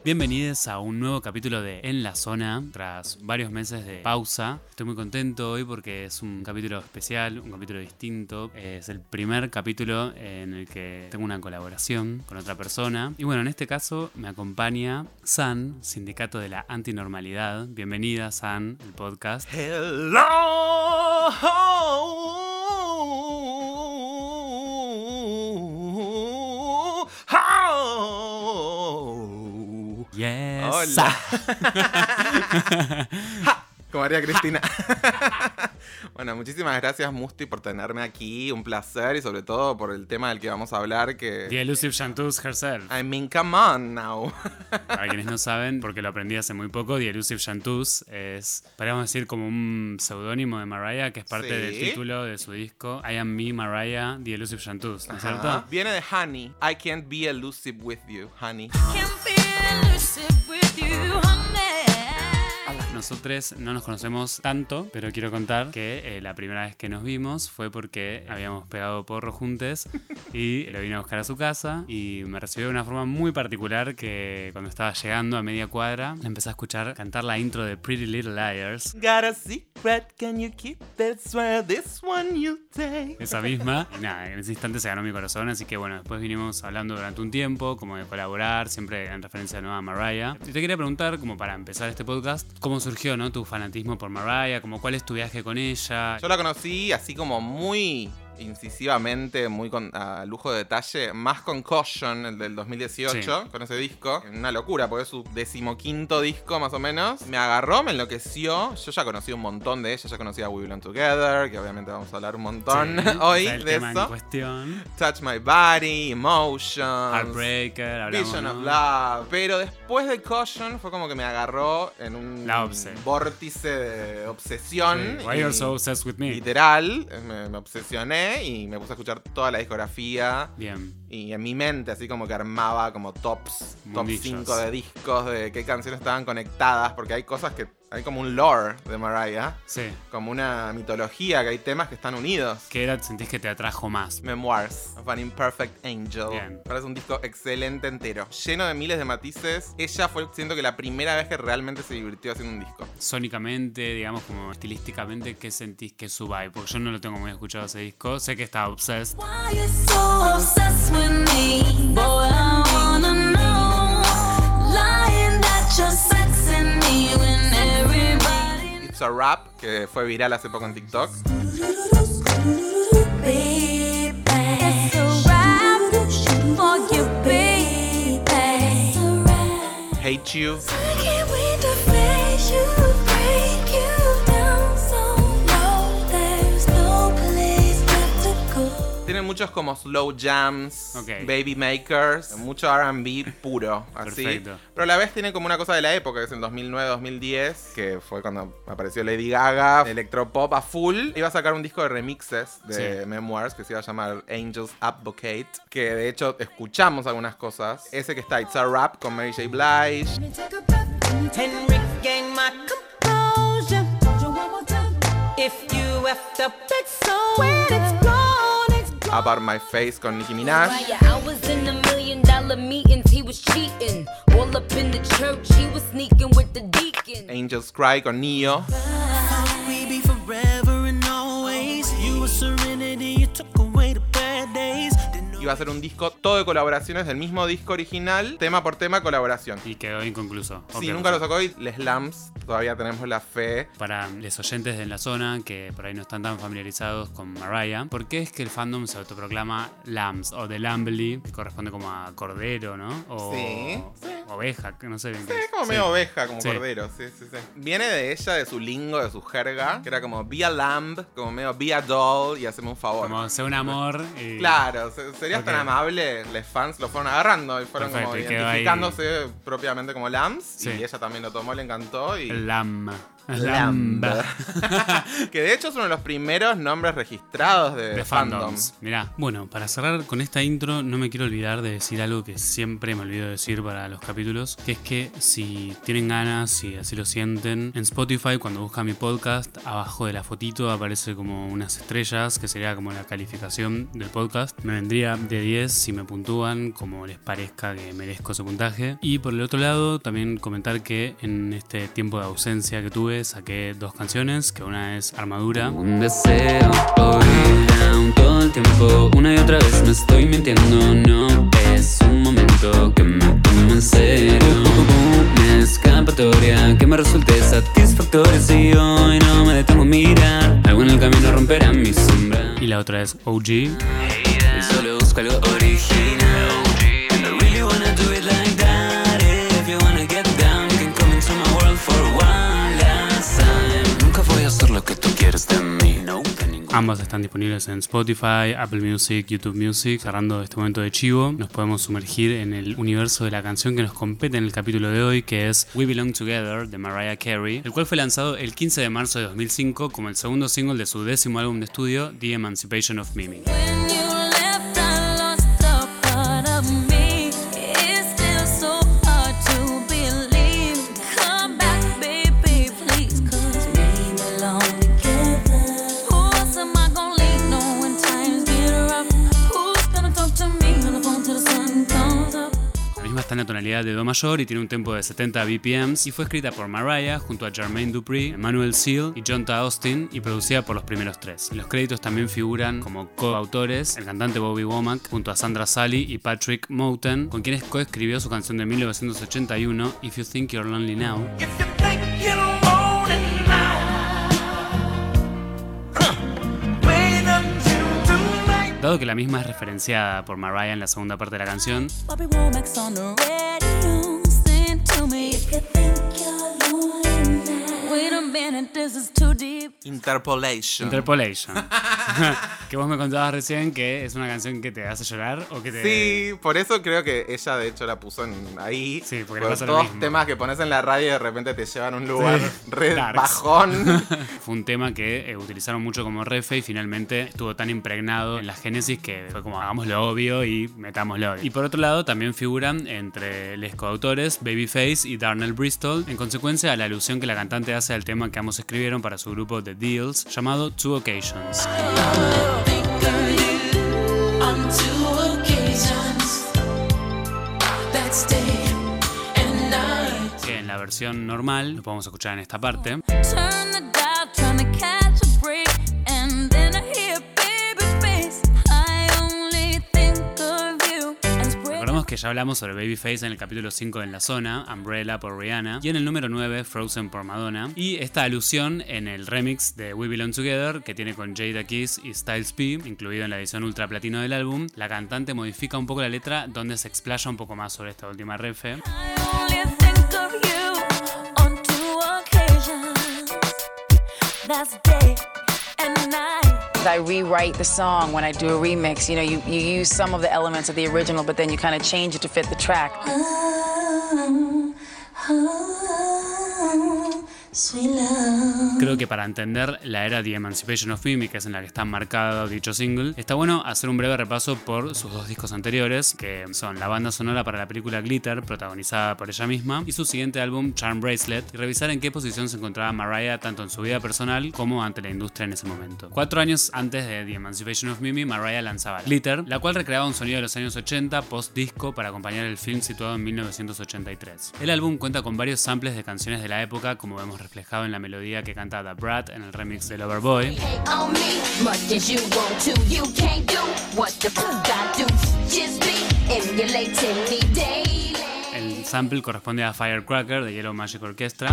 Bienvenidos a un nuevo capítulo de En la Zona, tras varios meses de pausa. Estoy muy contento hoy porque es un capítulo especial, un capítulo distinto. Es el primer capítulo en el que tengo una colaboración con otra persona. Y bueno, en este caso me acompaña San, Sindicato de la Antinormalidad. Bienvenida, San, el podcast. Hello. Yes. Hola. Como María Cristina. Bueno, muchísimas gracias, Musti, por tenerme aquí. Un placer y sobre todo por el tema del que vamos a hablar, que... The Elusive Chanteuse herself. I mean, come on now. Para quienes no saben, porque lo aprendí hace muy poco, The Elusive Chanteuse es, podríamos decir, como un seudónimo de Mariah, que es parte del título de su disco I Am Me, Mariah, The Elusive Chanteuse, ¿no es cierto? Viene de Honey. I can't be elusive with you, honey. Nosotros no nos conocemos tanto, pero quiero contar que la primera vez que nos vimos fue porque habíamos pegado porro juntos y lo vine a buscar a su casa y me recibió de una forma muy particular que cuando estaba llegando a media cuadra le empecé a escuchar cantar la intro de Pretty Little Liars. Got a secret, can you keep it? Swear this one you take. Esa misma. Y nada, en ese instante se ganó mi corazón, así que bueno, después vinimos hablando durante un tiempo, como de colaborar, siempre en referencia a Mariah. Y te quería preguntar, como para empezar este podcast, ¿cómo surgió, no, tu fanatismo por Mariah? Como, ¿cuál es tu viaje con ella? Yo la conocí así como muy incisivamente, muy a lujo de detalle, más con Caution, el del 2018, sí, con ese disco. Una locura, porque es su 15º disco más o menos. Me agarró, me enloqueció. Yo ya conocí un montón de ella, ya conocía We Belong Together, que obviamente vamos a hablar un montón hoy el de tema eso. En cuestión. Touch My Body, Emotions, Heartbreaker, hablamos, Vision ¿no? of Love. Pero después de Caution fue como que me agarró en un vórtice de obsesión. Sí. Why you're so obsessed with me? Literal, me obsesioné y me puse a escuchar toda la discografía. Bien. Y en mi mente, así como que armaba como top 5 de discos, de qué canciones estaban conectadas, porque hay cosas que... Hay como un lore de Mariah. Sí. Como una mitología, que hay temas que están unidos. ¿Qué edad sentís que te atrajo más? Memoirs of an Imperfect Angel. Bien. Parece un disco excelente entero, lleno de miles de matices. Ella fue, siento que la primera vez que realmente se divirtió haciendo un disco. Sónicamente, digamos, como estilísticamente, ¿qué sentís que es su vibe? Porque yo no lo tengo muy escuchado ese disco. Sé que está obsessed. Why you so obsessed with me? Boy, I wanna know. Lying that you're sexing me when everybody... It's a Rap, que fue viral hace poco en TikTok. Baby, it's a wrap for you, baby. Hate You. I can't wait to face you, break you down so low. There's no place left to go. Tiene muchos como slow jams, baby makers, mucho R&B puro, así. Perfecto. Pero a la vez tiene como una cosa de la época, que es el 2009-2010, que fue cuando apareció Lady Gaga, electropop a full. Iba a sacar un disco de remixes de Memoirs que se iba a llamar Angels Advocate, que de hecho escuchamos algunas cosas. Ese que está It's a Rap con Mary J. Blige. And regain my composure. If you effed up, it's so when it's gone. About My Face con Nicki Minaj. I was in $1 million meetings, he was cheating. All up in the church, he was sneaking with the deacon. Angels Cry con Neo. We be forever and always. You were serenity, you took away the bad days. Iba a ser un disco todo de colaboraciones del mismo disco original, tema por tema, colaboración. Y quedó inconcluso. Sí, nunca lo sacó y les Lambs, todavía tenemos la fe. Para los oyentes de En la Zona, que por ahí no están tan familiarizados con Mariah, ¿por qué es que el fandom se autoproclama Lambs o The Lambly, que corresponde como a cordero, ¿no? O sí. Oveja, que no sé bien qué es. Es como medio oveja, como cordero, sí. Viene de ella, de su lingo, de su jerga, que era como be a lamb, como medio be a doll y haceme un favor. Como sea un amor. Y... Claro, serías tan amable, los fans lo fueron agarrando y fueron como y identificándose propiamente como lambs. Sí. Y ella también lo tomó, le encantó. Y... El lamb. Lamba. Que de hecho es uno de los primeros nombres registrados de fandoms. Mirá, bueno, para cerrar con esta intro, no me quiero olvidar de decir algo que siempre me olvido decir para los capítulos, que es que si tienen ganas, si así lo sienten, en Spotify, cuando buscan mi podcast, abajo de la fotito aparece como unas estrellas, que sería como la calificación del podcast. Me vendría de 10 si me puntúan, como les parezca que merezco ese puntaje. Y por el otro lado, también comentar que en este tiempo de ausencia que tuve, saqué 2 canciones, que una es Armadura. Un deseo, all down, todo el tiempo, una y otra vez me estoy mintiendo. No es un momento que me tome en serio. Una escapatoria que me resulte satisfactoria. Si hoy no me detengo a mirar, algo en el camino romperá mi sombra. Y la otra es OG. Y solo busco algo original. I really wanna do it like that. If you wanna get down, you can come into my world for one last time. Nunca voy a hacer lo que tú quieres de mí, no. Ambas están disponibles en Spotify, Apple Music, YouTube Music. Cerrando este momento de chivo, nos podemos sumergir en el universo de la canción que nos compete en el capítulo de hoy, que es We Belong Together de Mariah Carey, el cual fue lanzado el 15 de marzo de 2005 como el segundo single de su 10º álbum de estudio, The Emancipation of Mimi. When you left, I lost a part of me. It's still so hard to believe. Come back, baby, please, 'cause we belong together. Who else am I gonna lean on when times get rough? Who's gonna talk to me on the phone till the sun comes up? La misma está en la tonalidad de Do mayor y tiene un tempo de 70 BPMs y fue escrita por Mariah junto a Jermaine Dupri, Emmanuel Seal y John T. Austin y producida por los primeros 3. En los créditos también figuran como coautores el cantante Bobby Womack junto a Sandra Sally y Patrick Moten, con quienes coescribió su canción de 1981, If You Think You're Lonely Now. If you think you're lonely now, wait until tonight. Dado que la misma es referenciada por Mariah en la segunda parte de la canción, Bobby Womack's on the radio. Sing to me if you think you're lonely now. Wait a minute, this is too deep. Interpolation. que vos me contabas recién que es una canción que te hace llorar o que te... Sí, por eso creo que ella de hecho la puso ahí. Sí, porque por le pasa lo todos mismo. temas que pones en la radio y de repente te llevan a un lugar re Darks. bajón. Fue un tema que utilizaron mucho como refe y finalmente estuvo tan impregnado en la génesis que fue como hagámoslo obvio y metámoslo. Y por otro lado también figuran entre los coautores Babyface y Darnell Bristol, en consecuencia a la alusión que la cantante hace al tema que ambos escribieron para su grupo The Deals llamado Two Occasions. On 2 occasions, that's day and night. Que en la versión normal lo podemos escuchar en esta parte. Turn the dial, trying to catch a break, and then I hear Babyface. I only think of you. And spread Recordemos que ya hablamos sobre Babyface en el capítulo 5 de En la Zona, Umbrella por Rihanna, y en el número 9, Frozen por Madonna. Y esta alusión en el remix de We Belong Together, que tiene con Jada Kiss y Styles P, incluido en la edición ultra platino del álbum, la cantante modifica un poco la letra donde se explaya un poco más sobre esta última refe. I only think of you on 2 occasions. That's day and night. I rewrite the song when I do a remix. You know, you use some of the elements of the original, but then you kind of change it to fit the track. Sweet love. Creo que para entender la era The Emancipation of Mimi, que es en la que está marcado dicho single, está bueno hacer un breve repaso por sus 2 discos anteriores, que son la banda sonora para la película Glitter, protagonizada por ella misma, y su siguiente álbum, Charm Bracelet, y revisar en qué posición se encontraba Mariah tanto en su vida personal como ante la industria en ese momento. 4 años antes de The Emancipation of Mimi, Mariah lanzaba Glitter, la cual recreaba un sonido de los años 80 post-disco para acompañar el film situado en 1983. El álbum cuenta con varios samples de canciones de la época, como vemos reflejado en la melodía que canta The Brat en el remix de Loverboy. On me, much as you want to, you can't do what the fuck I do. Just be emulating me daily. El sample corresponde a Firecracker de Yellow Magic Orchestra.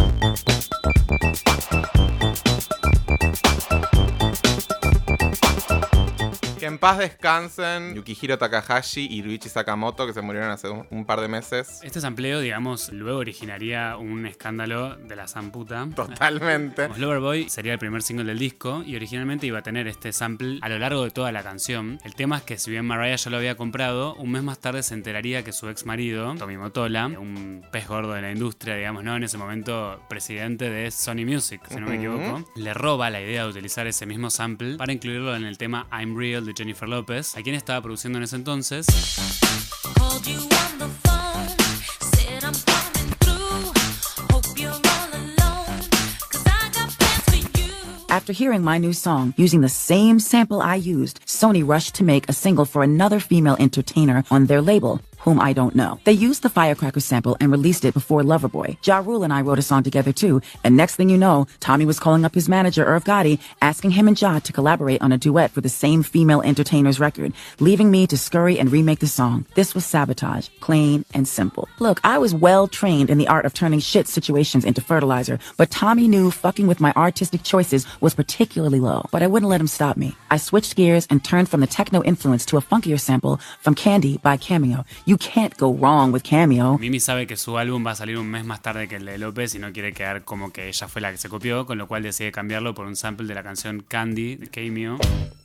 Que en paz descansen Yukihiro Takahashi y Ryuichi Sakamoto, que se murieron hace un par de meses. Este sampleo, digamos, luego originaría un escándalo de la zamputa. Totalmente. Loverboy sería el primer single del disco y originalmente iba a tener este sample a lo largo de toda la canción. El tema es que si bien Mariah ya lo había comprado, un mes más tarde se enteraría que su ex marido, Tommy Mottola, un pez gordo de la industria, digamos, ¿no? En ese momento presidente de Sony Music, si no me equivoco, le roba la idea de utilizar ese mismo sample para incluirlo en el tema I'm Real de Jennifer Lopez, a quien estaba produciendo en ese entonces. Called you on the phone, said I'm coming through. Hope you're all alone, 'cause I got plans for you. After hearing my new song using the same sample I used, Sony rushed to make a single for another female entertainer on their label, whom I don't know. They used the Firecracker sample and released it before Loverboy. Ja Rule and I wrote a song together too, and next thing you know, Tommy was calling up his manager, Irv Gotti, asking him and Ja to collaborate on a duet for the same female entertainer's record, leaving me to scurry and remake the song. This was sabotage, plain and simple. Look, I was well trained in the art of turning shit situations into fertilizer, but Tommy knew fucking with my artistic choices was particularly low. But I wouldn't let him stop me. I switched gears and turned from the techno influence to a funkier sample from Candy by Cameo. You can't go wrong with Cameo. Mimi sabe que su álbum va a salir un mes más tarde que el de López y no quiere quedar como que ella fue la que se copió, con lo cual decide cambiarlo por un sample de la canción Candy de Cameo.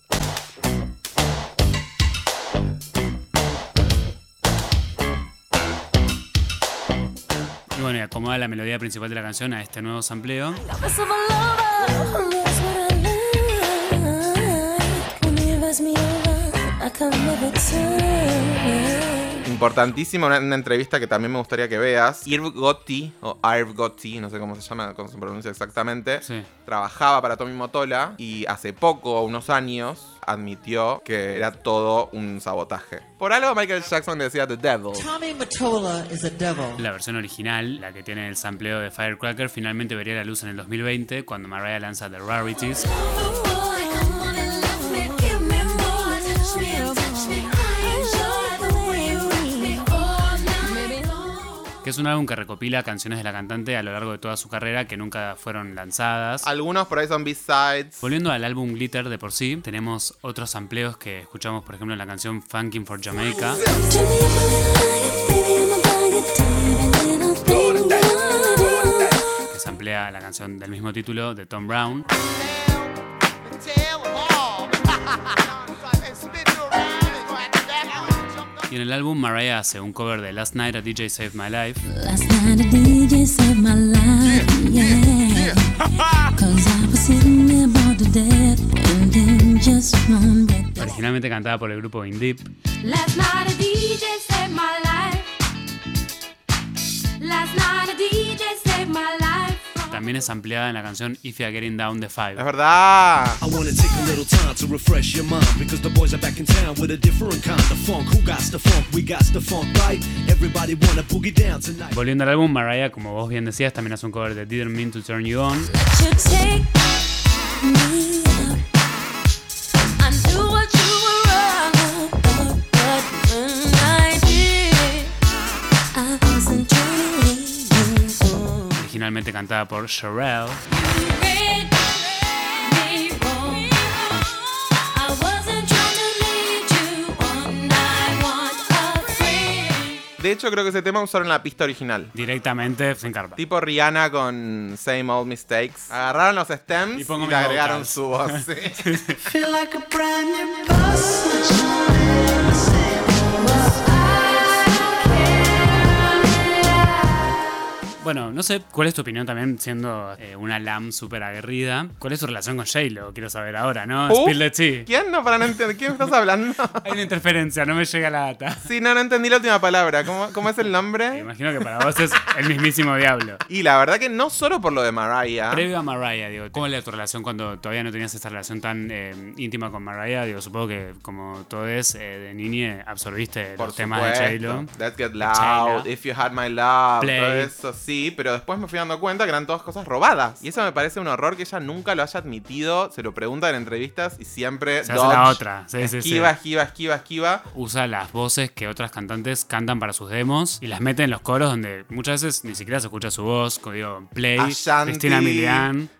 Y bueno, y acomoda la melodía principal de la canción a este nuevo sampleo. Office of a lover, that's what I like. When you ask me over, I come never turn. Importantísimo, una entrevista que también me gustaría que veas. Irv Gotti, o Irv Gotti, no sé cómo se llama, cómo se pronuncia exactamente, Sí. trabajaba para Tommy Mottola y hace poco, unos años, admitió que era todo un sabotaje. Por algo Michael Jackson decía The Devil. Tommy Mottola is a devil. La versión original, la que tiene el sampleo de Firecracker, finalmente vería la luz en el 2020 cuando Mariah lanza The Rarities. Que es un álbum que recopila canciones de la cantante a lo largo de toda su carrera que nunca fueron lanzadas. Algunos por ahí son B-sides. Volviendo al álbum Glitter de por sí, tenemos otros sampleos que escuchamos, por ejemplo, en la canción Funkin' for Jamaica, que samplea la canción del mismo título de Tom Brown. Y en el álbum Mariah hace un cover de Last Night a DJ Saved My Life. Last night a DJ saved my life, yeah. 'Cause I was sitting there bored to death, and then just one breath. Originalmente cantada por el grupo In Deep. Last night a DJ saved my life. Last night a DJ saved my life. También es ampliada en la canción If You're Getting Down the Five. Es verdad. I wanna take a little time to refresh your mind because the boys are back in town with a different kind of funk. Who got the funk? We got the funk, right? Everybody wanna boogie down tonight. Volviendo al álbum, Mariah, como vos bien decías, también hace un cover de Didn't Mean to Turn You On. You take me up. I knew what you were wrong, but when I did, I wasn't turning you on. Originalmente cantada por Sherelle. Read me wrong. I wasn't trying to lead you on. I want a friend. De hecho, creo que ese tema usaron la pista original. Directamente sin carpa. Tipo Rihanna con Same Old Mistakes. Agarraron los stems Y y, pongo le mis agregaron vocals. su voz. Sí. Feel like a brand new bus. Bueno, no sé cuál es tu opinión también, siendo una Lam súper aguerrida. ¿Cuál es tu relación con J-Lo? Quiero saber ahora, ¿no? Spill the tea. ¿Quién? No, para no entender. ¿Quién estás hablando? Hay una interferencia, no me llega la data. Sí, no entendí la última palabra. ¿Cómo es el Me nombre? imagino que para vos es el mismísimo diablo. Y la verdad que no solo por lo de Mariah. Previo a Mariah, digo, ¿cómo era tu relación cuando todavía no tenías esta relación tan íntima con Mariah? Digo, supongo que como todo es de niñe, absorbiste Por los temas de J-Lo. supuesto. Let's Get Loud, J-Lo. If You Had My Love, Play. todo eso sí, pero después me fui dando cuenta que eran todas cosas robadas. Y eso me parece un horror que ella nunca lo haya admitido, se lo pregunta en entrevistas y siempre Se hace la otra. Sí, sí, sí. esquiva. Usa las voces que otras cantantes cantan para sus demos y las mete en los coros donde muchas veces ni siquiera se escucha su voz. Como digo, Play, Ashanti, Cristina Milian.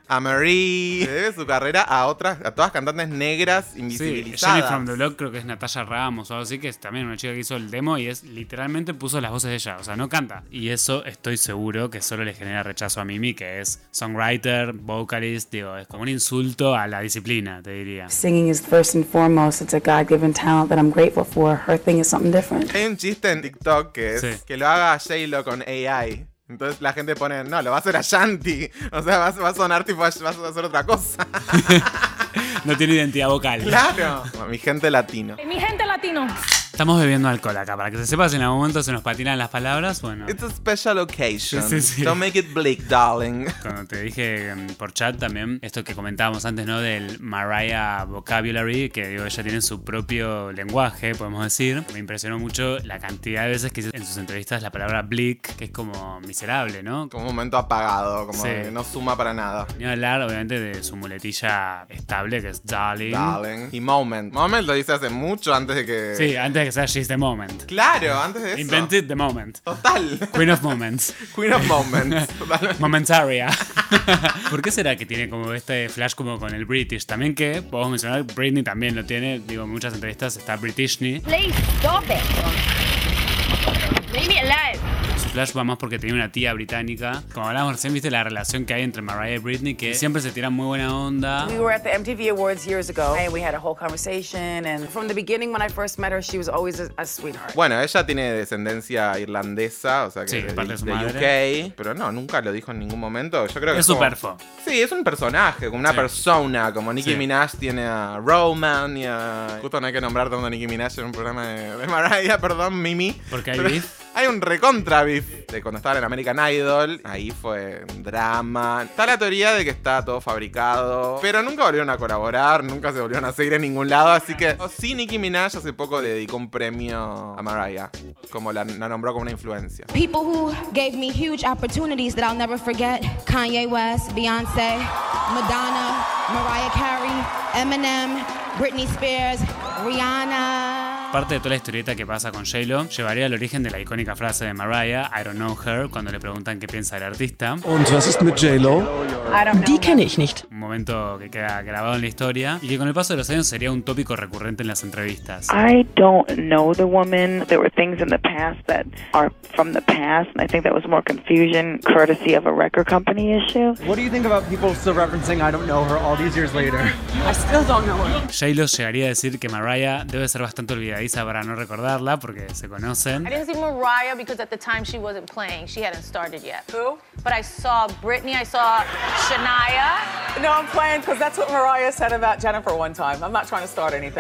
a Marie. Le debe su carrera a todas cantantes negras Sí, invisibilizadas. Jenny from the Block creo que es Natalia Ramos o algo así, que es también una chica que hizo el demo y es literalmente puso las voces de ella, o sea, no canta. Y eso estoy seguro que solo le genera rechazo a Mimi, que es songwriter, vocalist, digo, es como un insulto a la disciplina, te diría. Singing is first and foremost. It's a God-given talent that I'm grateful for. Her thing is something different. Hay un chiste en TikTok que es Sí. que lo haga J-Lo con AI. Entonces la gente pone, no, lo va a hacer a Shanti. O sea, va a sonar tipo, vas a hacer otra cosa. No tiene identidad vocal. Claro. Mi gente latino. Mi gente latino. Estamos bebiendo alcohol acá, para que se sepa si en algún momento se nos patinan las palabras, bueno. It's a special occasion. Sí. Don't make it bleak, darling. Cuando te dije por chat también, esto que comentábamos antes, ¿no? Del Mariah Vocabulary, que digo, ella tiene su propio lenguaje, podemos decir. Me impresionó mucho la cantidad de veces que dice en sus entrevistas la palabra bleak, que es como miserable, ¿no? Como un momento apagado, como Sí. que no suma para nada. Ni hablar, obviamente, de su muletilla estable, que es darling. Darling. Y moment. Moment lo dice hace mucho antes de que... Sí, antes de que sea She's the Moment. Claro, antes de eso. Invented the moment. Total. Queen of Moments. Queen of Moments. Totalmente. Momentaria. ¿Por qué será que tiene como este flash como con el British? También que, podemos mencionar, Britney también lo tiene. Digo, en muchas entrevistas está Britishny. Please stop it. Leave me alone. Su flash va más porque tenía una tía británica. Como hablábamos recién, viste la relación que hay entre Mariah y Britney, que siempre se tiran muy buena onda. We were at the MTV Awards years ago, and we had a whole conversation. And from the beginning, when I first met her, she was always a sweetheart. Bueno, ella tiene descendencia irlandesa, o sea que Sí, parte de su de madre. UK, pero no, nunca lo dijo en ningún momento. Yo creo que Es como- superfo. Sí, es un personaje, como una Sí. persona, como Nicki Sí. Minaj tiene a Roman y a... Justo no hay que nombrar tanto a Nicki Minaj en un programa de Mariah, perdón, Mimi. Porque hay Pero beef. Hay un recontra beef de cuando estaban en American Idol. Ahí fue un drama. Está la teoría de que está todo fabricado, pero nunca volvieron a colaborar, nunca se volvieron a seguir en ningún lado. Así que sí, Nicki Minaj hace poco le dedicó un premio a Mariah, como la nombró como una influencia. People who gave me huge opportunities that I'll never forget. Kanye West, Beyonce, Madonna, Mariah Carey, Eminem, Britney Spears, Rihanna. Parte de toda la historieta que pasa con J-Lo llevaría al origen de la icónica frase de Mariah, I don't know her, cuando le preguntan qué piensa el artista. Und was ist mit J-Lo? Die kenne ich nicht. Un momento que queda grabado en la historia y que con el paso de los años sería un tópico recurrente en las entrevistas. I don't know the woman. There were things in the past that are from the past, and I think that was more confusion courtesy of a record company issue. What do you think about people still referencing I don't know her all these years later? I still don't know her. J-Lo llegaría a decir que Mariah debe ser bastante olvidadiza para no recordarla porque se conocen. I didn't see Mariah because at the time she wasn't playing. She hadn't started yet. Who? But I saw Britney, I saw Shania. No, I'm playing because that's what Mariah said about Jennifer one time. I'm not trying to start anything.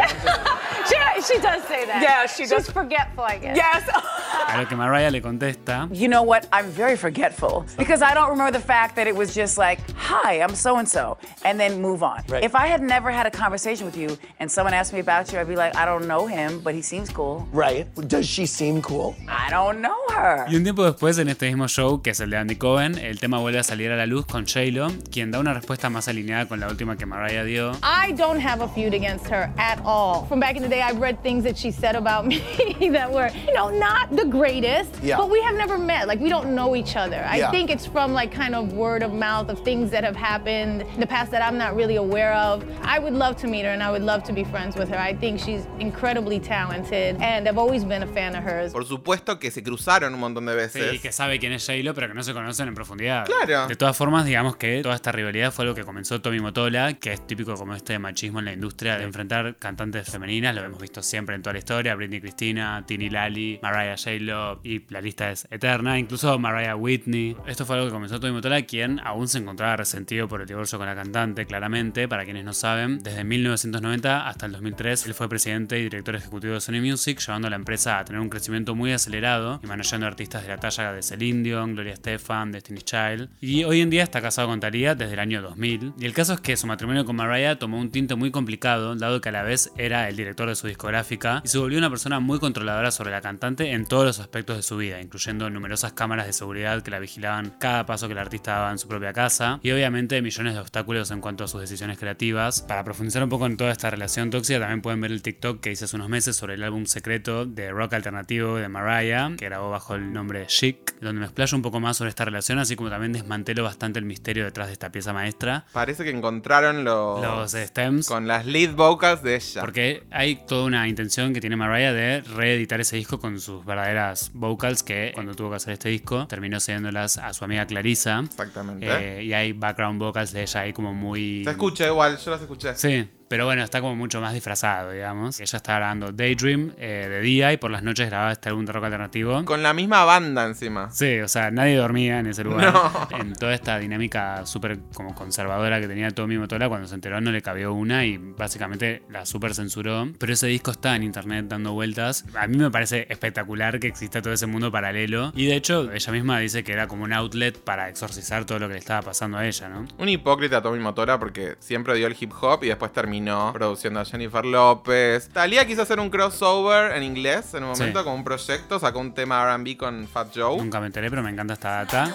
She does say that. Yeah, she does. She's forgetful, I guess. Yes. A lo que Mariah le contesta. You know what? I'm very forgetful because I don't remember the fact that it was just like, hi, I'm so-and-so, and then move on. Right. If I had never had a conversation with you and someone asked me about you, I'd be like, I don't know him, but he seems cool. Right. Does she seem cool? I don't know her. Y un tiempo después, en este mismo show, que es el de Andy Cohen, el tema vuelve a salir a la luz con J-Lo, quien da una respuesta más alineada con la última que Mariah dio. I don't have a feud against her at all. From back in the day, I've read things that she said about me that were, not the greatest, Yeah. but we have never met. Like, we don't know each other. I Yeah. think it's from, like, kind of word of mouth of things that have happened in the past that I'm not really aware of. I would love to meet her, and I would love to be friends with her. I think she's incredibly talented, and I've always been a fan of hers. Por supuesto que se cruzaron un montón de veces. Sí, que sabe quién es J-Lo, pero que no se conocen en profundidad. Claro. De todas formas, digamos que toda esta rivalidad fue algo que comenzó Tommy Mottola, que es típico como este machismo en la industria de enfrentar cantantes femeninas. Lo hemos visto siempre en toda la historia. Britney Christina, Tini Lali, Mariah J-Lo, y la lista es eterna. Incluso Mariah Whitney. Esto fue algo que comenzó Tommy Mottola, quien aún se encontraba resentido por el divorcio con la cantante, claramente. Para quienes no saben, desde 1990 hasta el 2003, él fue presidente y director ejecutivo de Sony Music, llevando a la empresa a tener un crecimiento muy acelerado y manejando artistas de la talla de Celine Dion, Gloria Estefan, Destiny's Child. Y hoy en día está casado con Thalía desde el año 2000. Y el caso es que su matrimonio con Mariah tomó un tinte muy complicado, dado que a la vez era el director de su discográfica y se volvió una persona muy controladora sobre la cantante en todos los los aspectos de su vida, incluyendo numerosas cámaras de seguridad que la vigilaban cada paso que el artista daba en su propia casa y obviamente millones de obstáculos en cuanto a sus decisiones creativas. Para profundizar un poco en toda esta relación tóxica, también pueden ver el TikTok que hice hace unos meses sobre el álbum secreto de rock alternativo de Mariah, que grabó bajo el nombre de Chic, donde me explayo un poco más sobre esta relación, así como también desmantelo bastante el misterio detrás de esta pieza maestra. Parece que encontraron los stems con las lead vocals de ella. Porque hay toda una intención que tiene Mariah de reeditar ese disco con sus verdaderas vocals, que cuando tuvo que hacer este disco terminó cediéndolas a su amiga Clarissa. Exactamente. Y hay background vocals de ella ahí como muy... Se escucha igual, yo las escuché. Sí. Pero bueno, está como mucho más disfrazado, digamos. Ella está grabando Daydream de día y por las noches grababa este álbum de rock alternativo. Con la misma banda encima. Sí, o sea, nadie dormía en ese lugar. No. En toda esta dinámica súper como conservadora que tenía Tommy Mottola, cuando se enteró no le cabió una y básicamente la súper censuró. Pero ese disco está en internet dando vueltas. A mí me parece espectacular que exista todo ese mundo paralelo. Y de hecho, ella misma dice que era como un outlet para exorcizar todo lo que le estaba pasando a ella, ¿no? Un hipócrita Tommy Mottola porque siempre dio el hip hop y después terminó produciendo a Jennifer López. Thalía quiso hacer un crossover en inglés en un momento, como un proyecto, sacó un tema R&B con Fat Joe. Nunca me enteré, pero me encanta esta data.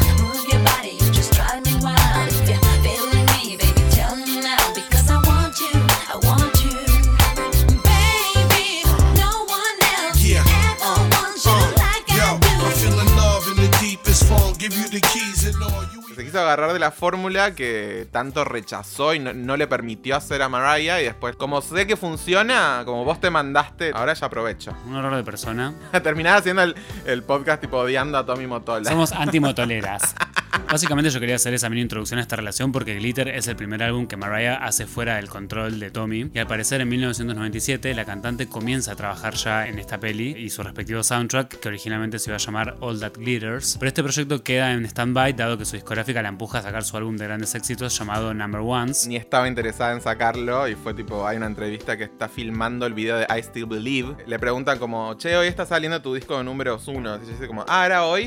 Se quiso agarrar de la fórmula que tanto rechazó y no le permitió hacer a Mariah. Y después, como sé que funciona, como vos te mandaste, ahora ya aprovecho. Un horror de persona. Terminaba haciendo el podcast tipo odiando a Tommy Mottola. Somos antimotoleras. Básicamente yo quería hacer esa mini introducción a esta relación porque Glitter es el primer álbum que Mariah hace fuera del control de Tommy, y al parecer en 1997 la cantante comienza a trabajar ya en esta peli y su respectivo soundtrack, que originalmente se iba a llamar All That Glitters, pero este proyecto queda en stand-by dado que su discográfica la empuja a sacar su álbum de grandes éxitos llamado Number Ones. Ni estaba interesada en sacarlo y fue tipo, hay una entrevista que está filmando el video de I Still Believe, le preguntan como, che, hoy está saliendo tu disco de números 1, y ella dice como, ¿era hoy?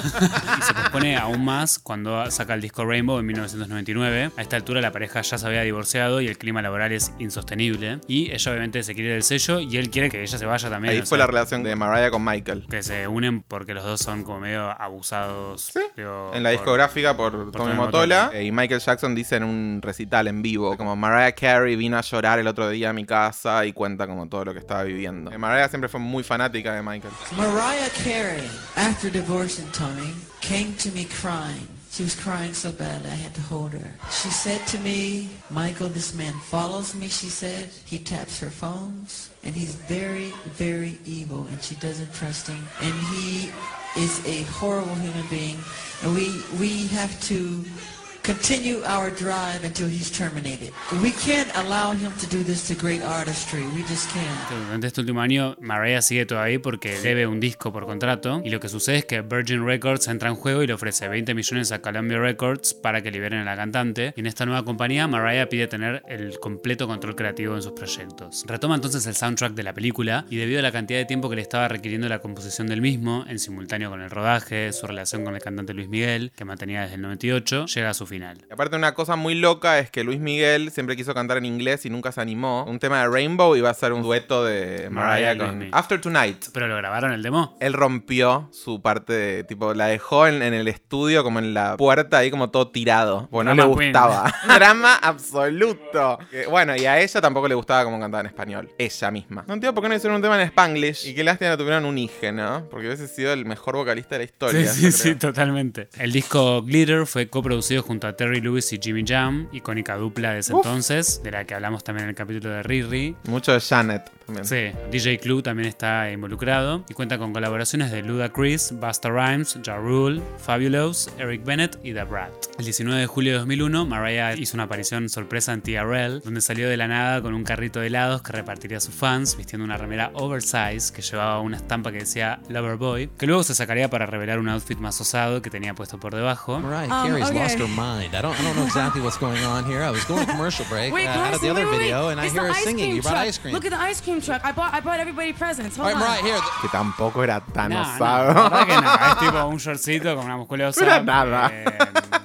Y se pospone aún más cuando saca el disco Rainbow en 1999. A esta altura la pareja ya se había divorciado y el clima laboral es insostenible. Y ella obviamente se quiere ir del sello y él quiere que ella se vaya también. Ahí fue la relación de Mariah con Michael. Que se unen porque los dos son como medio abusados. ¿Sí? En la discográfica por Tommy Mottola. Y Michael Jackson dice en un recital en vivo, como Mariah Carey vino a llorar el otro día a mi casa y cuenta como todo lo que estaba viviendo. Mariah siempre fue muy fanática de Michael. Mariah Carey, after divorcing Tommy, came to me crying. She was crying so bad I had to hold her. She said to me, Michael, this man follows me, she said. He taps her phones, and he's very, very evil, and she doesn't trust him. And he is a horrible human being, and we have to continue our drive until he's terminated. We can't allow him to do this to great artistry. We just can't. Durante este último año, Mariah sigue todavía porque debe un disco por contrato. Y lo que sucede es que Virgin Records entra en juego y le ofrece 20 millones a Columbia Records para que liberen a la cantante. Y en esta nueva compañía, Mariah pide tener el completo control creativo en sus proyectos. Retoma entonces el soundtrack de la película y debido a la cantidad de tiempo que le estaba requiriendo la composición del mismo, en simultáneo con el rodaje, su relación con el cantante Luis Miguel, que mantenía desde el 98, llega a su final. Y aparte, una cosa muy loca es que Luis Miguel siempre quiso cantar en inglés y nunca se animó. Un tema de Rainbow iba a ser un dueto de Mariah con After Tonight. ¿Pero lo grabaron el demo? Él rompió su parte de, tipo, la dejó en el estudio como en la puerta ahí como todo tirado. Porque no le gustaba. Drama absoluto. Bueno, y a ella tampoco le gustaba cómo cantaba en español. Ella misma. No entiendo por qué no hicieron un tema en Spanglish. Y qué lástima no tuvieron un hijo, ¿no? Porque hubiese sido el mejor vocalista de la historia. Sí, totalmente. El disco Glitter fue coproducido junto a Terry Lewis y Jimmy Jam, icónica dupla de ese entonces, de la que hablamos también en el capítulo de Riri. Mucho de Janet también. Sí, DJ Clue también está involucrado y cuenta con colaboraciones de Ludacris, Busta Rhymes, Ja Rule, Fabulous, Eric Bennett y The Brat. El 19 de julio de 2001, Mariah hizo una aparición sorpresa en TRL, donde salió de la nada con un carrito de helados que repartiría a sus fans, vistiendo una remera oversize que llevaba una estampa que decía Loverboy, que luego se sacaría para revelar un outfit más osado que tenía puesto por debajo. Mariah Carey's lost her mind. I don't know exactly what's going on here. I was going to commercial break out of the other video, and I hear her singing. You brought ice cream. Look at the ice cream truck. I bought everybody presents. Hold on. Right here. Que tampoco era tan no, osado. No, la verdad que no. Es tipo un shortcito con una musculosa. No era nada.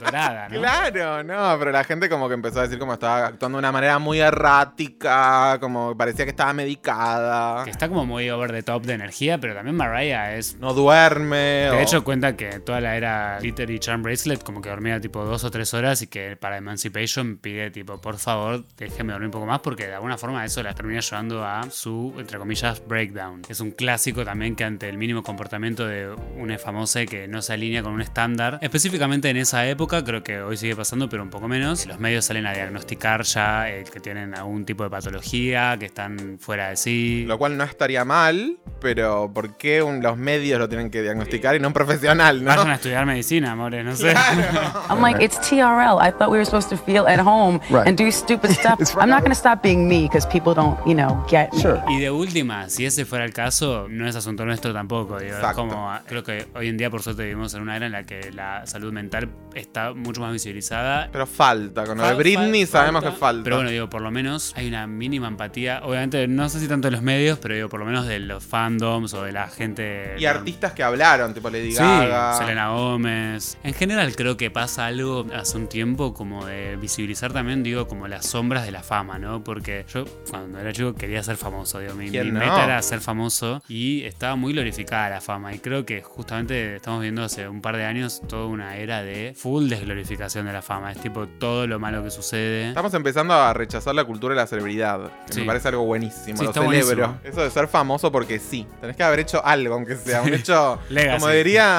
dorada, ¿no? Claro, no, pero la gente como que empezó a decir como estaba actuando de una manera muy errática, como parecía que estaba medicada. Que está como muy over the top de energía, pero también Mariah es... No duerme. De hecho, cuenta que toda la era Glitter y Charm Bracelet como que dormía tipo 2 o 3 horas y que para Emancipation pide tipo, por favor, déjeme dormir un poco más porque de alguna forma eso la termina llevando a su, entre comillas, breakdown. Es un clásico también que ante el mínimo comportamiento de una famosa que no se alinea con un estándar, específicamente en esa época, creo que hoy sigue pasando, pero un poco menos, los medios salen a diagnosticar ya que tienen algún tipo de patología, que están fuera de sí. Lo cual no estaría mal, pero ¿por qué los medios lo tienen que diagnosticar y no un profesional, no? Vayan a estudiar medicina, amores, no sé. Claro. I'm like, it's TRL. I thought we were supposed to feel at home and do stupid stuff. I'm not going to stop being me because people don't, get me. Y de última, si ese fuera el caso, no es asunto nuestro tampoco. Digo, es como, creo que hoy en día, por suerte, vivimos en una era en la que la salud mental está mucho más visibilizada. Pero falta, con lo de Britney sabemos que falta. Pero bueno, digo, por lo menos hay una mínima empatía. Obviamente, no sé si tanto de los medios, pero digo, por lo menos de los fandoms o de la gente. Y artistas que hablaron, tipo Lady Gaga. Sí, Selena Gómez. En general, creo que pasa algo hace un tiempo como de visibilizar también, digo, como las sombras de la fama, ¿no? Porque yo, cuando era chico, quería ser famoso, digo, mi meta era ser famoso y estaba muy glorificada la fama. Y creo que justamente estamos viendo hace un par de años toda una era de full desglorificación de la fama. Es tipo todo lo malo que sucede. Estamos empezando a rechazar la cultura de la celebridad, que me parece algo buenísimo. Lo celebro. Buenísimo. Eso de ser famoso porque sí. Tenés que haber hecho algo, aunque sea un hecho, como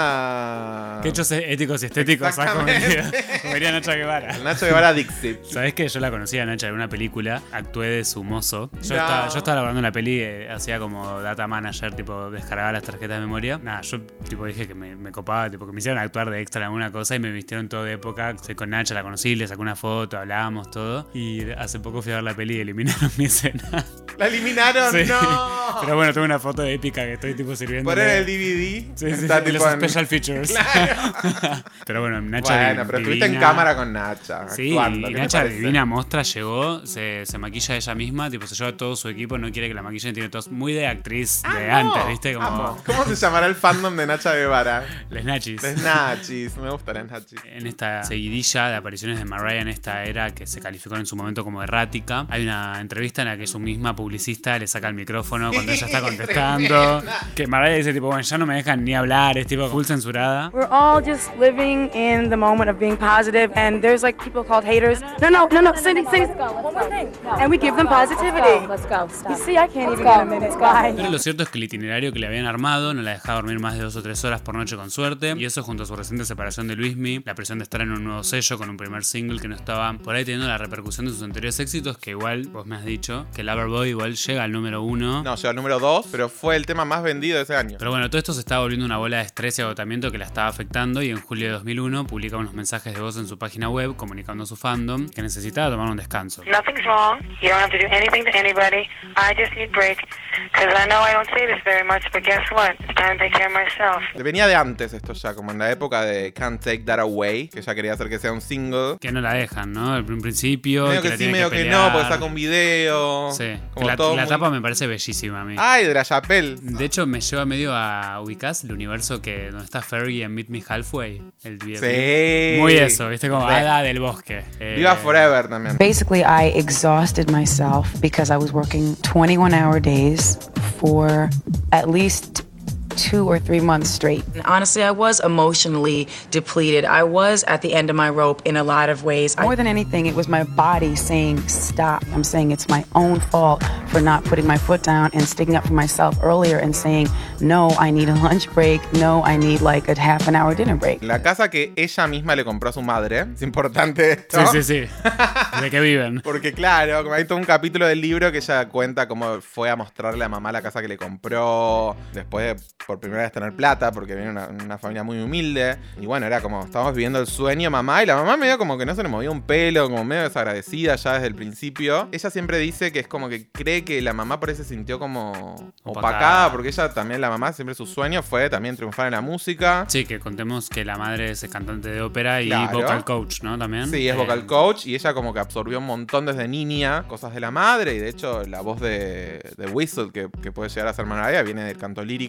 diría... ¿Qué hechos éticos y estéticos como diría Nacha Guevara? Nacha Guevara Dixit. ¿Sabés que yo la conocía a Nacha en una película? Actué de su mozo. Yo estaba laburando en la peli, hacía como data manager, tipo descargaba las tarjetas de memoria. Nada, yo tipo dije que me copaba, tipo que me hicieron actuar de extra en alguna cosa y me vistieron todo de época. Fui con Nacha, la conocí, le saqué una foto, hablábamos todo. Y hace poco fui a ver la peli y eliminaron mi escena. ¿La eliminaron? Sí. ¡No! Pero bueno, tuve una foto épica que estoy tipo sirviendo. ¿Poner el DVD? Sí, está tipo los special features. Claro. Pero bueno, Nacha. Bueno, pero estuviste en cámara con Nacha. Sí, y Nacha divina mostra, llegó, se maquilla ella misma, tipo se lleva todo su equipo, no quiere que la maquillen, tiene todos muy de actriz de antes, ¿viste? Como... ¿Cómo se llamará el fandom de Nacha Guevara? Les Nachis. Les Nachis, me gusta Les Nachis. En esta seguidilla de apariciones de Mariah en esta era que se calificó en su momento como errática, hay una entrevista en la que su misma publicista le saca el micrófono cuando ella está contestando. Que Mariah dice tipo, bueno, ya no me dejan ni hablar, es tipo full censurada. We're all just living in the moment of being positive, and there's like people called haters. No, Cindy, one more thing. And we give them positivity. Let's go. You see, I can't even get a minute. Bye. Pero lo cierto es que el itinerario que le habían armado no la dejaba dormir más de 2 o 3 horas por noche con suerte, y eso junto a su reciente separación de Luismi, la presión de estar en un nuevo sello con un primer single que no estaba por ahí teniendo la repercusión de sus anteriores éxitos, que igual, vos me has dicho, que Loverboy igual llega al número 1. No, llega al número 2, pero fue el tema más vendido de ese año. Pero bueno, todo esto se estaba volviendo una bola de estrés y agotamiento que la estaba afectando, y en julio de 2001 publica unos mensajes de voz en su página web comunicando a su fandom que necesitaba tomar un descanso. Nothing's wrong. You don't have to do anything to anybody. I just need break. Because I know I don't say this very much, but guess what? It's time to take care of myself. Venía de antes esto ya, como en la época de Can't Take That Away, que ella quería hacer que sea un single. Que no la dejan, ¿no? En un principio. Medio que sí, medio que no, porque saca un video. Sí. Como la tapa me parece bellísima a mí. Ay, de la Chapelle. De hecho, me lleva medio a ubicás el universo que donde está Fergie en Meet Me Halfway. El video. Sí. Muy eso, ¿viste? Como hada del bosque. Viva Forever también. Basically, I exhausted myself because I was working 21-hour days for at least 2 or 3 months straight. And honestly, I was emotionally depleted. I was at the end of my rope in a lot of ways. More than anything, it was my body saying, stop. I'm saying it's my own fault for not putting my foot down and sticking up for myself earlier and saying, no, I need a lunch break. No, I need like a half an hour dinner break. La casa que ella misma le compró a su madre. Es importante esto. Sí. ¿De qué viven? Porque claro, como hay todo un capítulo del libro que ella cuenta cómo fue a mostrarle a mamá la casa que le compró. Después de por primera vez tener plata, porque viene una familia muy humilde. Y bueno, era como, estábamos viviendo el sueño mamá, y la mamá medio como que no se le movía un pelo, como medio desagradecida ya desde el principio. Ella siempre dice que es como que cree que la mamá por eso se sintió como opacada, porque ella también, la mamá, siempre su sueño fue también triunfar en la música. Sí, que contemos que la madre es cantante de ópera y vocal coach, ¿no? También. Sí, es vocal coach, y ella como que absorbió un montón desde niña cosas de la madre, y de hecho la voz de Whistle, que puede llegar a ser Mariah, viene del canto lírico, pero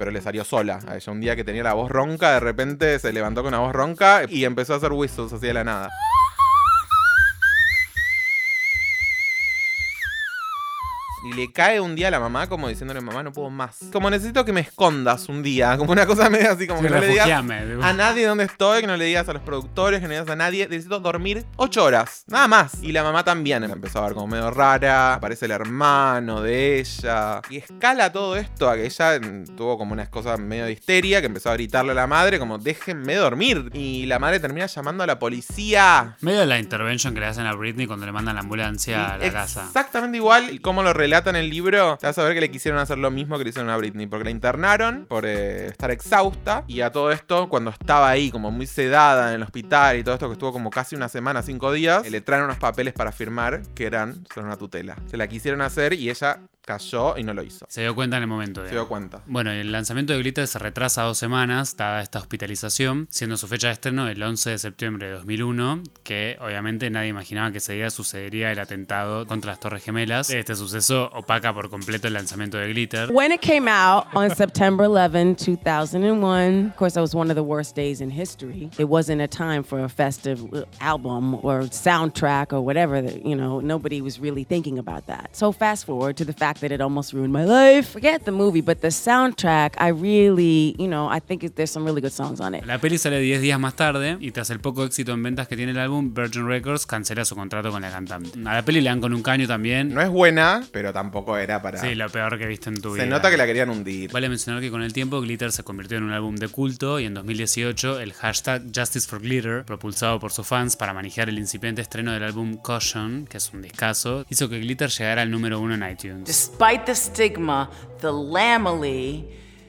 pero le salió sola a ella. Un día que tenía la voz ronca, de repente se levantó con una voz ronca y empezó a hacer whistles así de la nada. Y le cae un día a la mamá como diciéndole, mamá, no puedo más. Como necesito que me escondas un día. Como una cosa medio así, como Sí, que no le digas refugiame. a nadie dónde estoy, que no le digas a los productores, que no le digas a nadie. Necesito dormir 8 horas, nada más. Y la mamá también la empezó a ver como medio rara. Aparece el hermano de ella. Y escala todo esto a que ella tuvo como unas cosas medio de histeria, que empezó a gritarle a la madre como, déjenme dormir. Y la madre termina llamando a la policía. Medio de la intervention que le hacen a Britney cuando le mandan la ambulancia a la casa. Exactamente igual. Y cómo lo relata en el libro, te vas a ver que le quisieron hacer lo mismo que le hicieron a Britney, porque la internaron por estar exhausta. Y a todo esto, cuando estaba ahí como muy sedada en el hospital y todo esto, que estuvo como casi una semana, 5 días, le traen unos papeles para firmar que eran sobre una tutela. Se la quisieron hacer y ella cayó y no lo hizo. Se dio cuenta en el momento. Se dio cuenta. Bueno, el lanzamiento de Glitter se retrasa 2 semanas, dada esta hospitalización, siendo su fecha de estreno el 11 de septiembre de 2001, que obviamente nadie imaginaba que ese día sucedería el atentado contra las Torres Gemelas. Este suceso opaca por completo el lanzamiento de Glitter. When it came out on September 11, 2001, of course, that was one of the worst days in history. It wasn't a time for a festive album or soundtrack or whatever, you know, nobody was really thinking about that. So fast forward to the fact that it almost ruined my life. Forget the movie, but the soundtrack, I really, you know, I think there's some really good songs on it. La peli sale 10 días más tarde y tras el poco éxito en ventas que tiene el álbum, Virgin Records cancela su contrato con la cantante. A la peli le dan con un caño también. No es buena, pero tampoco era para... Sí, lo peor que viste en tu vida. Se nota que la querían hundir. Vale mencionar que con el tiempo Glitter se convirtió en un álbum de culto y en 2018 el hashtag Justice for Glitter, propulsado por sus fans para manejar el incipiente estreno del álbum Caution, que es un discazo, hizo que Glitter llegara al número 1 en iTunes. Despite the stigma, the Lamely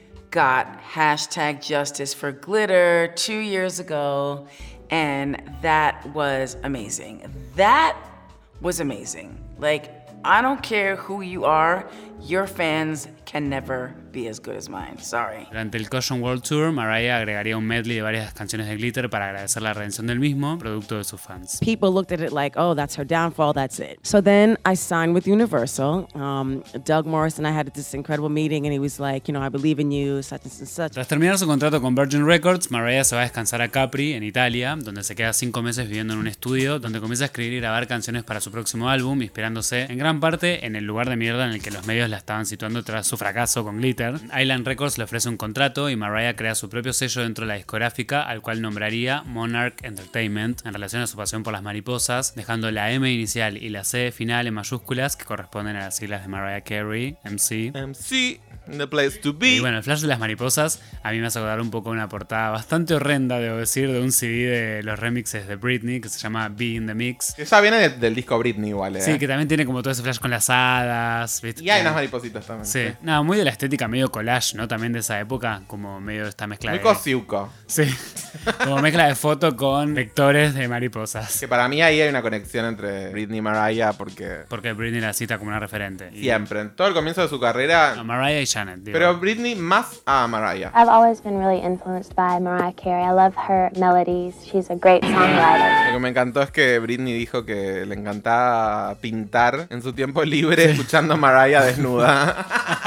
got hashtag Justice for Glitter 2 years ago, and that was amazing. That was amazing. Like, I don't care who you are, your fans can never be as good as mine. Sorry. Durante el Caution World Tour, Mariah agregaría un medley de varias canciones de Glitter para agradecer la redención del mismo, producto de sus fans. People looked at it like, oh, that's her downfall, that's it. So then I signed with Universal. Doug Morris and I had this incredible meeting and he was like, you know, I believe in you, such and such. Tras terminar su contrato con Virgin Records, Mariah se va a descansar a Capri, en Italia, donde se queda 5 meses viviendo en un estudio, donde comienza a escribir y grabar canciones para su próximo álbum, inspirándose en gran parte en el lugar de mierda en el que los medios la estaban situando tras su fracaso con Glitter. Island Records le ofrece un contrato y Mariah crea su propio sello dentro de la discográfica, al cual nombraría Monarch Entertainment, en relación a su pasión por las mariposas, dejando la M inicial y la C final en mayúsculas, que corresponden a las siglas de Mariah Carey, MC. MC, the place to be. Y bueno, el flash de las mariposas a mí me hace acordar un poco una portada bastante horrenda, debo decir, de un CD de los remixes de Britney, que se llama Be in the Mix. Que ya viene del disco Britney igual, Sí, que también tiene como todo ese flash con las hadas, ¿viste? Y hay unas maripositas también. Sí. Nada, muy de la estética medio collage, ¿no? También de esa época, como medio de esta mezcla muy de... cosiuco. Sí. Como mezcla de foto con vectores de mariposas. Que para mí ahí hay una conexión entre Britney y Mariah porque Britney la cita como una referente. Siempre. En todo el comienzo de su carrera... A Mariah y Janet, digo. Pero Britney más a Mariah. I've always been really influenced by Mariah Carey. I love her melodies. She's a great songwriter. Lo que me encantó es que Britney dijo que le encantaba pintar en su tiempo libre escuchando a Mariah desnuda.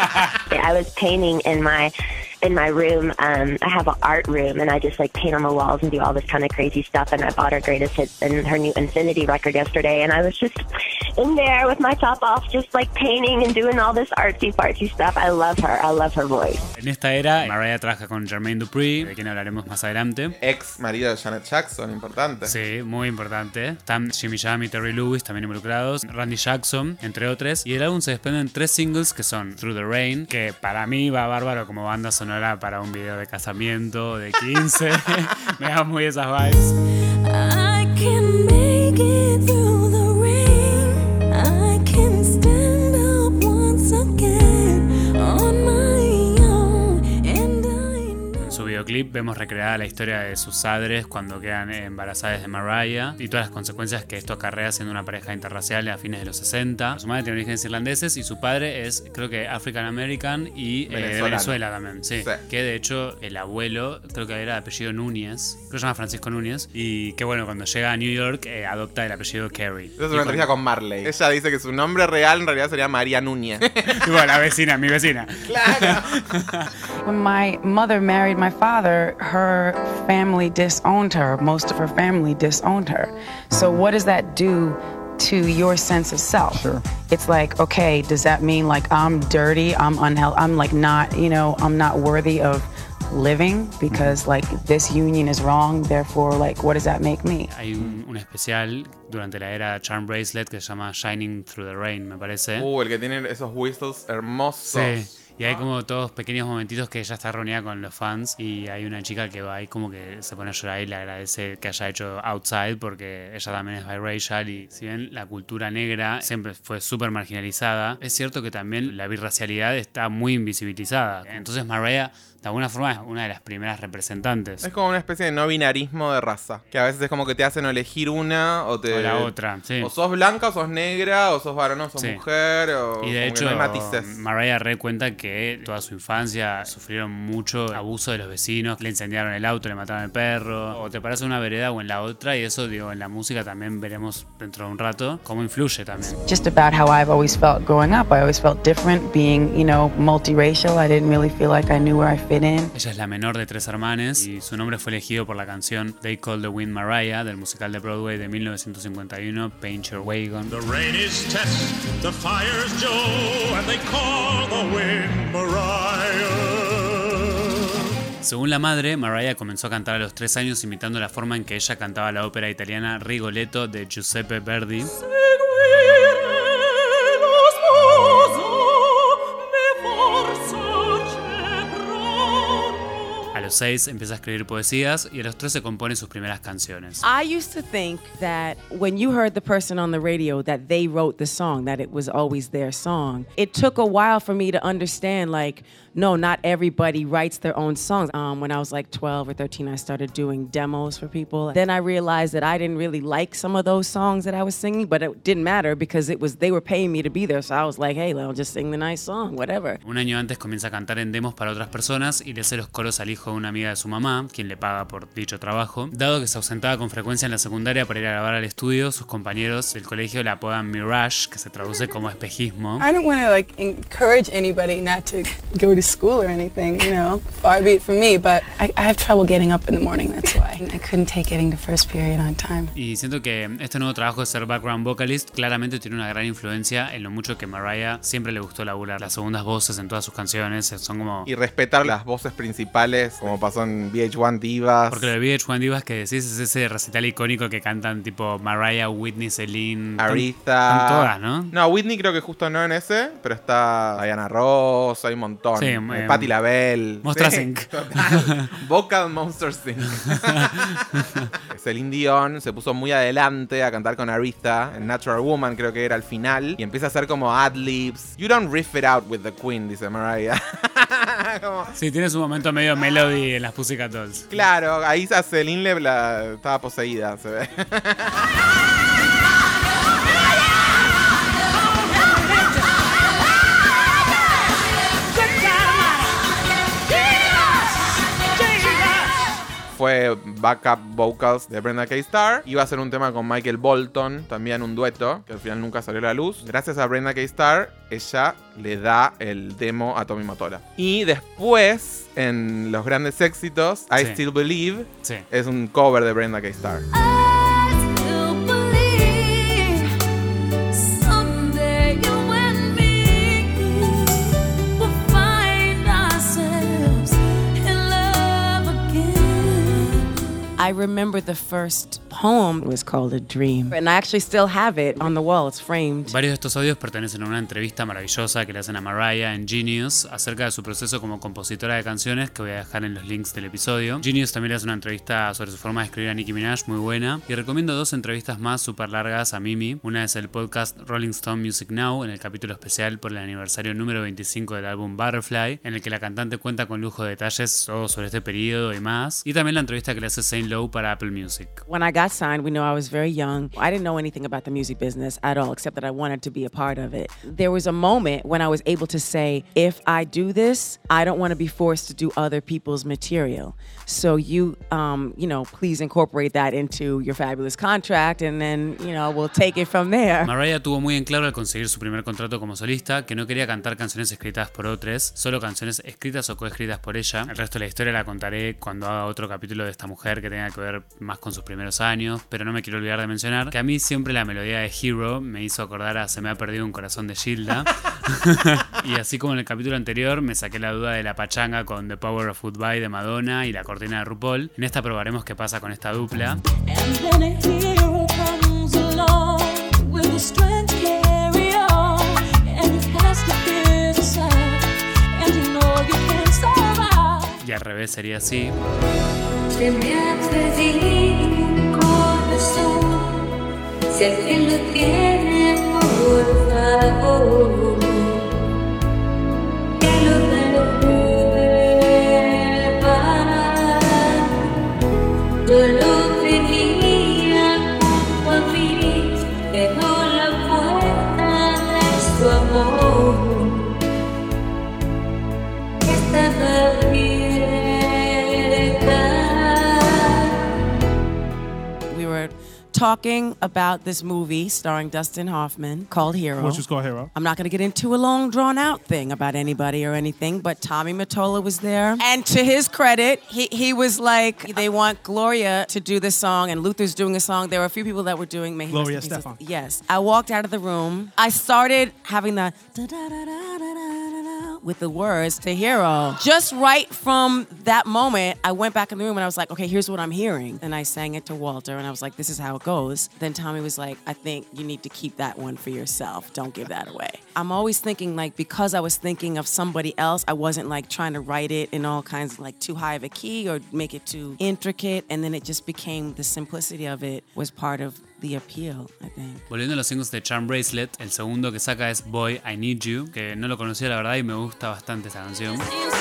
I was painting in my room. I have an art room and I just like paint on the walls and do all this kind of crazy stuff, and I bought her greatest hits and her new Infinity record yesterday, and I was just in there with my top off just like painting and doing all this artsy fartsy stuff. I love her voice. En esta era, Mariah trabaja con Jermaine Dupri, de quien hablaremos más adelante. Ex marido de Janet Jackson, importante. Sí, muy importante. Están Jimmy Jam y Terry Lewis también involucrados, Randy Jackson, entre otros. Y el álbum se desprenden 3 singles que son Through the Rain, que para mí va bárbaro como banda sonora para un video de casamiento, de 15. Me da muy esas vibes. I can make it through the rain. I can stand up once again on my own. And En su videoclip vemos recreada la historia de sus padres cuando quedan embarazadas de Mariah y todas las consecuencias que esto acarrea siendo una pareja interracial a fines de los 60. Su madre tiene orígenes irlandeses y su padre es, creo que, African American y de Venezuela también. Sí. Que de hecho el abuelo, creo que era de apellido Núñez, creo que se llama Francisco Núñez, y que bueno, cuando llega a New York adopta el apellido Carey. Eso es una entrevista con Marley. Ella dice que su nombre real en realidad sería María Núñez. Bueno, la vecina, mi vecina. Claro. When my mother married my father, her family disowned her. Most of her family disowned her. So what does that do to your sense of self? Sure. It's like, okay, does that mean like I'm dirty, I'm unhealthy, I'm like not, you know, I'm not worthy of living because like this union is wrong, therefore like what does that make me? Hay un especial durante la era Charm Bracelet que se llama Shining Through the Rain, me parece. El que tiene esos whistles hermosos. Sí. Y hay como todos pequeños momentitos que ella está reunida con los fans y hay una chica que va ahí como que se pone a llorar y le agradece que haya hecho Outside porque ella también es biracial y si bien la cultura negra siempre fue súper marginalizada, es cierto que también la birracialidad está muy invisibilizada. Entonces Mariah de alguna forma es una de las primeras representantes. Es como una especie de no binarismo de raza, que a veces es como que te hacen elegir una o la otra, sí. O sos blanca o sos negra, o sos varón o sos mujer, o y de hecho, no hay matices. Mariah recuenta que toda su infancia sufrieron mucho abuso de los vecinos, le incendiaron el auto, le mataron el perro, o te paras en una vereda o en la otra, y eso, digo, en la música también veremos dentro de un rato cómo influye también. Just about how I've always felt growing up. I always felt different being, you know, multiracial. I didn't really feel like I knew where I fit in. Ella es la menor de 3 hermanos y su nombre fue elegido por la canción They Call the Wind Mariah del musical de Broadway de 1951, Paint Your Wagon. The rain is Tess, the fire's Joe, and they call the wind Mariah. Según la madre, Mariah comenzó a cantar a los 3 años imitando la forma en que ella cantaba la ópera italiana Rigoletto de Giuseppe Verdi. A los 6 empieza a escribir poesías y a los 13 compone sus primeras canciones. I used to think that when you heard the person on the radio that they wrote the song, that it was always their song. It took a while for me to understand, like, no, not everybody writes their own songs. When I was like 12 or 13, I started doing demos for people. Then I realized that I didn't really like some of those songs that I was singing, but it didn't matter because they were paying me to be there. So I was like, hey, I'll just sing the nice song, whatever. Un año antes comienza a cantar en demos para otras personas y le hace los coros al hijo de una amiga de su mamá, quien le paga por dicho trabajo. Dado que se ausentaba con frecuencia en la secundaria para ir a grabar al estudio, sus compañeros del colegio la apodan Mirage, que se traduce como espejismo. I don't want to like encourage anybody not to go to school or anything, you know, far be it from me, but I have trouble getting up in the morning, that's why. I couldn't take getting to first period on time. Y siento que este nuevo trabajo de ser background vocalist claramente tiene una gran influencia en lo mucho que Mariah siempre le gustó laburar las segundas voces en todas sus canciones, son como... Y respetar las voces principales, como pasó en VH1 Divas. Porque lo de VH1 Divas que decís es ese recital icónico que cantan tipo Mariah, Whitney, Celine, Aretha. Están todas, ¿no? No, Whitney creo que justo no en ese, pero está Diana Ross, hay un montón. Sí, Patti LaBelle. Monster sí, Inc. Total. Vocal Monster Inc. Celine Dion se puso muy adelante a cantar con Aretha en Natural Woman, creo que era al final, y empieza a hacer como ad-libs. You don't riff it out with the Queen, dice Mariah. Como... Sí, tiene su momento medio melody en las Pussycat Dolls. Claro, ahí a Celine estaba poseída, se ve. Fue backup vocals de Brenda K. Starr. Iba a hacer un tema con Michael Bolton, también un dueto, que al final nunca salió a la luz. Gracias a Brenda K. Starr, ella le da el demo a Tommy Mottola. Y después, en los grandes éxitos, I Still Believe, es un cover de Brenda K. Starr. I remember the first poem was called A Dream, and I actually still have it on the wall. It's framed. Varios de estos audios pertenecen a una entrevista maravillosa que le hacen a Mariah en Genius acerca de su proceso como compositora de canciones, que voy a dejar en los links del episodio. Genius también le hace una entrevista sobre su forma de escribir a Nicki Minaj, muy buena. Y recomiendo 2 entrevistas más súper largas a Mimi. Una es el podcast Rolling Stone Music Now, en el capítulo especial por el aniversario número 25 del álbum Butterfly, en el que la cantante cuenta con lujo de detalles todo sobre este periodo y más. Y también la entrevista que le hace Saint Slow para Apple Music. When I got signed, we know I was very young. I didn't know anything about the music business at all, except that I wanted to be a part of it. There was a moment when I was able to say, if I do this, I don't want to be forced to do other people's material. So you know, please incorporate that into your fabulous contract, and then, you know, we'll take it from there. Mariah tuvo muy en claro al conseguir su primer contrato como solista que no quería cantar canciones escritas por otros, solo canciones escritas o coescritas por ella. El resto de la historia la contaré cuando haga otro capítulo de esta mujer que tenga que ver más con sus primeros años, pero no me quiero olvidar de mencionar que a mí siempre la melodía de Hero me hizo acordar a Se me ha perdido un corazón de Gilda. Y así como en el capítulo anterior me saqué la duda de la pachanga con The Power of Goodbye de Madonna y la cortina de RuPaul, en esta probaremos qué pasa con esta dupla. And then a hero comes along with a strength to carry on, and he has to criticize, and you know you can't survive. Y al revés sería así. Se me ha perdido un corazón, si alguien lo tiene, por favor, que lo devuelva. Yo lo tenía junto a mí, dejó la puerta de su amor, estaba abierta. We were talking about this movie starring Dustin Hoffman called Hero. Which is called Hero. I'm not going to get into a long, drawn-out thing about anybody or anything, but Tommy Mottola was there. And to his credit, he was like, they want Gloria to do this song, and Luther's doing a song. There were a few people that were doing... Gloria Estefan. Yes. I walked out of the room. I started having the... with the words to Hero. Just right from that moment, I went back in the room and I was like, okay, here's what I'm hearing. And I sang it to Walter and I was like, this is how it goes. Then Tommy was like, I think you need to keep that one for yourself. Don't give that away. I'm always thinking like, because I was thinking of somebody else, I wasn't like trying to write it in all kinds of like too high of a key or make it too intricate. And then it just became the simplicity of it was part of the appeal, I think. Volviendo a los singles de Charm Bracelet, el segundo que saca es Boy, I Need You, que no lo conocía la verdad y me gusta bastante esta canción.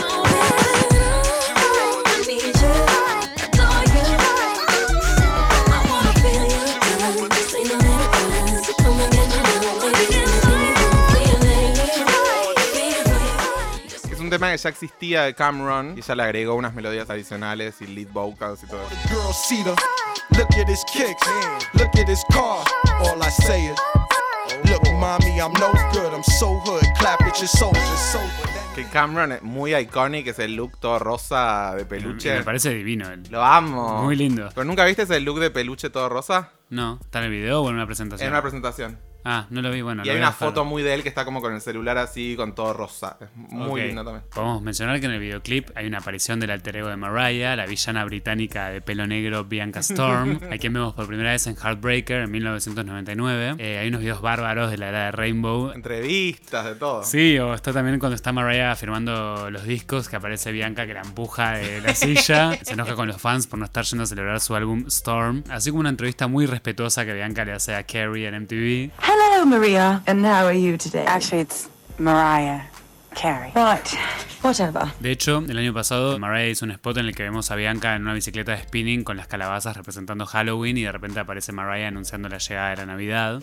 Es un tema que ya existía de Cameron y ella le agregó unas melodías adicionales y lead vocals y todo eso. Look at his kicks, look at his car. All I say is, look, mommy, I'm no good. I'm so hood. Clap at your soldiers. Que Cameron es muy iconic, es el look todo rosa de peluche. Me parece divino él. Lo amo. Muy lindo. ¿Pero nunca viste ese look de peluche todo rosa? No, ¿está en el video o en una presentación? En una presentación. Ah, no lo vi, bueno. Y hay una foto muy de él que está como con el celular así, con todo rosa. Es muy lindo también. Podemos mencionar que en el videoclip hay una aparición del alter ego de Mariah, la villana británica de pelo negro Bianca Storm, a quien vemos por primera vez en Heartbreaker en 1999. Hay unos videos bárbaros de la era de Rainbow. Entrevistas, de todo. Sí, o está también cuando está Mariah firmando los discos, que aparece Bianca que la empuja de la silla. Se enoja con los fans por no estar yendo a celebrar su álbum Storm. Así como una entrevista muy respetuosa que Bianca le hace a Carrie en MTV. Hello, Maria. And how are you today? Actually, it's Mariah Carey. Right. Whatever. De hecho, el año pasado, Mariah hizo un spot en el que vemos a Bianca en una bicicleta de spinning con las calabazas representando Halloween y de repente aparece Mariah anunciando la llegada de la Navidad.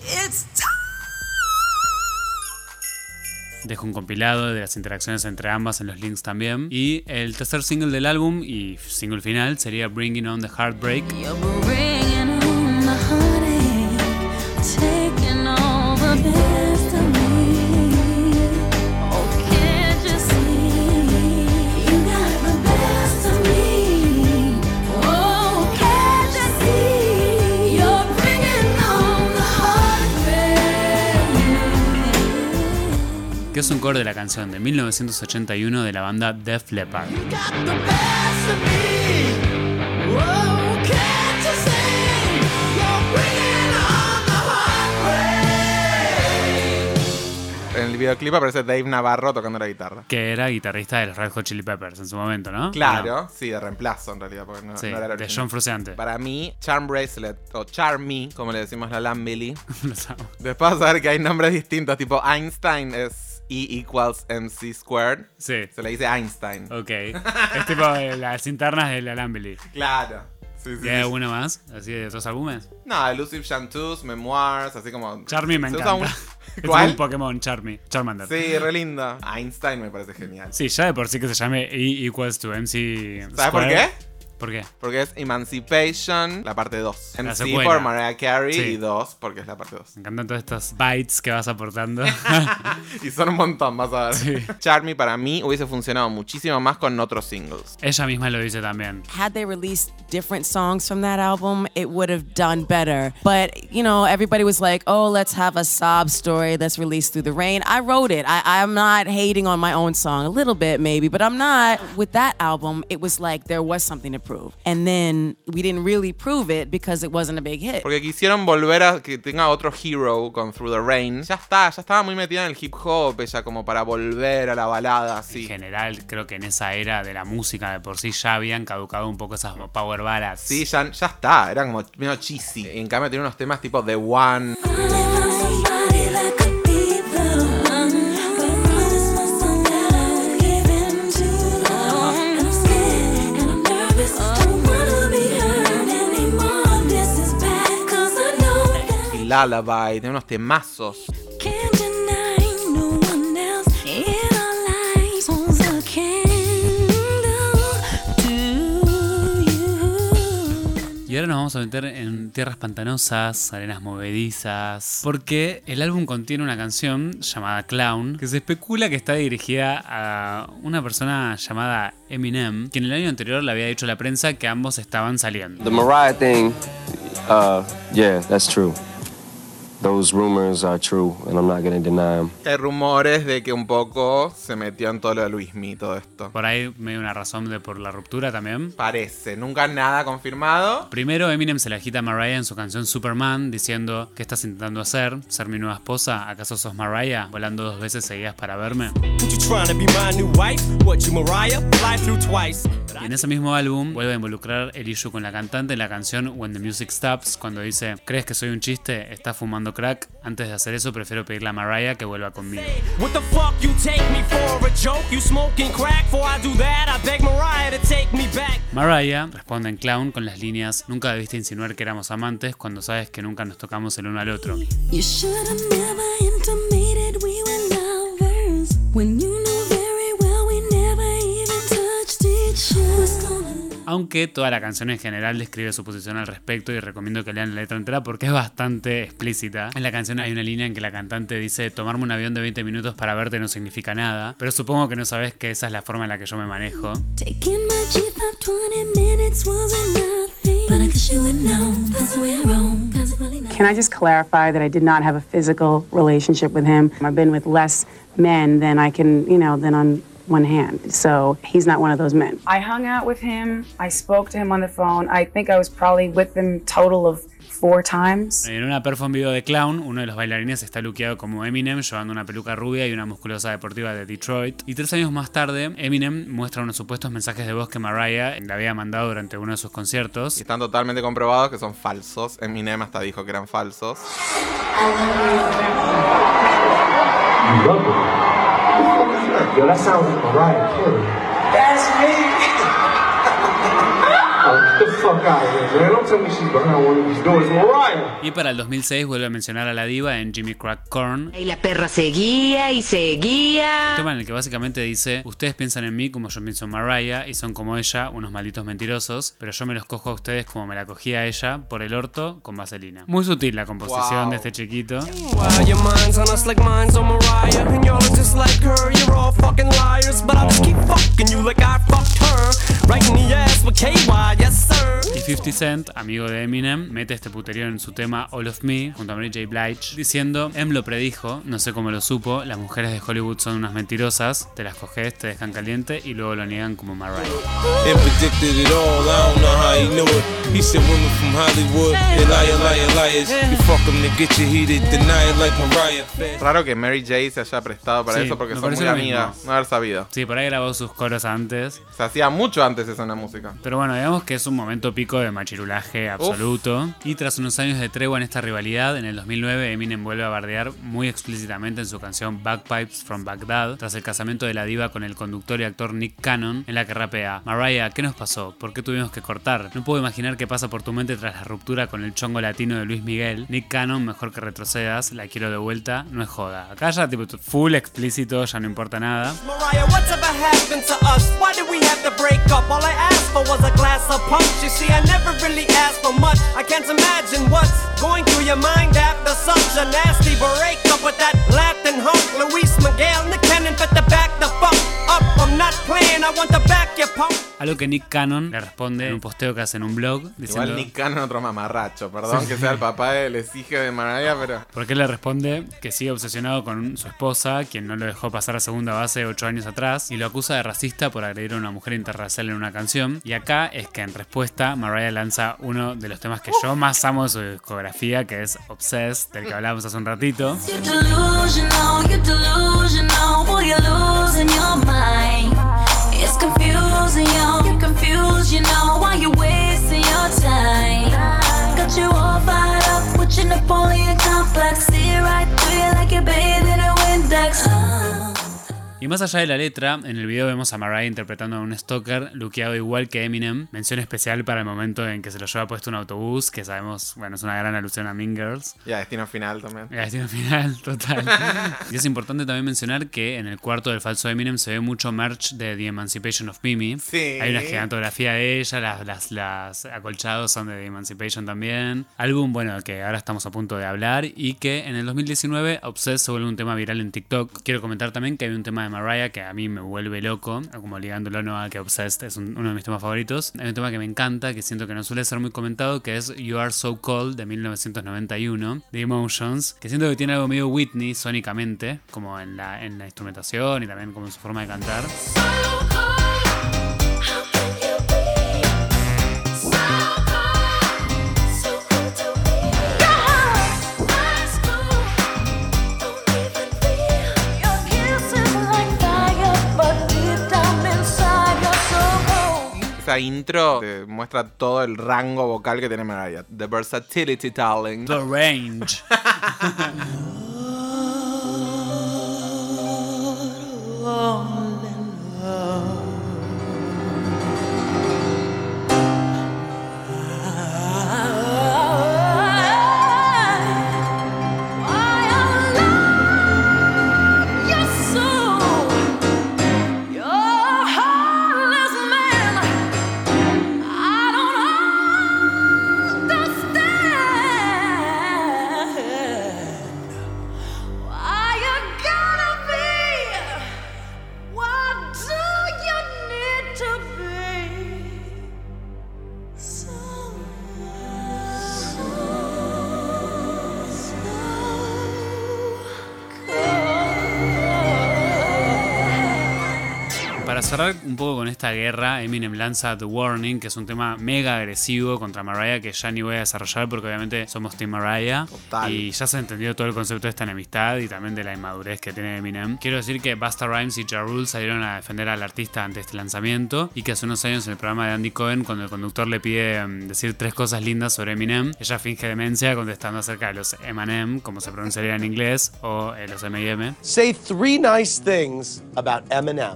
Dejo un compilado de las interacciones entre ambas en los links también. Y el tercer single del álbum y single final sería Bringing On The Heartbreak. Que es un cover de la canción de 1981 de la banda Def Leppard. En el videoclip aparece Dave Navarro tocando la guitarra. Que era guitarrista de los Red Hot Chili Peppers en su momento, ¿no? Claro, no. Sí, de reemplazo en realidad. Porque no, sí, no era de John Frusciante. Para mí, Charm Bracelet o Charmy, como le decimos a Lambilly. Después vas a ver que hay nombres distintos, tipo Einstein es E=mc². Sí. Se le dice Einstein. Ok. Es tipo las internas de la Lambilly. Claro. Sí, ¿Y hay alguna más? ¿Así de otros álbumes? No, Elusive Chanteuse, Memoirs, así como... Charmy me encanta. Es ¿Cuál? un Pokémon, Charmander. Sí, re linda. Einstein me parece genial. Sí, ya de por sí que se llame E = MC ¿Sabes por qué? ¿Por qué? Porque es Emancipation, la parte 2. La MC secuela. por Mariah Carey Sí. y 2 porque es la parte 2. Me encantan todos estos bytes que vas aportando. Y son un montón, vas a ver. Sí. Charmy para mí hubiese funcionado muchísimo más con otros singles. Ella misma lo dice también. Had they released different songs from that album, it would have done better. But, you know, everybody was like, oh, let's have a sob story. Let's release Through the Rain. I wrote it. I'm not hating on my own song. A little bit, maybe, but I'm not. With that album, it was like there was something to prove. And then we didn't really prove it because it wasn't a big hit. Porque quisieron volver a que tenga otro hero con Through the Rain. Ya estaba muy metida en el hip hop ella como para volver a la balada así. En general, creo que en esa era de la música de por sí ya habían caducado un poco esas power ballads. Sí, ya está, era como medio cheesy. En cambio tiene unos temas tipo The One. Lullaby, tiene unos temazos. Y ahora nos vamos a meter en tierras pantanosas, arenas movedizas, porque el álbum contiene una canción llamada Clown, que se especula que está dirigida a una persona llamada Eminem, que en el año anterior le había dicho a la prensa que ambos estaban saliendo. The Mariah thing, yeah, that's true. Those rumors are true, and I'm not going to deny them. Hay rumores de que un poco se metió en todo lo de Luismi, todo esto. Por ahí medio una razón de por la ruptura también. Parece, nunca nada confirmado. Primero Eminem se la agita a Mariah en su canción Superman, diciendo: ¿qué estás intentando hacer? ¿Ser mi nueva esposa? ¿Acaso sos Mariah? ¿Volando 2 veces seguidas para verme? Y en ese mismo álbum vuelve a involucrar el issue con la cantante en la canción When the Music Stops, cuando dice: ¿crees que soy un chiste? ¿Estás fumando crack? Antes de hacer eso prefiero pedirle a Mariah que vuelva conmigo. Mariah responde en Clown con las líneas: nunca debiste insinuar que éramos amantes cuando sabes que nunca nos tocamos el uno al otro. You should have never intimated we were lovers when you know very well we never even touched each other. Aunque toda la canción en general describe su posición al respecto y recomiendo que lean la letra entera porque es bastante explícita. En la canción hay una línea en que la cantante dice: tomarme un avión de 20 minutos para verte no significa nada, pero supongo que no sabes que esa es la forma en la que yo me manejo. Taking my G5 20 minutes wasn't nothing, but I guess you would know that's the way I roll. Can I just clarify that I did not have a physical relationship with him? I've been with less men than I can, than on one hand. So he's not one of those men. I hung out with him. I spoke to him on the phone. I think I was probably with him total of 4 times. En una perform video de Clown, uno de los bailarines está luqueado como Eminem, llevando una peluca rubia y una musculosa deportiva de Detroit. Y 3 años más tarde, Eminem muestra unos supuestos mensajes de voz que Mariah le había mandado durante uno de sus conciertos. Y están totalmente comprobados que son falsos. Eminem hasta dijo que eran falsos. Yo, that sounds like Mariah Carey. That's me! Get the fuck out of here, man. Don't tell me she's behind one of these doors. Mariah! Y para el 2006 vuelve a mencionar a la diva en Jimmy Crack Corn. Y la perra seguía y seguía. Un tema en el que básicamente dice: ustedes piensan en mí como yo pienso en Mariah y son como ella, unos malditos mentirosos, pero yo me los cojo a ustedes como me la cogí a ella, por el orto, con vaselina. Muy sutil la composición de este chiquito. Y 50 Cent, amigo de Eminem, mete este puterío en su tema All of Me junto a Mary J. Blige, diciendo: Em lo predijo, no sé cómo lo supo, las mujeres de Hollywood son unas mentirosas, te las coges, te dejan caliente y luego lo niegan como Mariah. Raro que Mary J se haya prestado para eso porque son muy amigas, no haber sabido. Sí, por ahí grabó sus coros antes. Se hacía mucho antes eso en la música. Pero bueno, digamos que es un momento pico de machirulaje absoluto. Y tras unos años de tregua en esta rivalidad, en el 2009 Eminem vuelve a bardear muy explícitamente en su canción Bagpipes from Baghdad, tras el casamiento de la diva con el conductor y actor Nick Cannon, en la que rapea: Mariah, ¿qué nos pasó? ¿Por qué tuvimos que cortar? No puedo imaginar qué pasa por tu mente tras la ruptura con el chongo latino de Luis Miguel. Nick Cannon, mejor que retrocedas, la quiero de vuelta, no es joda. Acá ya tipo full explícito, ya no importa nada. Mariah, whatever happened to us? Why did we have to break up? All I asked for was a glass of punch. You see, I never really asked for much. I can't imagine what's going through your mind after such a nasty breakup with that Latin hunk. Luis Miguel, Nick Cannon, fit to back the fuck up. I'm not playing, I want to back your punk. Algo que Nick Cannon le responde en un posteo que hace en un blog diciendo... Igual Nick Cannon otro mamarracho, perdón que sea el papá del exige de Mariah, pero... Porque él le responde que sigue obsesionado con su esposa, quien no lo dejó pasar a segunda base 8 años atrás, y lo acusa de racista por agredir a una mujer interracial en una canción. Y acá es que en respuesta Mariah lanza uno de los temas que yo más amo de su discografía, que es Obsessed, del que hablábamos hace un ratito. It's confusing, yo. You're confused, you know, why you wasting your time. Got you all fired up with your Napoleon complex. See it right through you like you're bathed in a Windex. Y más allá de la letra, en el video vemos a Mariah interpretando a un stalker luqueado igual que Eminem. Mención especial para el momento en que se lo lleva puesto un autobús, que sabemos, bueno, es una gran alusión a Mean Girls. Y a Destino Final también. Y a Destino Final, total. Y es importante también mencionar que en el cuarto del falso Eminem se ve mucho merch de The Emancipation of Mimi. Sí. Hay una gigantografía de ella, las acolchados son de The Emancipation también. Álbum, bueno, que ahora estamos a punto de hablar y que en el 2019 Obsessed se vuelve un tema viral en TikTok. Quiero comentar también que hay un tema de Mariah que a mí me vuelve loco, como ligándolo no a que Obsessed es uno de mis temas favoritos. Hay un tema que me encanta, que siento que no suele ser muy comentado, que es You Are So Cold de 1991 de Emotions, que siento que tiene algo medio Whitney sónicamente, como en la instrumentación y también como en su forma de cantar. Esa intro te muestra todo el rango vocal que tiene Mariah. The versatility, darling. The range. Para cerrar un poco con esta guerra, Eminem lanza The Warning, que es un tema mega agresivo contra Mariah, que ya ni voy a desarrollar porque obviamente somos Team Mariah. Total. Y ya se entendió todo el concepto de esta enemistad y también de la inmadurez que tiene Eminem. Quiero decir que Busta Rhymes y Ja Rule salieron a defender al artista ante este lanzamiento y que hace unos años en el programa de Andy Cohen, cuando el conductor le pide decir 3 cosas lindas sobre Eminem, ella finge demencia contestando acerca de los M&M, como se pronunciaría en inglés, o los M&M. Say 3 nice things about Eminem.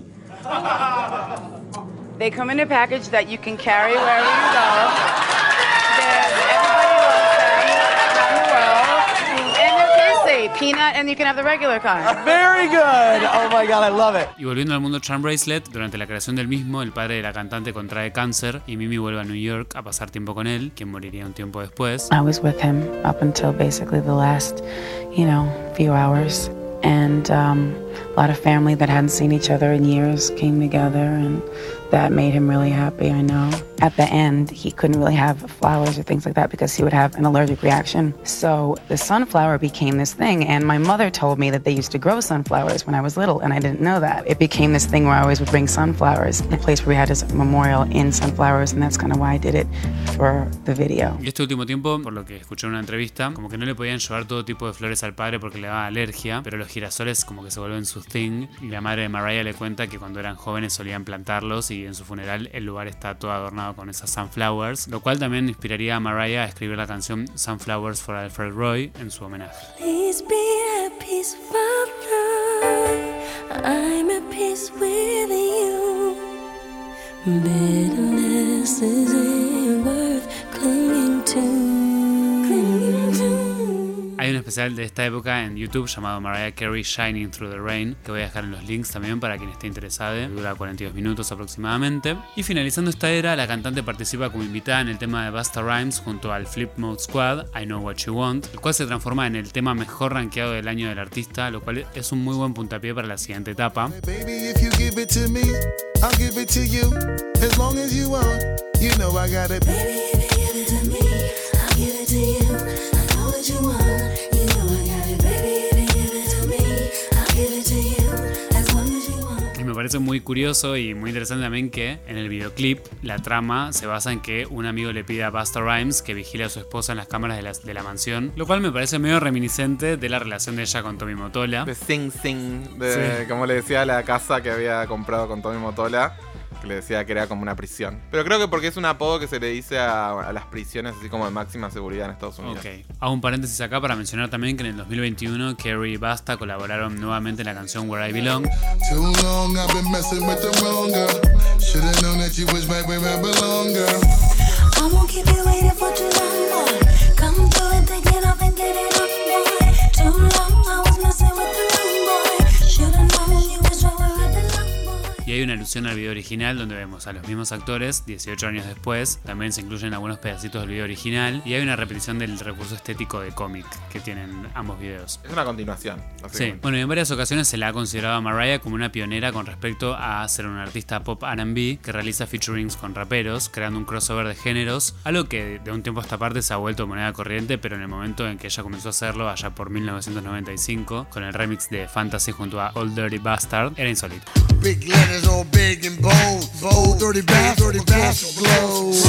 They come in a package that you can carry wherever you go. Everybody loves them around the world. And they're tasty. Peanut, and you can have the regular kind. Very good. Oh my God, I love it. Y volviendo al mundo Charm Bracelet, durante la creación del mismo, el padre de la cantante contrae cáncer y Mimi vuelve a New York a pasar tiempo con él, quien moriría un tiempo después. I was with him up until basically the last, few hours. And a lot of family that hadn't seen each other in years came together, and that made him really happy, I know. At the end, he couldn't really have flowers or things like that because he would have an allergic reaction. So the sunflower became this thing, and my mother told me that they used to grow sunflowers when I was little, and I didn't know that. It became this thing where I always would bring sunflowers, the place where we had his memorial in sunflowers, and that's kind of why I did it for the video. Y este último tiempo, por lo que escuché en una entrevista, como que no le podían llevar todo tipo de flores al padre porque le daba alergia, pero los girasoles como que se vuelven su thing, y la madre de Mariah le cuenta que cuando eran jóvenes solían plantarlos y y en su funeral el lugar está todo adornado con esas sunflowers, lo cual también inspiraría a Mariah a escribir la canción Sunflowers for Alfred Roy en su homenaje. Please be at peace, Father. I'm at peace with you. Bitterness isn't worth clinging to. Hay un especial de esta época en YouTube llamado Mariah Carey Shining Through the Rain, que voy a dejar en los links también para quien esté interesado. Dura 42 minutos aproximadamente. Y finalizando esta era, la cantante participa como invitada en el tema de Busta Rhymes junto al Flip Mode Squad, I Know What You Want, el cual se transforma en el tema mejor rankeado del año del artista, lo cual es un muy buen puntapié para la siguiente etapa. Baby, if you give it to me, I'll give it to you. As long as you want, you know I got it. Baby, if you give it to me, I'll give it to you. I know what you want. Me parece muy curioso y muy interesante también que en el videoclip la trama se basa en que un amigo le pide a Busta Rhymes que vigile a su esposa en las cámaras de la mansión, lo cual me parece medio reminiscente de la relación de ella con Tommy Mottola. De Sing Sing, Sí. como le decía, la casa que había comprado con Tommy Mottola, que le decía que era como una prisión. Pero creo que porque es un apodo que se le dice a las prisiones así como de máxima seguridad en Estados Unidos. Ok. Hago un paréntesis acá para mencionar también que en el 2021 Carey y Busta colaboraron nuevamente en la canción Where I Belong. Too long I've been messing with the wrong girl. Should've known that you was right where I belong, girl. I won't keep you waiting for too long, boy. Come through and take it off and get it up, boy. Too long I was messing with the wrong boy. Should've known you was right where I belong. Y hay una alusión al video original donde vemos a los mismos actores 18 años después. También se incluyen algunos pedacitos del video original y hay una repetición del recurso estético de cómic que tienen ambos videos. Es una continuación. Sí. Bueno, y en varias ocasiones se la ha considerado a Mariah como una pionera con respecto a ser una artista pop R&B que realiza featurings con raperos, creando un crossover de géneros, algo que de un tiempo a esta parte se ha vuelto moneda corriente, pero en el momento en que ella comenzó a hacerlo, allá por 1995, con el remix de Fantasy junto a Old Dirty Bastard, era insólito. Big letters all big and bold. Bold, dirty bastard blows.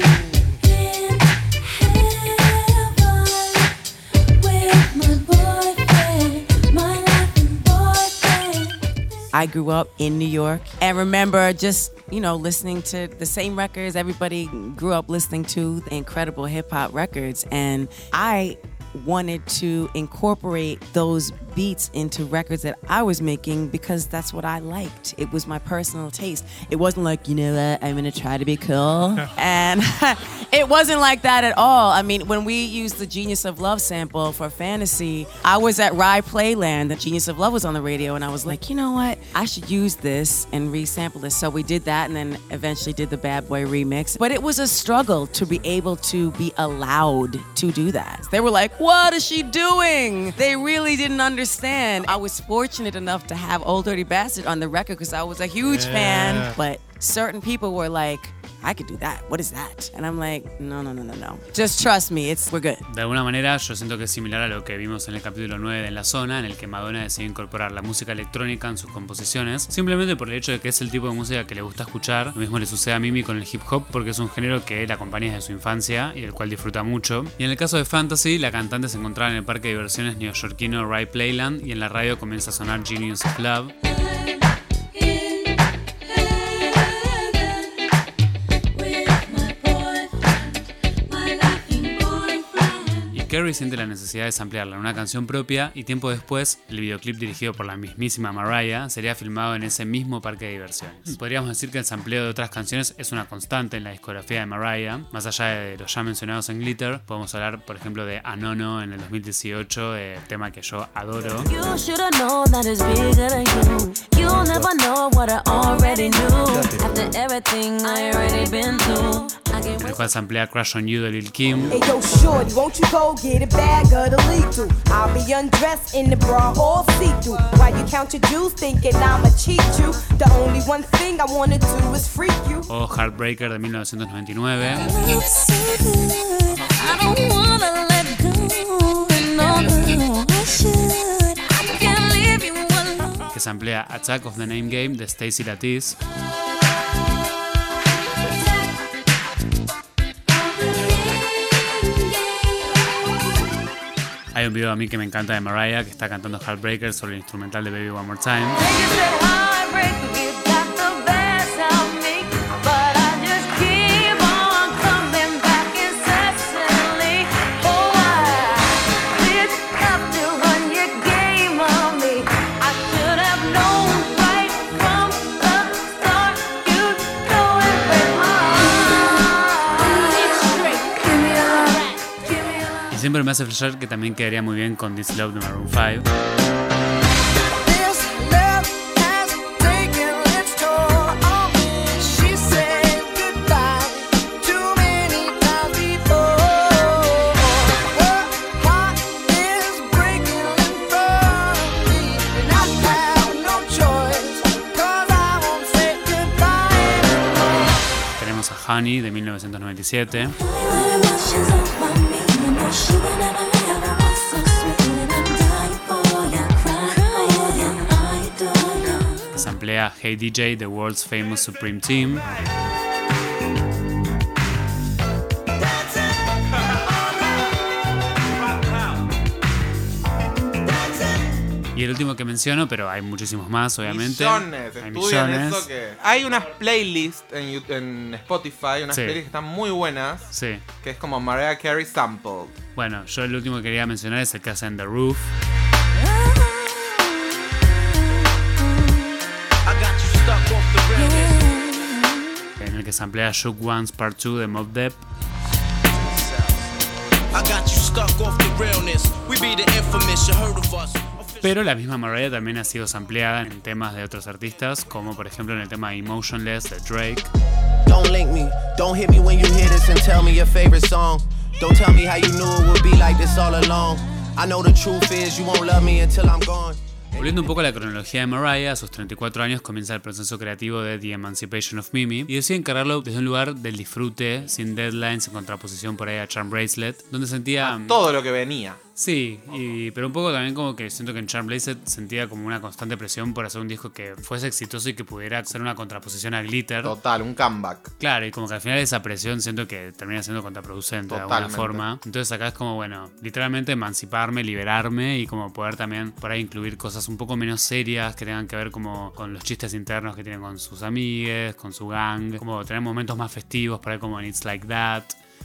I grew up in New York and remember just, listening to the same records everybody grew up listening to, the incredible hip hop records. And I wanted to incorporate those beats into records that I was making because that's what I liked. It was my personal taste. It wasn't like, I'm gonna try to be cool. And it wasn't like that at all. I mean, when we used the Genius of Love sample for Fantasy, I was at Rye Playland. The Genius of Love was on the radio and I was like, you know what? I should use this and resample this. So we did that and then eventually did the Bad Boy remix. But it was a struggle to be able to be allowed to do that. They were like, what is she doing? They really didn't understand. I was fortunate enough to have Old Dirty Bastard on the record because I was a huge fan. But certain people were like, I could do that. What is that? And I'm like, no. Just trust me, we're good. De alguna manera yo siento que es similar a lo que vimos en el capítulo 9 de En la Zona, en el que Madonna decidió incorporar la música electrónica en sus composiciones, simplemente por el hecho de que es el tipo de música que le gusta escuchar. Lo mismo le sucede a Mimi con el hip hop, porque es un género que la acompaña desde su infancia y del cual disfruta mucho. Y en el caso de Fantasy, la cantante se encontraba en el parque de diversiones neoyorquino Rye Playland y en la radio comienza a sonar Genius of Love. Carey siente la necesidad de samplearla en una canción propia y tiempo después, el videoclip dirigido por la mismísima Mariah sería filmado en ese mismo parque de diversiones. Podríamos decir que el sampleo de otras canciones es una constante en la discografía de Mariah. Más allá de los ya mencionados en Glitter, podemos hablar, por ejemplo, de Anono en el 2018, tema que yo adoro. En el cual samplea Crush on You de Lil' Kim. Hey, yo, shorty, won't you go get a bag of the lethal? I'll be undressed in the bra all see-through. While you count your jewels thinking I'ma cheat you. The only one thing I wanna do is freak you. O Heartbreaker de 1999. Que samplea Attack of the Name Game de Stacy Lattice. Hay un video a mí que me encanta de Mariah que está cantando Heartbreaker sobre el instrumental de Baby One More Time. Remember me hace flashear que también quedaría muy bien con This Love de Maroon 5. Honey de 1997. Samplea Hey DJ, The World's Famous Supreme Team. Y el último que menciono, pero hay muchísimos más, obviamente. Millones. Eso que... Hay unas playlists en Spotify, unas playlists que están muy buenas. Sí. Que es como Mariah Carey Sampled. Bueno, yo el último que quería mencionar es el que hacen The Roof. En el que se samplea Shook Ones Part 2 de Mobb Deep. Pero la misma Mariah también ha sido sampleada en temas de otros artistas, como por ejemplo en el tema Emotionless de Drake. Don't link me, don't hit me when you hear this and tell me your favorite song. Don't tell me how you knew it would be like this all along. I know the truth is you won't love me until I'm gone. Volviendo un poco a la cronología de Mariah, a sus 34 años comienza el proceso creativo de The Emancipation of Mimi y decide encargarlo desde un lugar del disfrute, sin deadlines, en contraposición por ahí a Charm Bracelet, donde sentía... todo lo que venía. Sí, pero un poco también como que siento que en Charm Bracelet sentía como una constante presión por hacer un disco que fuese exitoso y que pudiera ser una contraposición a Glitter. Total, un comeback. Claro, y como que al final esa presión siento que termina siendo contraproducente de alguna forma. Entonces acá es como, bueno, literalmente emanciparme, liberarme y como poder también por ahí incluir cosas un poco menos serias que tengan que ver como con los chistes internos que tienen con sus amigues, con su gang, como tener momentos más festivos por ahí como en It's Like That.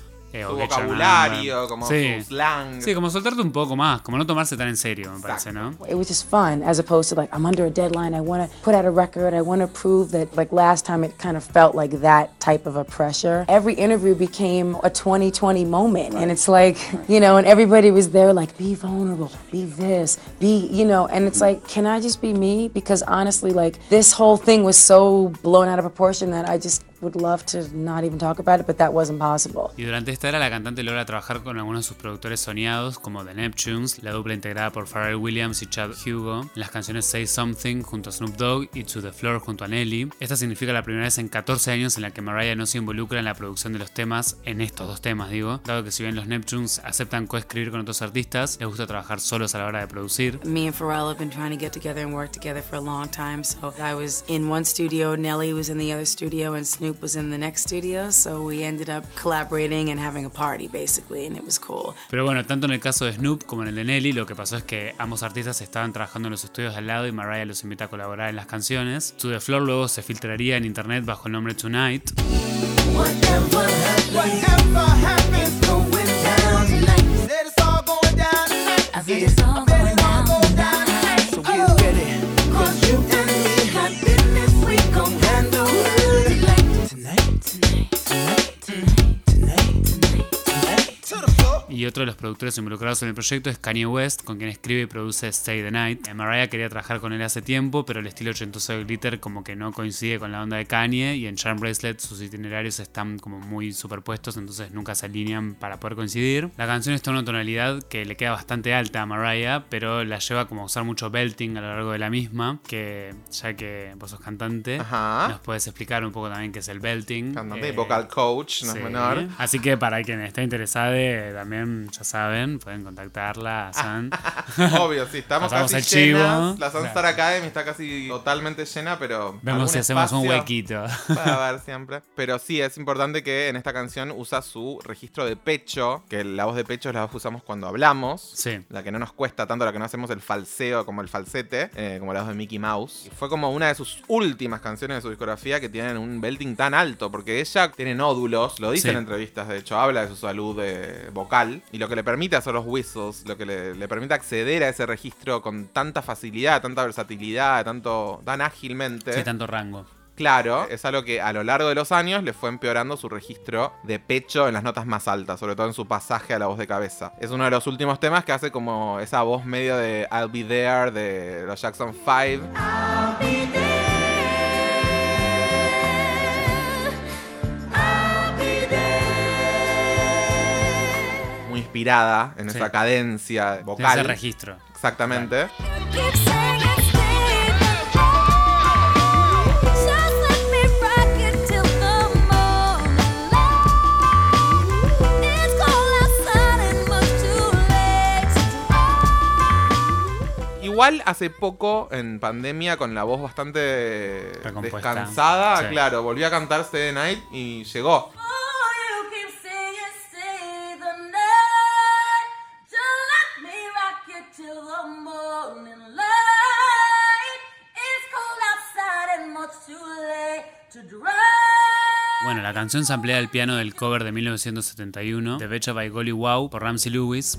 Su vocabulario, como su slang. Sí, como soltarte un poco más, como no tomarse tan en serio, me parece, ¿no? It was just fun, as opposed to like, I'm under a deadline, I want to put out a record, I want to prove that, like last time it kind of felt like that type of a pressure. Every interview became a 2020 moment, and it's like, you know, and everybody was there like, be vulnerable, be this, be, you know, and it's like, can I just be me? Because honestly, like, this whole thing was so blown out of proportion that I just would love to not even talk about it, but that wasn't possible. Y durante esta era la cantante logra trabajar con algunos de sus productores soñados, como The Neptunes, la dupla integrada por Pharrell Williams y Chad Hugo, en las canciones Say Something junto a Snoop Dogg y To The Floor junto a Nelly. Esta significa la primera vez en 14 años en la que Mariah no se involucra en la producción de los temas, en estos dos temas digo, dado que si bien los Neptunes aceptan coescribir con otros artistas, les gusta trabajar solos a la hora de producir. Me and Pharrell have been trying to get together and work together for a long time, so I was in one studio, Nelly was in the other studio, and Snoop was in the next studio, so we ended up collaborating and having a party basically, and it was cool. Pero bueno, tanto en el caso de Snoop como en el de Nelly, lo que pasó es que ambos artistas estaban trabajando en los estudios al lado y Mariah los invita a colaborar en las canciones. To The Floor luego se filtraría en internet bajo el nombre Tonight. Whatever happens going down tonight. Said it's all going down tonight. I said it's all going down tonight. So get ready, 'cause you and me got business we gon' handle Y otro de los productores involucrados en el proyecto es Kanye West, con quien escribe y produce Stay the Night. Mariah quería trabajar con él hace tiempo, pero el estilo ochentoso de Glitter como que no coincide con la onda de Kanye, y en Charm Bracelet sus itinerarios están como muy superpuestos, entonces nunca se alinean para poder coincidir. La canción está en una tonalidad que le queda bastante alta a Mariah, pero la lleva como a usar mucho belting a lo largo de la misma, que ya que vos sos cantante, nos puedes explicar un poco también qué es el belting. Cantante y vocal coach, no es menor. Así que para quien esté interesado también ya saben, pueden contactarla a San. Obvio, sí, estamos casi el chivo. llenas. La Sunstar Academy está casi totalmente llena, pero vemos si hacemos un huequito. Para ver siempre. Pero sí, es importante que en esta canción usa su registro de pecho, que la voz de pecho es la voz que usamos cuando hablamos. Sí. La que no nos cuesta tanto, la que no hacemos el falseo como el falsete, como la voz de Mickey Mouse. Y fue como una de sus últimas canciones de su discografía que tienen un belting tan alto, porque ella tiene nódulos, lo dice en entrevistas, de hecho, habla de su salud vocal. Y lo que le permite hacer los whistles, lo que le permite acceder a ese registro con tanta facilidad, tanta versatilidad, tan ágilmente. Sí, tanto rango. claro, es algo que a lo largo de los años le fue empeorando su registro de pecho en las notas más altas, sobre todo en su pasaje a la voz de cabeza. Es uno de los últimos temas que hace como esa voz medio de I'll Be There de los Jackson 5. I'll be there. Muy inspirada en esa cadencia vocal. Ese registro. Exactamente. Igual hace poco, en pandemia, con la voz bastante descansada, sí. Claro, volvió a cantar Stay the Night y llegó. Bueno, la canción se amplía el piano del cover de 1971, The Betcha by Golly Wow, por Ramsey Lewis.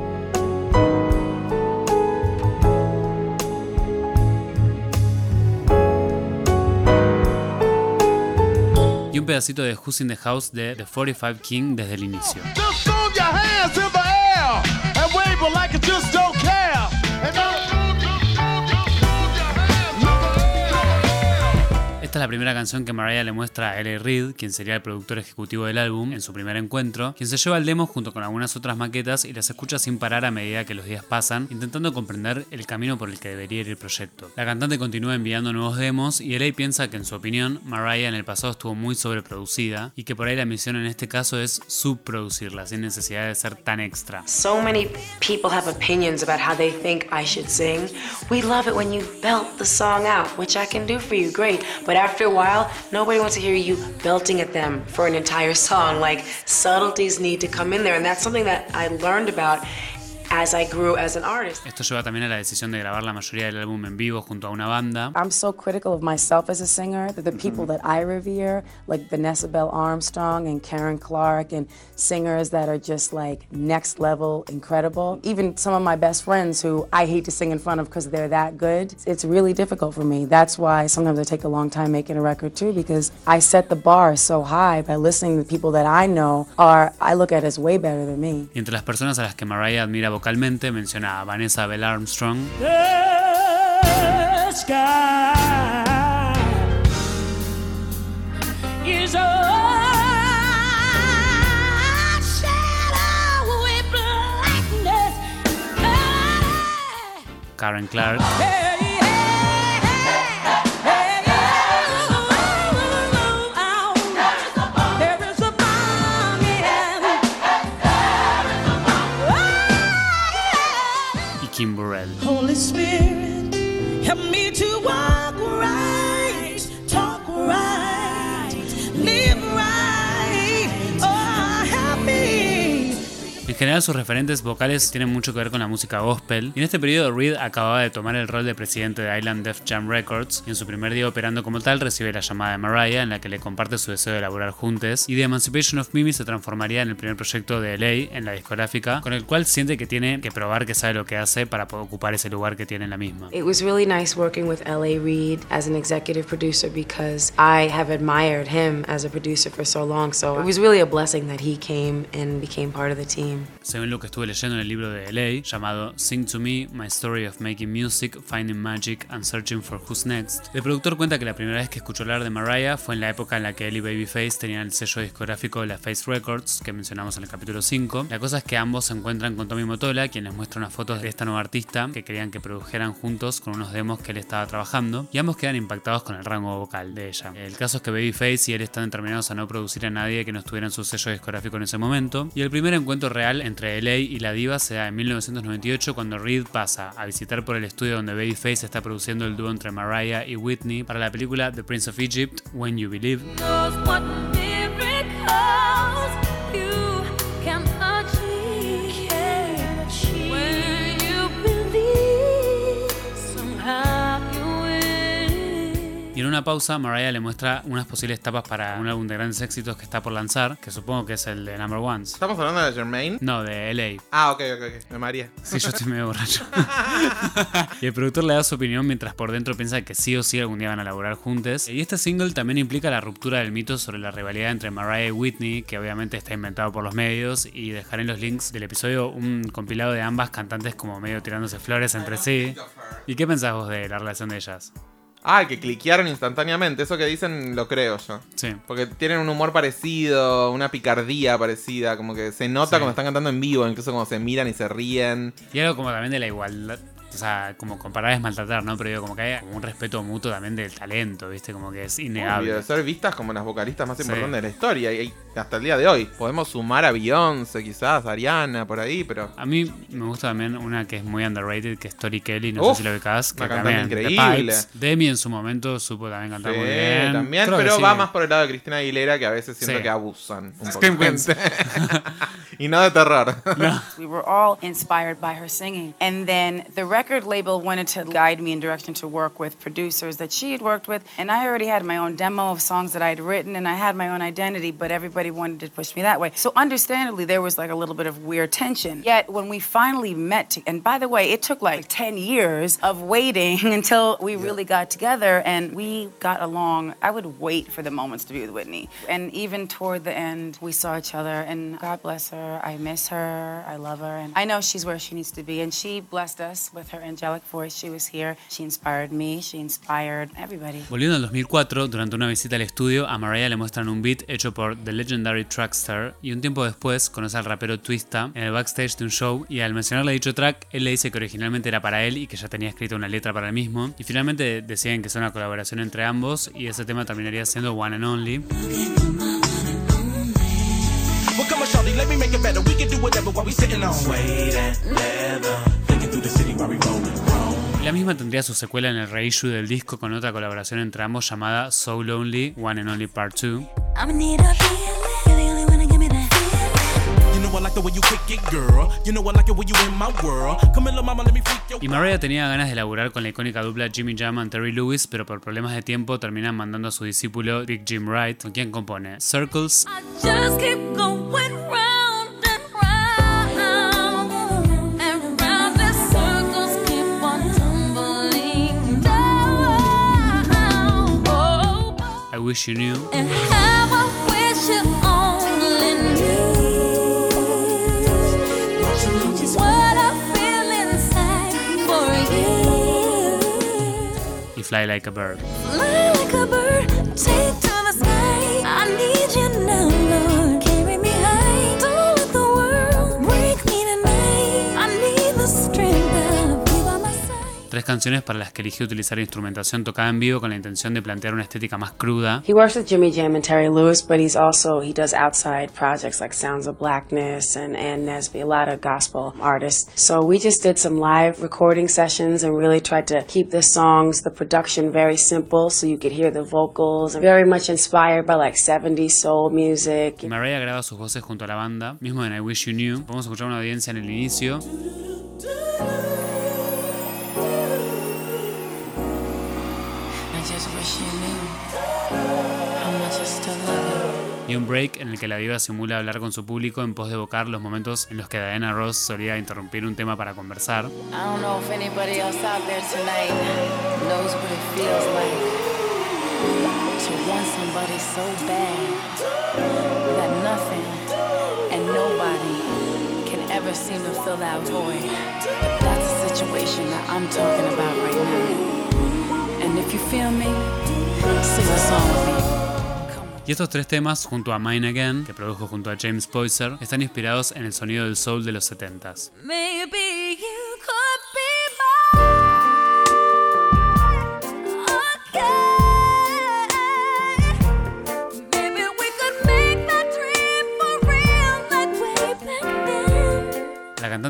Y un pedacito de Who's in the House de The 45 King desde el inicio. Esta es la primera canción que Mariah le muestra a L.A. Reid, quien sería el productor ejecutivo del álbum, en su primer encuentro, quien se lleva el demo junto con algunas otras maquetas y las escucha sin parar a medida que los días pasan, intentando comprender el camino por el que debería ir el proyecto. La cantante continúa enviando nuevos demos y L.A. piensa que, en su opinión, Mariah en el pasado estuvo muy sobreproducida y que por ahí la misión en este caso es subproducirla, sin necesidad de ser tan extra. So many people have opinions about how they think I should sing. We love it when you belt the song out, which I can do for you, great. But after a while, nobody wants to hear you belting at them for an entire song. Like, subtleties need to come in there, and that's something that I learned about as I grew as an artist. Esto lleva también a la decisión de grabar la mayoría del álbum en vivo junto a una banda. I'm so critical of myself as a singer that the people that I revere, like Vanessa Bell Armstrong and Karen Clark, and singers that are just like next level incredible. Even some of my best friends who I hate to sing in front of because they're that good. It's really difficult for me. That's why sometimes I take a long time making a record too, because I set the bar so high by listening to people that I know I look at as way better than me. Y entre las personas a las que Mariah admira vocalmente menciona a Vanessa Bell Armstrong. The sky is a shadow with blackness. Karen Clark. Kim Burrell. Holy Spirit, help me to walk right, talk right, live right. Oh, help me. En general, sus referentes vocales tienen mucho que ver con la música gospel, y en este periodo Reid acababa de tomar el rol de presidente de Island Def Jam Records, y en su primer día operando como tal recibe la llamada de Mariah en la que le comparte su deseo de laburar juntos, y The Emancipation of Mimi se transformaría en el primer proyecto de L.A. en la discográfica, con el cual siente que tiene que probar que sabe lo que hace para poder ocupar ese lugar que tiene en la misma. It was really nice working with L.A. Reid as an executive producer because I have admired him as a producer for so long, so it was really a blessing that he came and became part of the team. Según lo que estuve leyendo en el libro de L.A. llamado Sing to Me, My Story of Making Music, Finding Magic and Searching for Who's Next, el productor cuenta que la primera vez que escuchó hablar de Mariah fue en la época en la que él y Babyface tenían el sello discográfico de la Face Records, que mencionamos en el capítulo 5. La cosa es que ambos se encuentran con Tommy Mottola, quien les muestra unas fotos de esta nueva artista que querían que produjeran juntos con unos demos que él estaba trabajando, y ambos quedan impactados con el rango vocal de ella. El caso es que Babyface y él están determinados a no producir a nadie que no estuviera en su sello discográfico en ese momento, y el primer encuentro real entre L.A. y la diva se da en 1998 cuando Reid pasa a visitar por el estudio donde Babyface está produciendo el dúo entre Mariah y Whitney para la película The Prince of Egypt, When You Believe. Y en una pausa, Mariah le muestra unas posibles tapas para un álbum de grandes éxitos que está por lanzar, que supongo que es el de Number Ones. ¿Estamos hablando de Jermaine? No, de LA. Ah, ok. Me mareé. Sí, yo estoy medio borracho. Y el productor le da su opinión mientras por dentro piensa que sí o sí algún día van a laburar juntos. Y este single también implica la ruptura del mito sobre la rivalidad entre Mariah y Whitney, que obviamente está inventado por los medios, y dejaré en los links del episodio un compilado de ambas cantantes como medio tirándose flores entre sí. ¿Y qué pensás vos de la relación de ellas? Ah, que cliquearon instantáneamente. Eso que dicen lo creo yo. Sí. Porque tienen un humor parecido, una picardía parecida. Como que se nota cuando están cantando en vivo, incluso cuando se miran y se ríen. Y algo como también de la igualdad. O sea, como comparar es maltratar, ¿no? Pero digo, como que hay como un respeto mutuo también del talento, ¿viste? Como que es innegable. Obvio, de ser vistas como las vocalistas más importantes de la historia. Y hasta el día de hoy. Podemos sumar a Beyoncé, quizás, a Ariana, por ahí, pero... A mí me gusta también una que es muy underrated, que es Tori Kelly, no sé si lo ubicás. Que una también, cantante increíble. Demi en su momento supo también cantar muy bien. También, creo pero sí. va más por el lado de Cristina Aguilera, que a veces siento que abusan un poco. Y no de terror. No. We were all inspired by her singing. And then the record label wanted to guide me in direction to work with producers that she had worked with. And I already had my own demo of songs that I had written, and I had my own identity, but everybody wanted to push me that way. So understandably, there was like a little bit of weird tension. Yet when we finally met, and by the way, it took like 10 years of waiting until we really got together, and we got along. I would wait for the moments to be with Whitney. And even toward the end, we saw each other, and God bless her. I miss her. I love her. And I know she's where she needs to be. And she blessed us with her angelic voice. She was here. She inspired me. She inspired everybody. Volviendo al 2004, durante una visita al estudio, a Mariah le muestran un beat hecho por The Legendary Trackstar, y un tiempo después conoce al rapero Twista en el backstage de un show, y al mencionarle dicho track, él le dice que originalmente era para él y que ya tenía escrita una letra para él mismo, y finalmente deciden que sea una colaboración entre ambos, y ese tema terminaría siendo One and Only. Well, come on, shawty, let me make it better. We can do whatever while we sitting on suede and leather, thinking through the city while we rollin'. La misma tendría su secuela en el reissue del disco con otra colaboración entre ambos llamada So Lonely, One and Only Part 2. Y Mariah tenía ganas de laburar con la icónica dupla Jimmy Jam and Terry Lewis, pero por problemas de tiempo terminan mandando a su discípulo Big Jim Wright, con quien compone Circles, Just keep going round and round, and round the circles keep on tumbling down. Oh, I Wish You Knew, and how I wish you only knew what I feel inside for you. y Fly Like a Bird. Fly like a bird, take to the sky. I need you now, Lord. Carry me high. Don't let the world break me tonight. I need the strength of you by my side. Tres canciones para las que eligió utilizar instrumentación tocada en vivo con la intención de plantear una estética más cruda. He works with Jimmy Jam and Terry Lewis, but he does outside projects like Sounds of Blackness and Ann Nesby, a lot of gospel artists. So we just did some live recording sessions and really tried to keep the songs, the production very simple so you could hear the vocals, and very much inspired by like 70s soul music. Y Mariah graba sus voces junto a la banda, mismo en I Wish You Knew. Vamos a escuchar una audiencia en el inicio. Y un break en el que la diva simula hablar con su público en pos de evocar los momentos en los que Diana Ross solía interrumpir un tema para conversar. I don't know if anybody else out there tonight knows what it feels like to want somebody so bad that nothing and nobody can ever seem to fill that void. But that's the situation that I'm talking about right now. And if you feel me, sing a song with me. Y estos tres temas, junto a Mine Again, que produjo junto a James Poyser, están inspirados en el sonido del soul de los 70s. Maybe you could be mine. Okay. Maybe we could make that dream for real like way back then. La cantante cuenta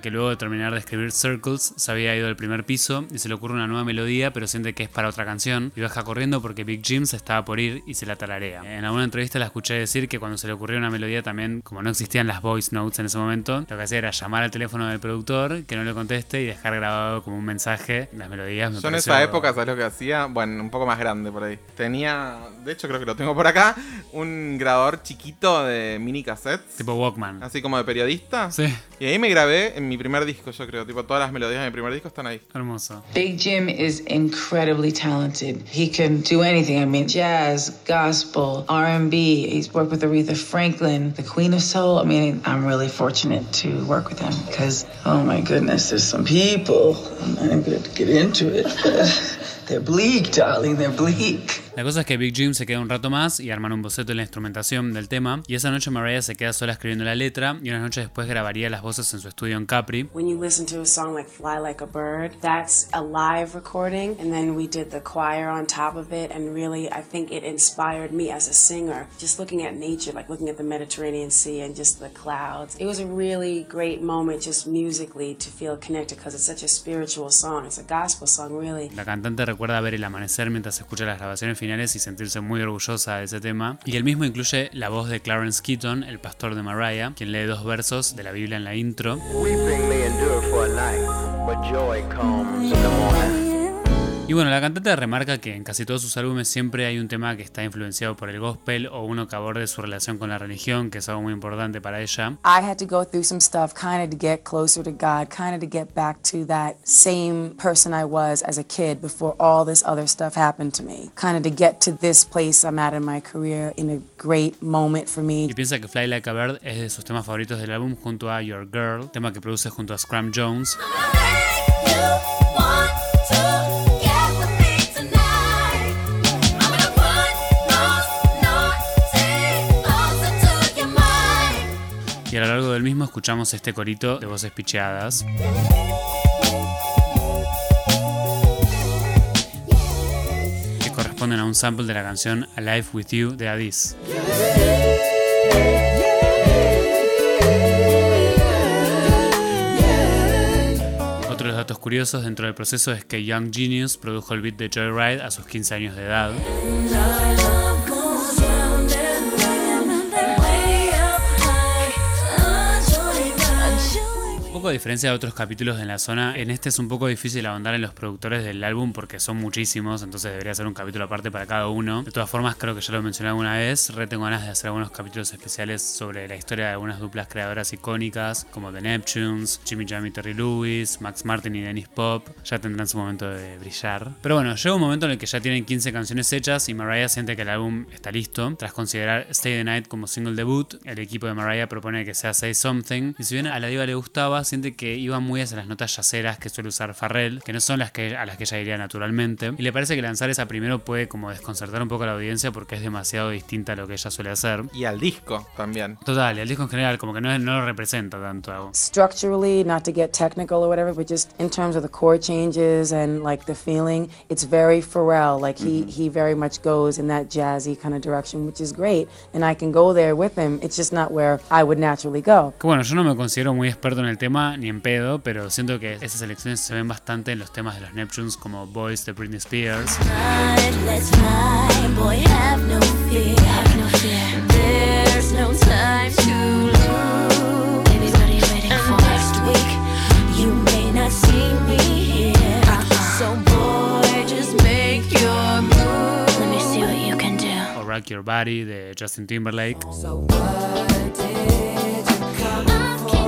que luego de terminar de escribir Circles se había ido al primer piso y se le ocurre una nueva melodía, pero siente que es para otra canción y baja corriendo porque Big Jim se estaba por ir y se la tararea. En alguna entrevista la escuché decir que cuando se le ocurrió una melodía también, como no existían las voice notes en ese momento, lo que hacía era llamar al teléfono del productor, que no le conteste y dejar grabado como un mensaje las melodías. Yo en esa época, ¿sabes lo que hacía? Bueno, un poco más grande por ahí. Tenía, de hecho creo que lo tengo por acá, un grabador chiquito de mini cassettes. Tipo Walkman. Así como de periodista. Sí. Y ahí me grabé en mi primer disco, yo creo. Tipo, todas las melodías de mi primer disco están ahí. Hermoso. Big Jim is incredibly talented. He can do anything. I mean, jazz, gospel, R&B. He's worked with Aretha Franklin, the Queen of Soul. I mean, I'm really fortunate to work with him because, oh my goodness, there's some people. I'm not even going to get into it. They're bleak, darling. They're bleak. La cosa es que Big Jim se queda un rato más y arman un boceto de la instrumentación del tema, y esa noche Mariah se queda sola escribiendo la letra y unas noches después grabaría las voces en su estudio en Capri. When you listen to a song like Fly Like a Bird, that's a live recording, and then we did the choir on top of it, and really I think it inspired me as a singer, just looking at nature, like looking at the Mediterranean Sea and just the clouds. It was a really great moment just musically to feel connected because it's such a spiritual song. It's a gospel song, really. La cantante recuerda ver el amanecer mientras escucha las grabaciones finales y sentirse muy orgullosa de ese tema, y el mismo incluye la voz de Clarence Keaton, el pastor de Mariah, quien lee 2 versos de la Biblia en la intro. Weeping may endure for a night, but joy comes in the morning. Y bueno, la cantante remarca que en casi todos sus álbumes siempre hay un tema que está influenciado por el gospel o uno que aborde su relación con la religión, que es algo muy importante para ella. I had to go through some stuff kind of to get closer to God, kind of to get back to that same person I was as a kid before all this other stuff happened to me. Kind of to get to this place I'm at in my career in a great moment for me. Y piensa que Fly Like a Bird es de sus temas favoritos del álbum junto a Your Girl, tema que produce junto a Scram Jones. Y a lo largo del mismo escuchamos este corito de voces picheadas. Que corresponden a un sample de la canción Alive With You de Addis. Otro de los datos curiosos dentro del proceso es que Young Genius produjo el beat de Joyride a sus 15 años de edad. A diferencia de otros capítulos de En la Zona, en este es un poco difícil ahondar en los productores del álbum porque son muchísimos, entonces debería ser un capítulo aparte para cada uno. De todas formas, creo que ya lo mencioné alguna vez, tengo ganas de hacer algunos capítulos especiales sobre la historia de algunas duplas creadoras icónicas como The Neptunes, Jimmy Jam y Terry Lewis, Max Martin y Dennis Pop. Ya tendrán su momento de brillar. Pero bueno, llega un momento en el que ya tienen 15 canciones hechas y Mariah siente que el álbum está listo. Tras considerar Stay the Night como single debut, el equipo de Mariah propone que sea Say Something, y si bien a la diva le gustaba, siente que iba muy hacia las notas yaceras que suele usar Farrell, que no son a las que ella iría naturalmente, y le parece que lanzar esa primero puede como desconcertar un poco a la audiencia porque es demasiado distinta a lo que ella suele hacer. Y al disco también. Total, y al disco en general como que no lo representa tanto. Structurally, not to get technical or whatever, but just in terms of the chord changes and like the feeling, it's very Pharrell. Like he very much goes in that jazzy kind of direction, which is great, and I can go there with him. It's just not where I would naturally go. Que bueno, yo no me considero muy experto en el tema ni en pedo, pero siento que esas elecciones se ven bastante en los temas de los Neptunes como Boys de Britney Spears. Let's fly, boy, have no fear. There's no time to lose. Baby, what are you waiting for? Next week, you may not see me here. So boy, just make your move. Let me see what you can do. O Rock Your Body de Justin Timberlake. So what did you come for?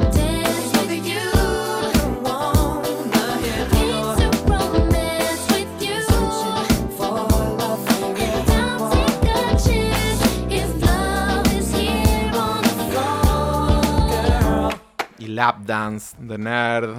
Lap Dance, The Nerd.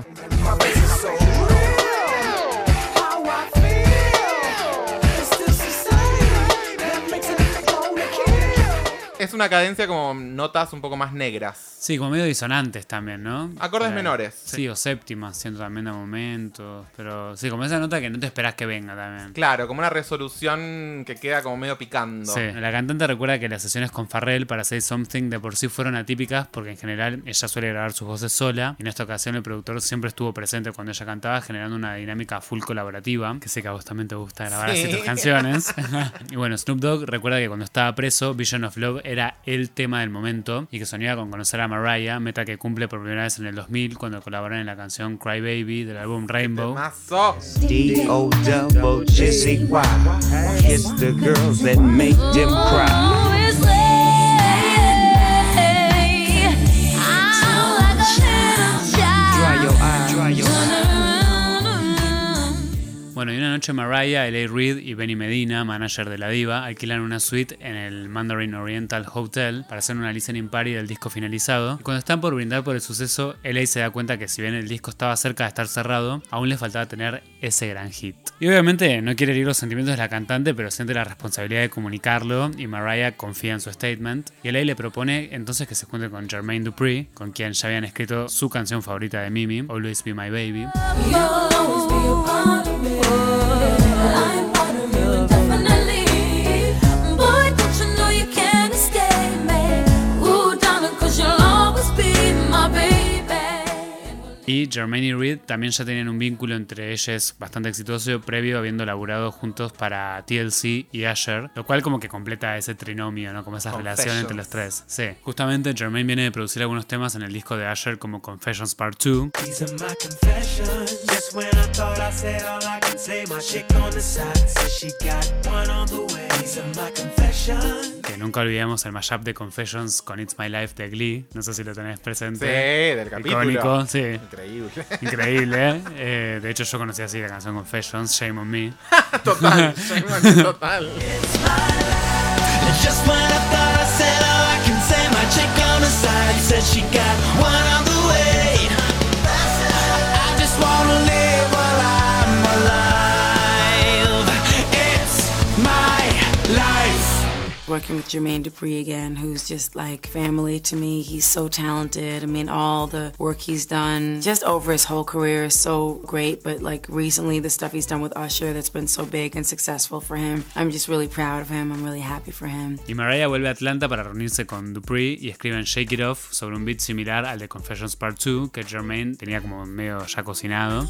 es una cadencia como notas un poco más negras. Sí, como medio disonantes también, ¿no? Acordes menores. Sí, o séptimas, siento también de momentos. Pero sí, como esa nota que no te esperás que venga también. Claro, como una resolución que queda como medio picando. Sí, la cantante recuerda que las sesiones con Farrell para Say Something de por sí fueron atípicas porque en general ella suele grabar sus voces sola y en esta ocasión el productor siempre estuvo presente cuando ella cantaba, generando una dinámica full colaborativa, que sé que a vos también te gusta grabar así tus canciones. Y bueno, Snoop Dogg recuerda que cuando estaba preso, Vision of Love era el tema del momento y que soñaba con conocer a Mariah, meta que cumple por primera vez en el 2000 cuando colaboran en la canción Cry Baby del álbum Rainbow. D-O-double-G-C-Y. It's the girls that make them cry. Bueno, y una noche Mariah, L.A. Reid y Benny Medina, manager de la diva, alquilan una suite en el Mandarin Oriental Hotel para hacer una listening party del disco finalizado. Y cuando están por brindar por el suceso, L.A. se da cuenta que si bien el disco estaba cerca de estar cerrado, aún le faltaba tener ese gran hit. Y obviamente no quiere herir los sentimientos de la cantante, pero siente la responsabilidad de comunicarlo y Mariah confía en su statement. Y L.A. le propone entonces que se junte con Jermaine Dupri, con quien ya habían escrito su canción favorita de Mimi, Always Be My Baby. I'm part of you indefinitely. Boy, don't you know you can't escape me? Ooh, darling, 'cause you'll always be my baby. Y Jermaine y Reid también ya tenían un vínculo entre ellos bastante exitoso previo habiendo laburado juntos para TLC y Usher, lo cual como que completa ese trinomio, ¿no? Como esa relación entre los tres. Sí, justamente Jermaine viene de producir algunos temas en el disco de Usher como Confessions Part 2. Que nunca olvidemos el mashup de Confessions con It's My Life de Glee, no sé si lo tenés presente. Sí, del capítulo. Icónico, sí. Increíble. Increíble, ¿eh? De hecho yo conocí así la canción Confessions, Shame on Me. Total, Shame on Me, total. Just when I thought I said all I can say, my chick on the side said she got one on the way. I just wanna live while I'm alive. It's my life. Working with Jermaine Dupri again, who's just like family to me. He's so talented. I mean, all the work he's done just over his whole career is so great. But like recently, the stuff he's done with Usher that's been so big and successful for him. I'm just really proud of him. I'm really happy for him. Y Mariah vuelve a Atlanta para reunirse con Dupri y escriben Shake It Off sobre un beat similar al de Confessions Part 2 que Jermaine tenía como medio ya cocinado.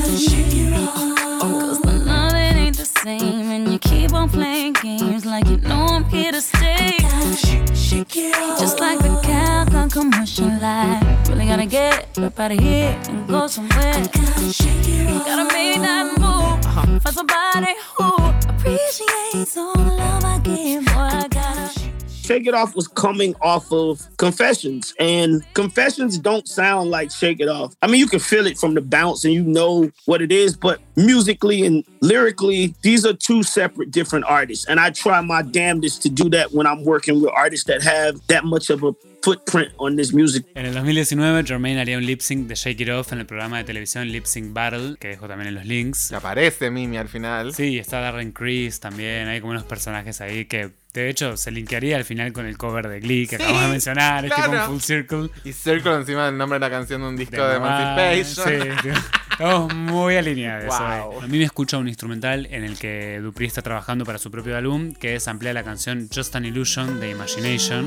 Same and you keep on playing games like you know I'm here to stay. Just like the Calgon commercial line. Really gotta get up out of here and go somewhere. Gotta make that move. Find somebody who appreciates all the love I give. Boy, I gotta. Shake It Off was coming off of Confessions, and Confessions don't sound like Shake It Off. I mean, you can feel it from the bounce and you know what it is, but musically and lyrically, these are two separate different artists. And I try my damnedest to do that when I'm working with artists that have that much of a footprint on this music. En el 2019, Jermaine haría un lip sync de Shake It Off en el programa de televisión Lip Sync Battle, que dejo también en los links. Y aparece Mimi al final. Sí, está Darren Criss también, hay como unos personajes ahí que de hecho se linkearía al final con el cover de Glee que acabamos de mencionar, claro. Es tipo un full circle. Y circle encima del nombre de la canción de un disco de Emancipation. Sí, estamos muy alineados. Wow. A mí me escucha un instrumental en el que Dupri está trabajando para su propio álbum, que es ampliar la canción Just an Illusion de Imagination.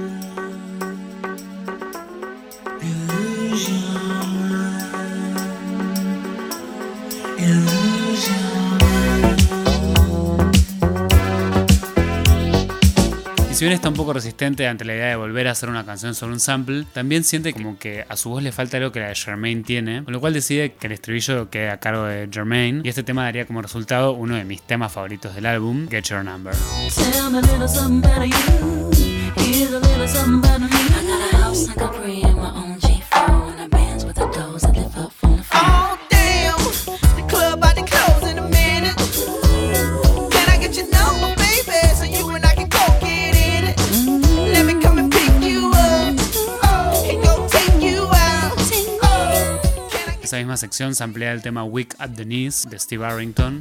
Si bien está un poco resistente ante la idea de volver a hacer una canción sobre un sample, también siente como que a su voz le falta algo que la de Jermaine tiene, con lo cual decide que el estribillo quede a cargo de Jermaine, y este tema daría como resultado uno de mis temas favoritos del álbum, Get Your Number. Tell me a little something about you. Here's a little something about me. I got a house like a pre in my own G4, and I bands with the doors that lift up from the floor. Oh damn, the club about to close in a minute. Can I get your number, baby, so you and I can go get in it? Let me come and pick you up, and go take you out. Esa misma sección se amplía el tema Weak at the Knees de Steve Arrington.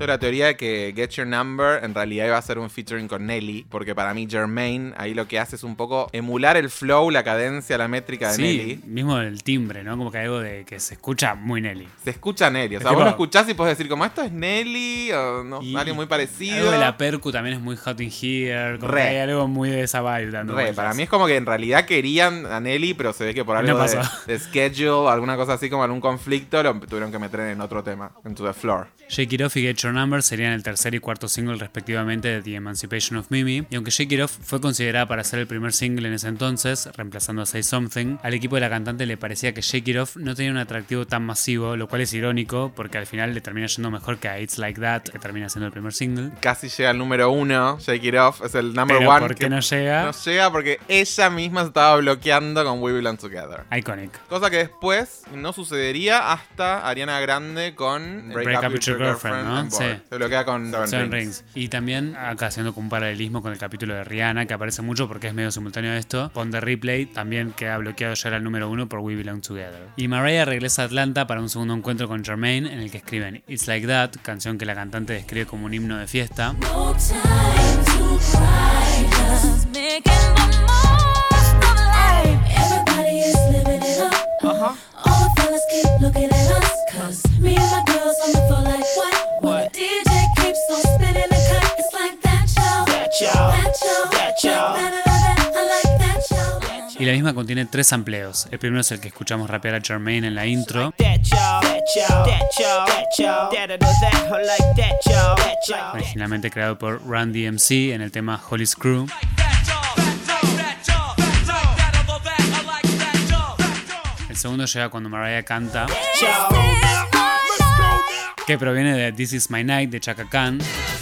Tengo la teoría de que Get Your Number en realidad iba a ser un featuring con Nelly, porque para mí Jermaine ahí lo que hace es un poco emular el flow, la cadencia, la métrica de Nelly. Mismo el timbre, ¿no? Como que hay algo de que se escucha muy Nelly. Se escucha Nelly, o sea, vos lo escuchás y podés decir como esto es Nelly o no, alguien muy parecido. Algo de la percu también es muy Hot in Here, como que hay algo muy de esa vibe dando vueltas. Para mí es como que en realidad querían a Nelly, pero se ve que por algo de schedule, alguna cosa así como algún conflicto, lo tuvieron que meter en otro tema, Into the Floor. Shake It Off y Get Your Number serían el tercer y cuarto single respectivamente de The Emancipation of Mimi, y aunque Shake It Off fue considerada para ser el primer single en ese entonces, reemplazando a Say Something, al equipo de la cantante le parecía que Shake It Off no tenía un atractivo tan masivo, lo cual es irónico porque al final le termina yendo mejor que a It's Like That, que termina siendo el primer single. Casi llega al número 1, Shake It Off, es el number Pero one. ¿por qué no llega? No llega porque ella misma se estaba bloqueando con We Belong Together. Iconic. Cosa que después no sucedería hasta Ariana Grande con Break Up With Your Girlfriend, ¿no? Sí. Se bloquea con Seven Rings. Y también acá haciendo un paralelismo con el capítulo de Rihanna, que aparece mucho porque es medio simultáneo a esto. Con The Replay también queda bloqueado ya al número 1 por We Belong Together. Y Mariah regresa a Atlanta para un segundo encuentro con Jermaine, en el que escriben It's Like That, canción que la cantante describe como un himno de fiesta. No time to cry, just making the most of life. Everybody is living it up. All the fellas keep looking at us, cause me and my girls on the floor like what? When the DJ keeps on spinning the cut, it's like that, y'all. That y'all. That y'all. That y'all. I like that, y'all. Y la misma contiene 3 sampleos. El primero es el que escuchamos rapear a Jermaine en la intro, originalmente creado por Run DMC en el tema Holy Screw. El segundo llega cuando Mariah canta, que proviene de This Is My Night de Chaka Khan.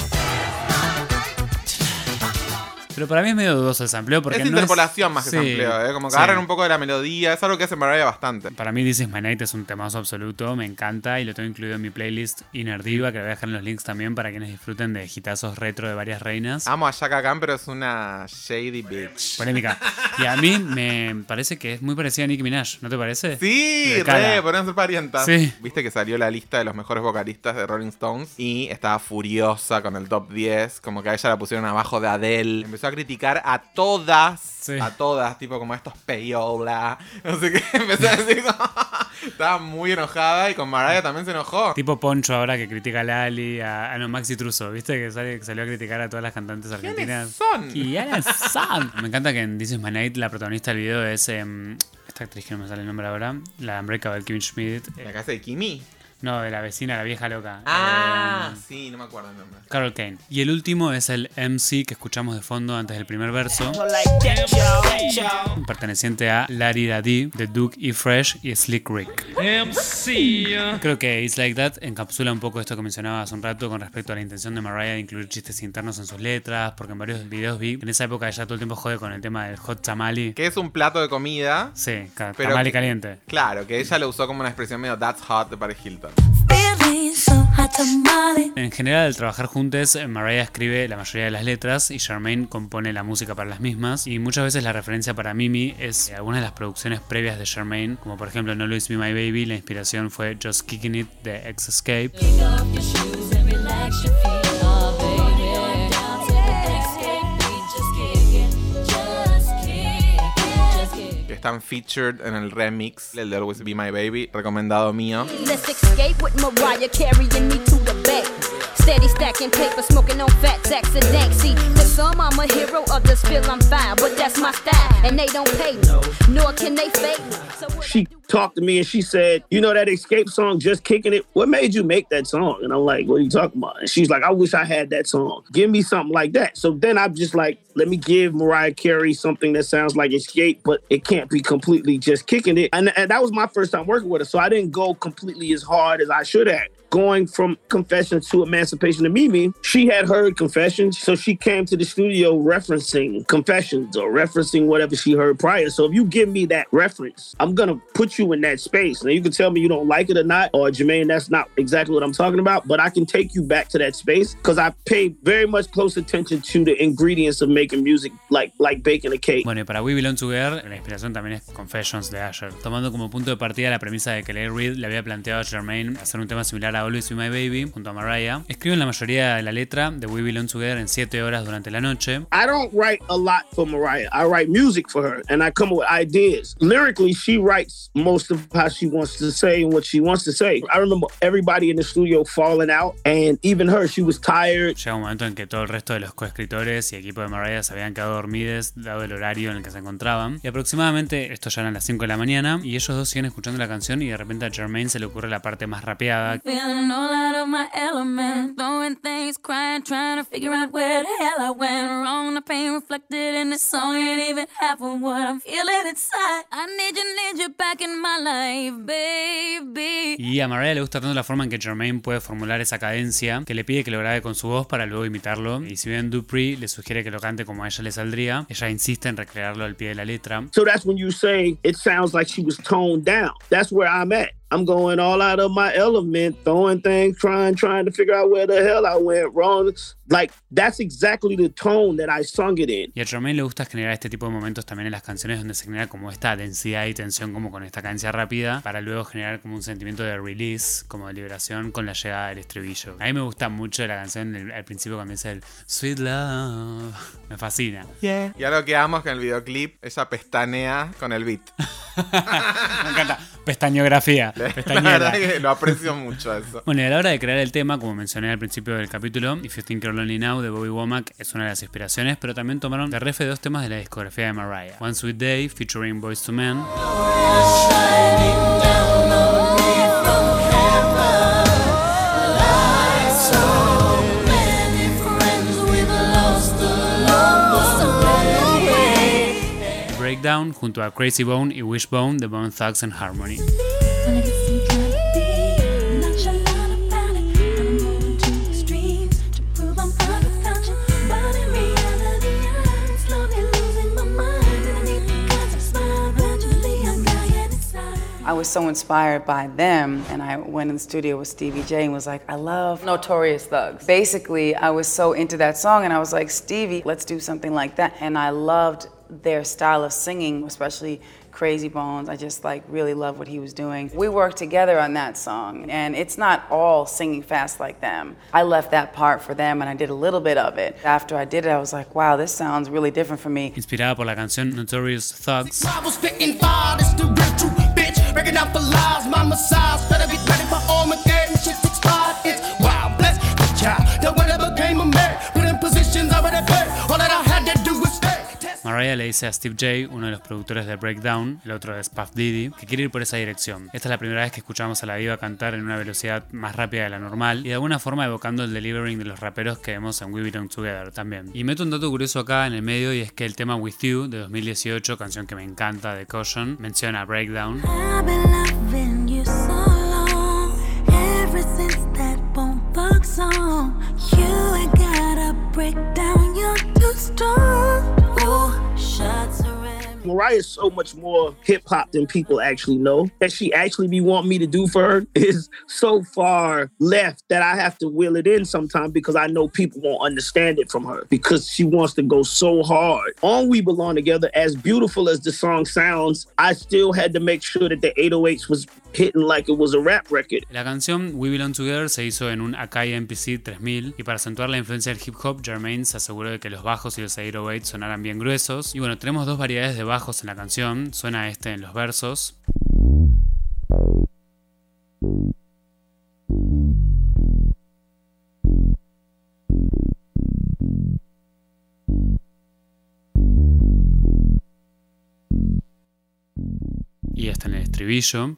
Pero para mí es medio dudoso el sampleo porque es interpolación más que sampleo, como que agarran un poco de la melodía, es algo que hace Mariah bastante. Para mí This Is My Night es un temazo absoluto, me encanta y lo tengo incluido en mi playlist Inner Diva, que lo voy a dejar en los links también para quienes disfruten de hitazos retro de varias reinas. Amo a Chaka Khan, pero es una shady bitch. Polémica. Y a mí me parece que es muy parecida a Nicki Minaj, ¿no te parece? Sí, podrían ser parientas. Sí. Viste que salió la lista de los mejores vocalistas de Rolling Stones y estaba furiosa con el top 10, como que a ella la pusieron abajo de Adele. Empezó a criticar a todas, tipo como estos payola, no sé qué, empezó a decir estaba muy enojada y con Mariah también se enojó. Tipo Poncho ahora que critica a Lali, a Maxi Truso, ¿viste? Que salió a criticar a todas las cantantes argentinas. ¿Quiénes son? Me encanta que en This Is My Night la protagonista del video es esta actriz que no me sale el nombre ahora, la Unbreakable Kimmy Schmidt. ¿La casa de Kimmy? No, de la vecina, la vieja loca. Sí, no me acuerdo el nombre. Carol Kane. Y el último es el MC que escuchamos de fondo antes del primer verso, perteneciente a Larry Daddy de Duke E. Fresh y Slick Rick. MC. Creo que It's Like That encapsula un poco esto que mencionaba hace un rato con respecto a la intención de Mariah de incluir chistes internos en sus letras, porque en varios videos vi en esa época ella todo el tiempo jode con el tema del hot tamale. Que es un plato de comida. Sí, tamale caliente. Claro, que ella lo usó como una expresión medio That's Hot de Paris Hilton. En general, al trabajar juntos, Mariah escribe la mayoría de las letras y Jermaine compone la música para las mismas. Y muchas veces la referencia para Mimi es algunas de las producciones previas de Jermaine, como por ejemplo No Lose Me My Baby. La inspiración fue Just Kicking It de X-Escape. Están featured en el remix, el de Always Be My Baby, recomendado mío. Let's escape with Mariah carrying me to the back. Steady stacking paper, smoking on fat sacks of dank. See, to some I'm a hero, others feel I'm fine, but that's my style, and they don't pay me, nor can they fake me. She talked to me and she said, you know that Escape song, Just Kicking It? What made you make that song? And I'm like, what are you talking about? And she's like, I wish I had that song. Give me something like that. So then I'm just like, let me give Mariah Carey something that sounds like Escape, but it can't be completely Just Kicking It. And that was my first time working with her, so I didn't go completely as hard as I should have. Going from Confessions to Emancipation of Mimi, she had heard Confessions, so she came to the studio referencing Confessions or referencing whatever she heard prior. So if you give me that reference, I'm gonna put you in that space. Now you can tell me you don't like it or not, or Jermaine, that's not exactly what I'm talking about, but I can take you back to that space because I pay very much close attention to the ingredients of making music like baking a cake. Bueno, y para We Belong Together, la inspiración también es Confessions de Usher, tomando como punto de partida la premisa de que Larry Reid le había planteado a Jermaine hacer un tema similar a Always Be My Baby junto a Mariah. Escriben la mayoría de la letra de We Belong Together en 7 horas durante la noche. I don't write a lot for Mariah. I write music for her, and I come up with ideas. Lyrically, she writes most of how she wants to say and what she wants to say. I remember everybody in the studio falling out, and even her, she was tired. Llega un momento en que todo el resto de los coescritores y equipo de Mariah se habían quedado dormidos dado el horario en el que se encontraban. Y aproximadamente, esto ya eran las 5 de la mañana, y ellos dos siguen escuchando la canción y de repente a Jermaine se le ocurre la parte más rapeada. Feeling all out of my element, throwing things, crying, trying to figure out where the hell I went wrong. The pain reflected in this song ain't even half of what I'm feeling inside. I need you back in my life, baby. Y a Mariah le gusta tanto la forma en que Jermaine puede formular esa cadencia que le pide que lo grabe con su voz para luego imitarlo. Y si bien Dupree le sugiere que lo cante como a ella le saldría, ella insiste en recrearlo al pie de la letra. So that's when you say it sounds like she was toned down. That's where I'm at. I'm going all out of my element, throwing things, trying to figure out where the hell I went wrong. Like, that's exactly the tone that I sung it in. Y a Jermaine le gusta generar este tipo de momentos también en las canciones donde se genera como esta densidad y tensión como con esta cadencia rápida para luego generar como un sentimiento de release, como de liberación con la llegada del estribillo. A mí me gusta mucho la canción al principio cuando dice el Sweet Love. Me fascina. Yeah. Y algo que amo es que en el videoclip ella pestanea con el beat. Me encanta. Pestañografía. La verdad que lo aprecio mucho eso. Bueno, y a la hora de crear el tema, como mencioné al principio del capítulo, If You Think You're Lonely Now de Bobby Womack es una de las inspiraciones, pero también tomaron de ref 2 temas de la discografía de Mariah. One Sweet Day featuring Boyz II Men. Breakdown junto a Crazy Bone y Wishbone de Bone Thugs and Harmony. I was so inspired by them, and I went in the studio with Stevie J and was like, I love Notorious Thugs. Basically, I was so into that song, and I was like, Stevie, let's do something like that. And I loved their style of singing, especially Crazy Bones. I just really love what he was doing. We worked together on that song, and it's not all singing fast like them. I left that part for them, and I did a little bit of it. After I did it, I was like, wow, this sounds really different for me. Inspirada por la canción Notorious Thugs. Breaking out for lies, my massage. Better be ready for Armageddon. Shit takes 5 hits. Wow, bless the child that when I became a man, put in positions already played. All that I had to do was stay. Mariah le dice a Steve J, uno de los productores de Breakdown, el otro es Puff Diddy, que quiere ir por esa dirección. Esta es la primera vez que escuchamos a la diva cantar en una velocidad más rápida de la normal y de alguna forma evocando el delivering de los raperos que vemos en We Belong Together también. Y meto un dato curioso acá en el medio y es que el tema With You de 2018, canción que me encanta de Caution, menciona Breakdown. I've been loving you so long, ever since that Bone Thugs song. You ain't gotta break down, you're too strong. Ooh, shots are red. Mariah is so much more hip-hop than people actually know. That she actually be wanting me to do for her is so far left that I have to wheel it in sometimes because I know people won't understand it from her because she wants to go so hard. On We Belong Together, as beautiful as the song sounds, I still had to make sure that the 808s was hitting like it was a rap record. La canción We Belong Together se hizo en un Akai MPC 3000 y para acentuar la influencia del hip hop, Jermaine se aseguró de que los bajos y los 808 sonaran bien gruesos. Y bueno, tenemos dos variedades de bajos en la canción. Suena este en los versos. Y este en el estribillo.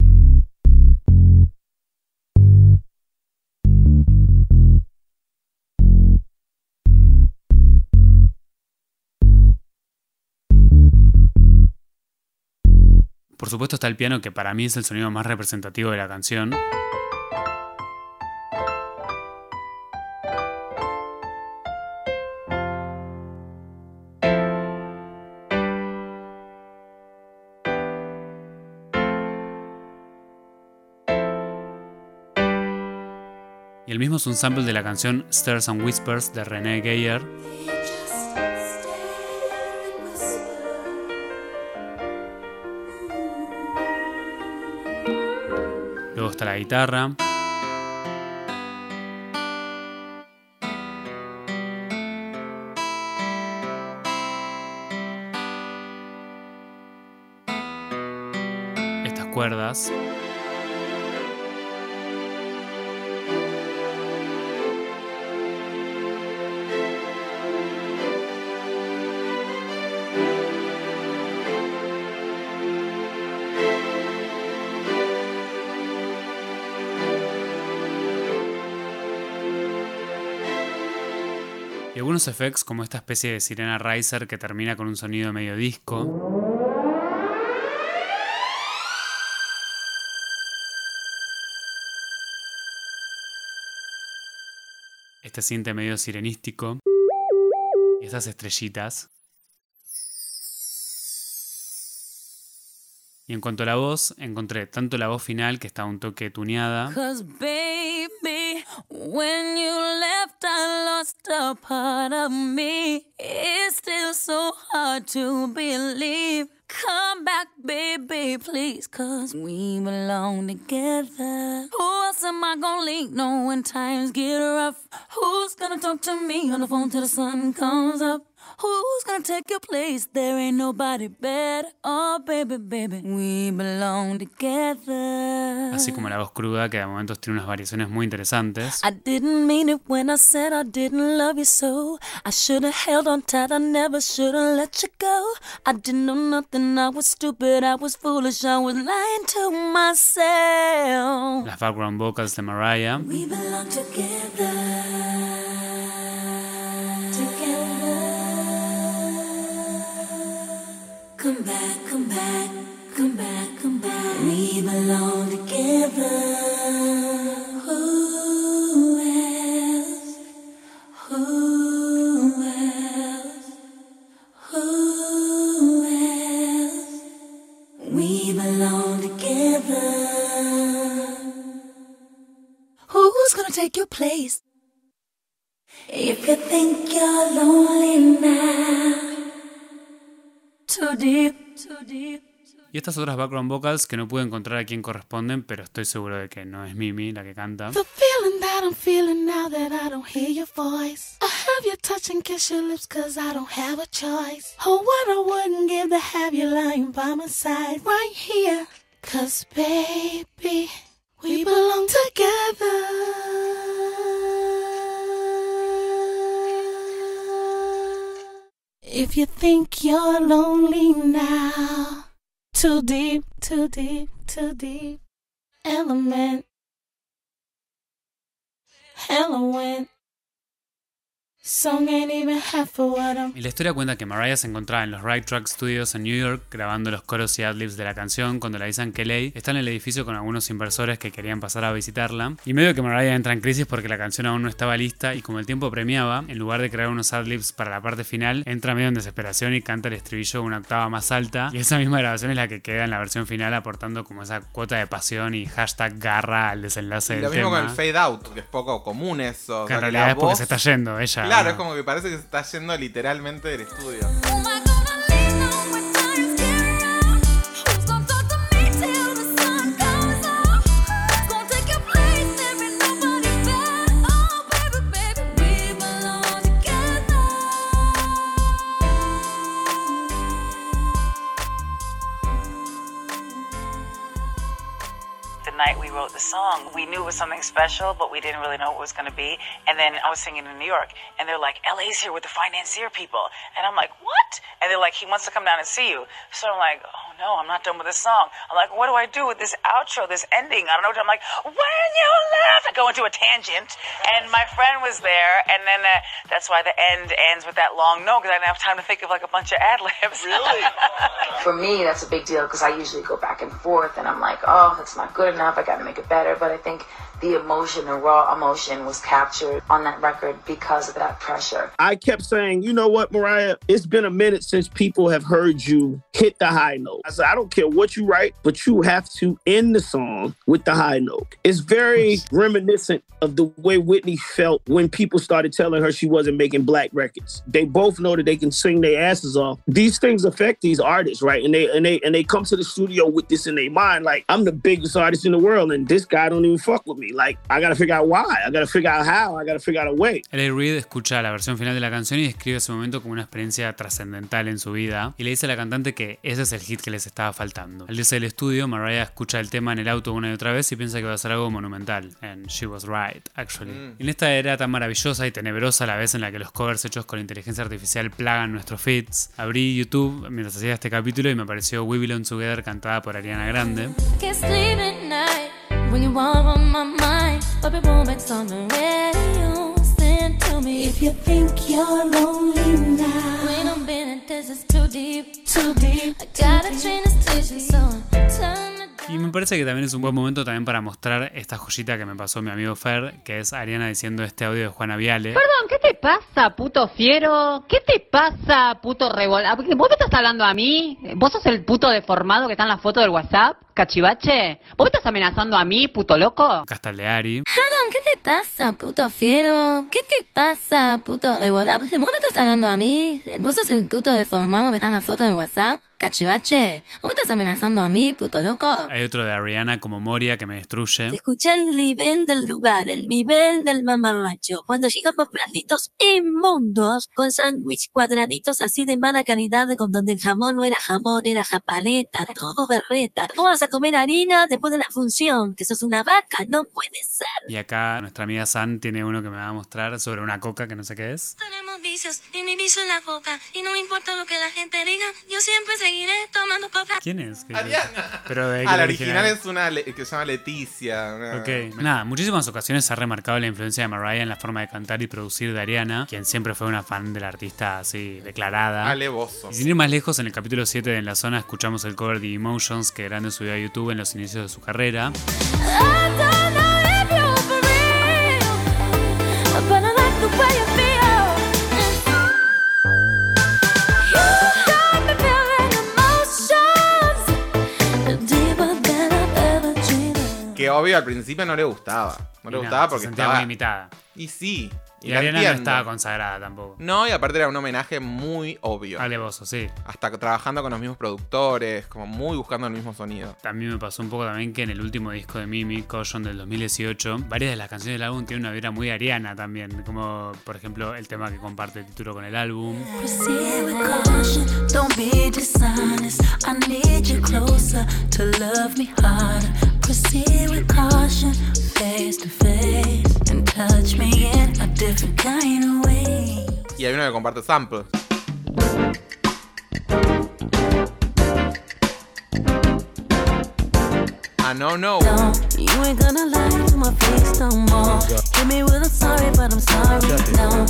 Por supuesto está el piano, que para mí es el sonido más representativo de la canción. Y el mismo es un sample de la canción Stairs and Whispers de René Geyer. Luego está la guitarra. cuerdas. Y algunos effects como esta especie de sirena riser que termina con un sonido medio disco. Este siente medio sirenístico. Y estas estrellitas. Y en cuanto a la voz, encontré tanto la voz final, que está un toque tuneada. 'Cause baby, when you left, I lost a part of me. It's still so hard to believe. Come back, baby, please, 'cause we belong together. Who else am I gonna lean on when times get rough? Who's gonna talk to me on the phone till the sun comes up? Who's gonna take your place? There ain't nobody better. Oh, baby, baby, we belong together. Así como la voz cruda, que de momentos tiene unas variaciones muy interesantes. I didn't mean it when I said I didn't love you so. I should have held on tight, I never should have let you go. I didn't know nothing, I was stupid, I was foolish, I was lying to myself. Las background vocals de Mariah. We belong together. Come back, come back, come back, come back. We belong together. Who else? Who else? Who else? We belong together. Who's gonna take your place? If you think you're lonely now. Too deep, too deep. Y estas otras background vocals que no pude encontrar a quién corresponden, pero estoy seguro de que no es Mimi la que canta. The feeling that I'm feeling now that I don't hear your voice. I have you touch and kiss your lips 'cause I don't have a choice. Oh, what I wouldn't give to have you lying by my side right here. 'Cause baby, we belong together. If you think you're lonely now, too deep, too deep, too deep. Element, Halloween. Song ain't even half of what I'm. Y la historia cuenta que Mariah se encontraba en los Right Track Studios en New York grabando los coros y adlibs de la canción cuando le avisan que Lay está en el edificio con algunos inversores que querían pasar a visitarla. Y medio que Mariah entra en crisis porque la canción aún no estaba lista y como el tiempo premiaba, en lugar de crear unos adlibs para la parte final, entra medio en desesperación y canta el estribillo una octava más alta. Y esa misma grabación es la que queda en la versión final, aportando como esa cuota de pasión y hashtag garra al desenlace del tema. Lo mismo con el fade out, que es poco común eso. Que en realidad es porque se está yendo ella. Claro, es como que parece que se está yendo literalmente del estudio. Night we wrote the song, we knew it was something special, but we didn't really know what it was going to be. And then I was singing in New York, and they're like, LA's here with the financier people. And I'm like, what? And they're like, he wants to come down and see you. So I'm like, oh no, I'm not done with this song. I'm like, what do I do with this outro, this ending? I don't know. I'm like, when you left, I go into a tangent. And my friend was there, and then that's why the end ends with that long no, because I didn't have time to think of like a bunch of ad-libs. Really? For me, that's a big deal because I usually go back and forth, and I'm like, oh, that's not good enough. I got to make it better. But I think the emotion, the raw emotion was captured on that record because of that pressure. I kept saying, you know what, Mariah? It's been a minute since people have heard you hit the high note. I said, I don't care what you write, but you have to end the song with the high note. It's very reminiscent of the way Whitney felt when people started telling her she wasn't making black records. They both know that they can sing their asses off. These things affect these artists, right? And they come to the studio with this in their mind, like, I'm the biggest artist in the world, and this guy don't even fuck with me. me. Like, I gotta figure out why. I gotta figure out how. I gotta figure out a way. L.A. Reid escucha la versión final de la canción y describe ese momento como una experiencia trascendental en su vida. Y le dice a la cantante que ese es el hit que les estaba faltando. Al irse del estudio, Mariah escucha el tema en el auto una y otra vez y piensa que va a ser algo monumental. And she was right, actually. En esta era tan maravillosa y tenebrosa a la vez en la que los covers hechos con inteligencia artificial plagan nuestros feeds, abrí YouTube mientras hacía este capítulo y me apareció We Belong Together cantada por Ariana Grande. Can't sleep at night when you are on my mind. Bobby Womack's on the radio. Send to me if you think you're lonely now. When I'm been in this is too deep, too deep. I got a train station, so turn the Y me parece que también es un buen momento también para mostrar esta joyita que me pasó mi amigo Fer, que es Ariana diciendo este audio de Juana Viale. Perdón, ¿qué te pasa, puto fiero? ¿Qué te pasa, puto revolado? ¿Vos me estás hablando a mí? ¿Vos sos el puto deformado que está en la foto del WhatsApp? ¿Cachivache? ¿Vos me estás amenazando a mí, puto loco? Acá está el de Ari. Perdón, ¿qué te pasa, puto fiero? ¿Qué te pasa, puto revolado? ¿Vos me estás hablando a mí? ¿Vos sos el puto deformado que está en la foto del WhatsApp? ¿Cachivache? ¿Vos me estás amenazando a mí, puto loco? Hay otro de Ariana como Moria que me destruye. Se escucha el nivel del lugar, el nivel del mamarracho. Cuando llegan por platitos inmundos, con sándwich cuadraditos así de mala calidad, con donde el jamón no era jamón, era japaleta, todo berreta. ¿Cómo vas a comer harina después de la función? Que sos una vaca, no puede ser. Y acá nuestra amiga San tiene uno que me va a mostrar sobre una coca que no sé qué es. Tenemos vicios y mi vicio es la coca. Y no me importa lo que la gente diga, yo siempre seguiré tomando coca. ¿Quién es? Ariana. Pero de la original es una que se llama Leticia. Ok. Nada, muchísimas ocasiones se ha remarcado la influencia de Mariah en la forma de cantar y producir de Ariana, quien siempre fue una fan del artista así declarada. Alevoso. Y sin ir más lejos, en el capítulo 7 de En la Zona escuchamos el cover de Emotions que Grande subió a YouTube en los inicios de su carrera. Que obvio al principio no le gustaba. No le gustaba porque se sentía estaba muy imitada. Y sí. Y Ariana no estaba consagrada tampoco. No, y aparte era un homenaje muy obvio. Alevoso, sí. Hasta trabajando con los mismos productores, como muy buscando el mismo sonido. También me pasó un poco también que en el último disco de Mimi, Caution del 2018, varias de las canciones del álbum tienen una vibra muy Ariana también. Como, por ejemplo, el tema que comparte el título con el álbum. Proceed with caution, don't be dishonest. I need you closer to love me harder. Proceed with caution, face to face, and touch me in a different kind of way. Y hay uno que comparte samples. No. You ain't gonna lie to my face no more. Hit me with a sorry, but I'm sorry. No.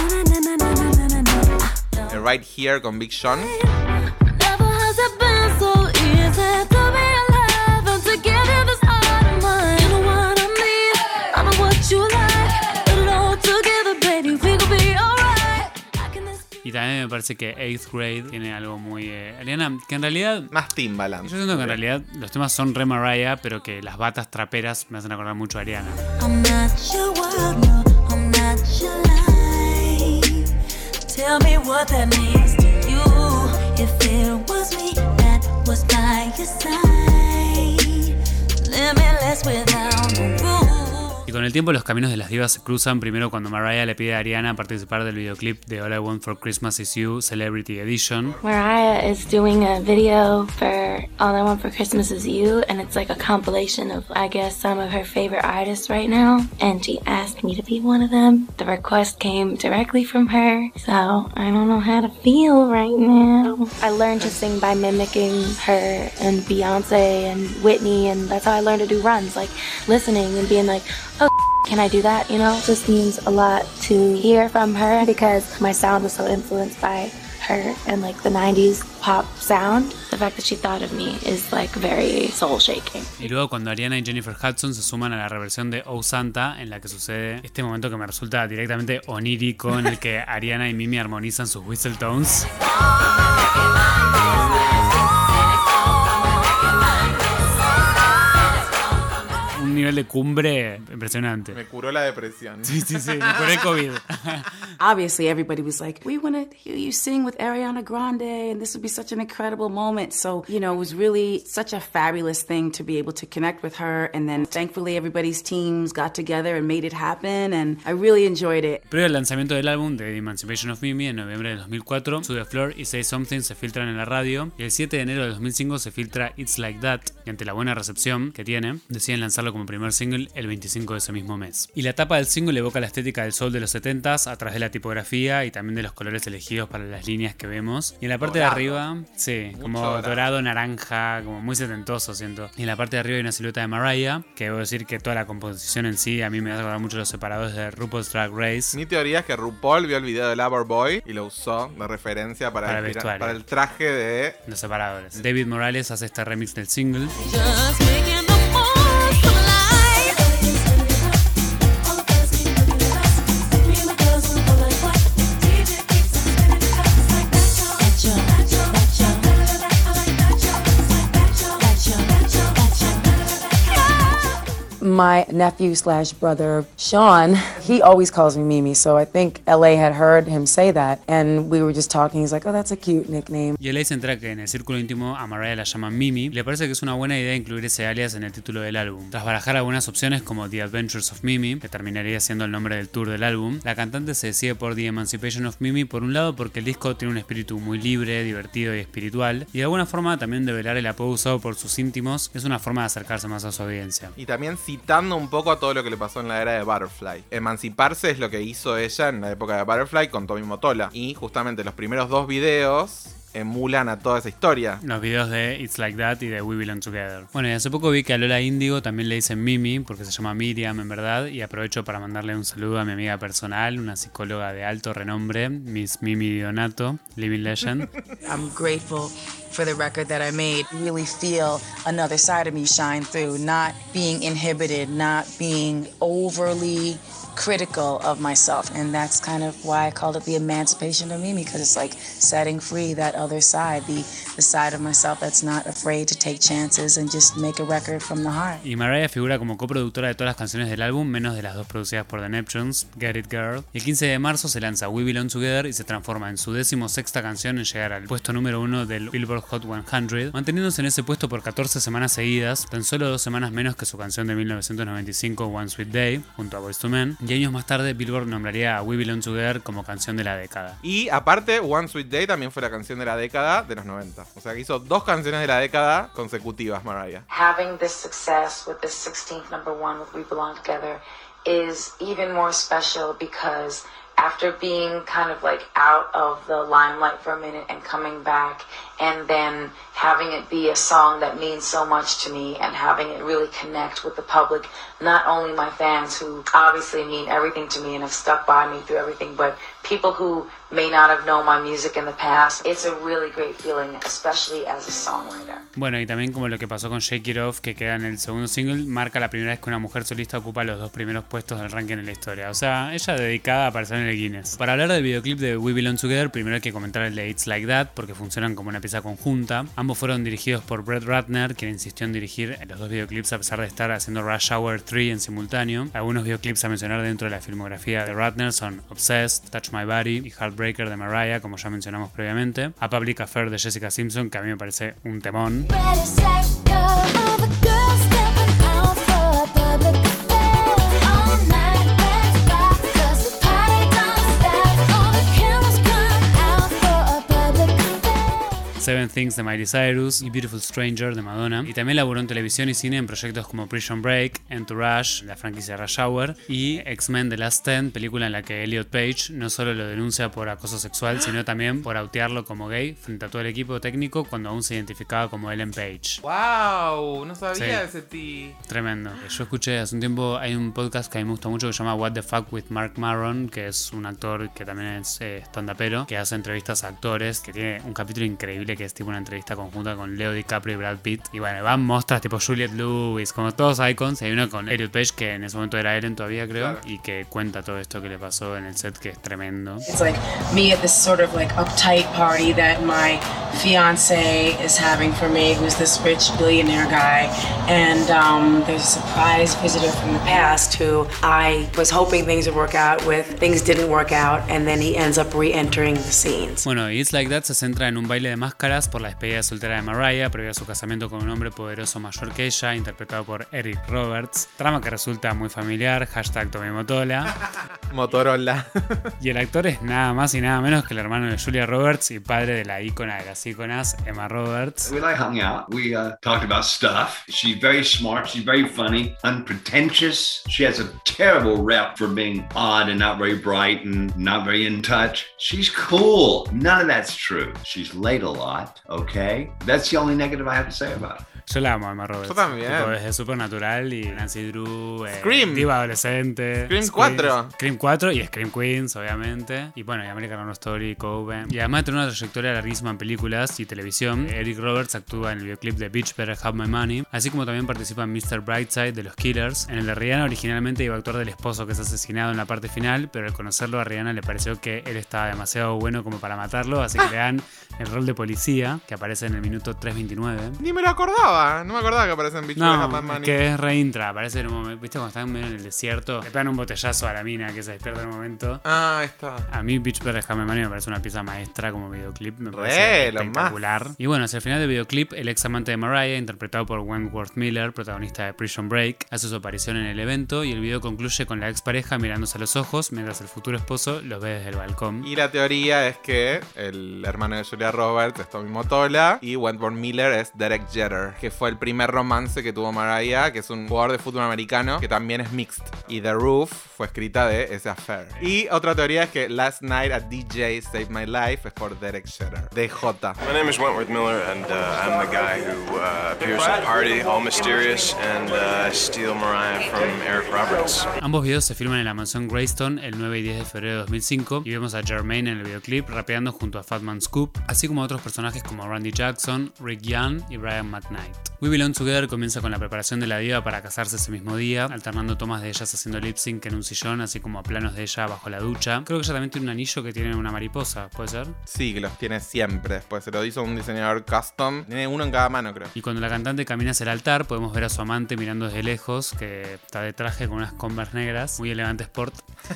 Right Here con Big Sean. Never has it been so easy to be alive and to give you this heart of mine. You know what I mean? I know what you like. Put it all together, baby. We gon' be alright. Y también me parece que 8th Grade tiene algo muy Ariana, que en realidad... Más Timbaland. Yo siento que en realidad los temas son re Mariah, pero que las batas traperas me hacen acordar mucho a Ariana. I'm not your world, no, I'm not your life. Tell me what that means to you. If it was me that was by your side, limitless without no rules. Y con el tiempo los caminos de las divas se cruzan, primero cuando Mariah le pide a Ariana participar del videoclip de All I Want for Christmas Is You Celebrity Edition. Mariah is doing a video for All I Want for Christmas Is You, and it's like a compilation of, I guess, some of her favorite artists right now, and she asked me to be one of them. The request came directly from her, so I don't know how to feel right now. I learned to sing by mimicking her and Beyonce and Whitney, and that's how I learned to do runs, like listening and being like, oh, can I do that? You know, it just means a lot to hear from her because my sound was so influenced by her and like the 90s pop sound. The fact that she thought of me is like very soul shaking. Y luego cuando Ariana y Jennifer Hudson se suman a la reversión de Oh Santa, en la que sucede este momento que me resulta directamente onírico, en el que Ariana y Mimi armonizan sus whistle tones. Un nivel de cumbre impresionante. Me curó la depresión. Sí, me curó el COVID. Obviously, everybody was like, we want to hear you sing with Ariana Grande, and this would be such an incredible moment. So, you know, it was really such a fabulous thing to be able to connect with her. And then, thankfully, everybody's teams got together and made it happen, and I really enjoyed it. Previo al lanzamiento del álbum de The Emancipation of Mimi en noviembre de 2004, To The Floor y Say Something se filtran en la radio, y el 7 de enero de 2005 se filtra It's Like That, y ante la buena recepción que tiene, deciden lanzarlo como primer single el 25 de ese mismo mes. Y la tapa del single evoca la estética del soul de los 70s a través de la tipografía y también de los colores elegidos para las líneas que vemos. Y en la parte dorado. de arriba, sí, Mucho como dorado. dorado, naranja, como muy setentoso, siento. Y en la parte de arriba hay una silueta de Mariah, que debo decir que toda la composición en sí a mí me hace acordar mucho los separadores de RuPaul's Drag Race. Mi teoría es que RuPaul vio el video de Loverboy y lo usó de referencia para el traje de los separadores. David Morales hace este remix del single. Just making the most of life. My nephew/brother, Sean, he always calls me Mimi, so I think LA had heard him say that, and we were just talking. He's like, oh, that's a cute nickname. Y LA se entera que en el círculo íntimo a Mariah la llaman Mimi, y le parece que es una buena idea incluir ese alias en el título del álbum. Tras barajar algunas opciones como The Adventures of Mimi, que terminaría siendo el nombre del tour del álbum, la cantante se decide por The Emancipation of Mimi, por un lado porque el disco tiene un espíritu muy libre, divertido y espiritual, y de alguna forma también develar el apodo usado por sus íntimos es una forma de acercarse más a su audiencia. Y también citando un poco a todo lo que le pasó en la era de Butterfly. Emanciparse es lo que hizo ella en la época de Butterfly con Tommy Mottola. Y justamente los primeros dos videos emulan a toda esa historia. Los videos de It's Like That y de We Belong Together. Bueno, y hace poco vi que a Lola Índigo también le dicen Mimi, porque se llama Miriam en verdad, y aprovecho para mandarle un saludo a mi amiga personal, una psicóloga de alto renombre, Miss Mimi Donato, Living Legend. I'm grateful for the record that I made. Really feel another side of me shine through, not being inhibited, not being overly critical of myself, and that's kind of why I called it The Emancipation of Mimi, because it's like setting free that other side, the side of myself that's not afraid to take chances and just make a record from the heart. Y Mariah figura como coproductora de todas las canciones del álbum, menos de las dos producidas por The Neptunes, Get It Girl. Y el 15 de marzo se lanza We Belong Together y se transforma en su 16ª canción en llegar al puesto número 1 del Billboard Hot 100, manteniéndose en ese puesto por 14 semanas seguidas, tan solo 2 semanas menos que su canción de 1995 One Sweet Day, junto a Boyz II Men. Y años más tarde Billboard nombraría a We Belong Together como canción de la década. Y aparte, One Sweet Day también fue la canción de la década de los 90. O sea que hizo 2 canciones de la década consecutivas, Mariah. Having this success with this 16th number 1 with We Belong Together is even more special because after being kind of like out of the limelight for a minute and coming back and then having it be a song that means so much to me and having it really connect with the public, not only my fans who obviously mean everything to me and have stuck by me through everything, but people who may not have known my music in the past. It's a really great feeling, especially as a songwriter. Bueno, y también como lo que pasó con Shake It Off, que queda en el segundo single, marca la primera vez que una mujer solista ocupa los 2 primeros puestos del ranking en la historia. O sea, ella dedicada a aparecer en el Guinness. Para hablar del videoclip de We Belong Together, primero hay que comentar el de It's Like That, porque funcionan como una pieza conjunta. Ambos fueron dirigidos por Brett Ratner, quien insistió en dirigir los 2 videoclips a pesar de estar haciendo Rush Hour 3 en simultáneo. Algunos videoclips a mencionar dentro de la filmografía de Ratner son Obsessed, Touch My Body y Heartbreaker de Mariah, como ya mencionamos previamente. A Public Affair de Jessica Simpson, que a mí me parece un temón. Seven Things de Miley Cyrus y Beautiful Stranger de Madonna. Y también laburó en televisión y cine en proyectos como Prison Break, Entourage, la franquicia Rush Hour, y X-Men The Last Stand, película en la que Elliot Page no solo lo denuncia por acoso sexual, sino también por autearlo como gay frente a todo el equipo técnico cuando aún se identificaba como Ellen Page. ¡Wow! No sabía Sí. de ese ti. Tremendo. Yo escuché hace un tiempo, hay un podcast que a mí me gusta mucho que se llama What the Fuck with Mark Maron, que es un actor que también es stand-upero, que hace entrevistas a actores, que tiene un capítulo increíble que es tipo una entrevista conjunta con Leo DiCaprio y Brad Pitt. Y bueno, van mostras tipo Juliette Lewis, como todos icons. Hay uno con Elliot Page, que en ese momento era Ellen todavía, creo, y que cuenta todo esto que le pasó en el set, que es tremendo. It's like me at this sort of like uptight party that my fiance is having for me, who's this rich billionaire guy. And there's a surprise visitor from the past who I was hoping things would work out with. Things didn't work out, and then he ends up re-entering the scenes. Bueno, It's Like That se centra en un baile de máscaras por la despedida soltera de Mariah previo a su casamiento con un hombre poderoso mayor que ella, interpretado por Eric Roberts. Trama que resulta muy familiar, #TomiMotola. Motorola. Y el actor es nada más y nada menos que el hermano de Julia Roberts y padre de la ícona de las íconas, Emma Roberts. We like hung out. We talked about stuff. She's very smart. She's very funny, unpretentious. She has a terrible rep for being odd and not very bright and not very in touch. She's cool. None of that's true. She's late a lot, okay? That's the only negative I have to say about it. Yo la amo a Emma Roberts. Yo también. Tipo, desde Supernatural y Nancy Drew, Scream. Diva Adolescente. Scream 4. Scream 4 y Scream Queens, obviamente. Y bueno, y American Horror Story, Coven. Y además de tener una trayectoria larguísima en películas y televisión, Eric Roberts actúa en el videoclip de Bitch Better Have My Money, así como también participa en Mr. Brightside de los Killers. En el de Rihanna originalmente iba a actuar del esposo que es asesinado en la parte final, pero al conocerlo a Rihanna le pareció que él estaba demasiado bueno como para matarlo, así que le dan el rol de policía, que aparece en el minuto 3:29. Ni me lo acordaba, no me acordaba que aparece en Bitch Better Have My Money. Que es reintra, aparece en un momento, viste cuando están medio en el desierto, le pegan un botellazo a la mina que se despierta en un momento. Ah, ahí está. A mí Bitch Better Have My Money me parece una pieza maestra como videoclip, me parece espectacular. Y bueno, hacia el final del videoclip, el ex amante de Mariah, interpretado por Wentworth Miller, protagonista de Prison Break, hace su aparición en el evento y el video concluye con la ex pareja mirándose a los ojos mientras el futuro esposo los ve desde el balcón. Y la teoría es que el hermano de Julia Roberts es Tommy Mottola y Wentworth Miller es Derek Jeter, que fue el primer romance que tuvo Mariah, que es un jugador de fútbol americano que también es mixed. Y The Roof fue escrita de ese affair. Y otra teoría es que Last Night at DJ Saved My Life es por Derek Jeter. DJ. My name is Wentworth Miller, and I'm the guy who appears at Party, All Mysterious, and steal Mariah from Eric Roberts. Ambos videos se filman en la mansión Greystone el 9 y 10 de febrero de 2005 y vemos a Jermaine en el videoclip rapeando junto a Fatman Scoop, así como a otros personajes como Randy Jackson, Rick Young y Brian McKnight. We Belong Together comienza con la preparación de la diva para casarse ese mismo día, alternando tomas de ellas haciendo lip sync en un sillón, así como a planos de ella bajo la ducha. Creo que ella también tiene un anillo que tiene una mariposa, ¿puede ser? Sí, que los tiene siempre. Después se lo hizo un diseñador custom. Tiene uno en cada mano, creo. Y cuando la cantante camina hacia el altar, podemos ver a su amante mirando desde lejos, que está de traje con unas Converse negras, muy elegante sport.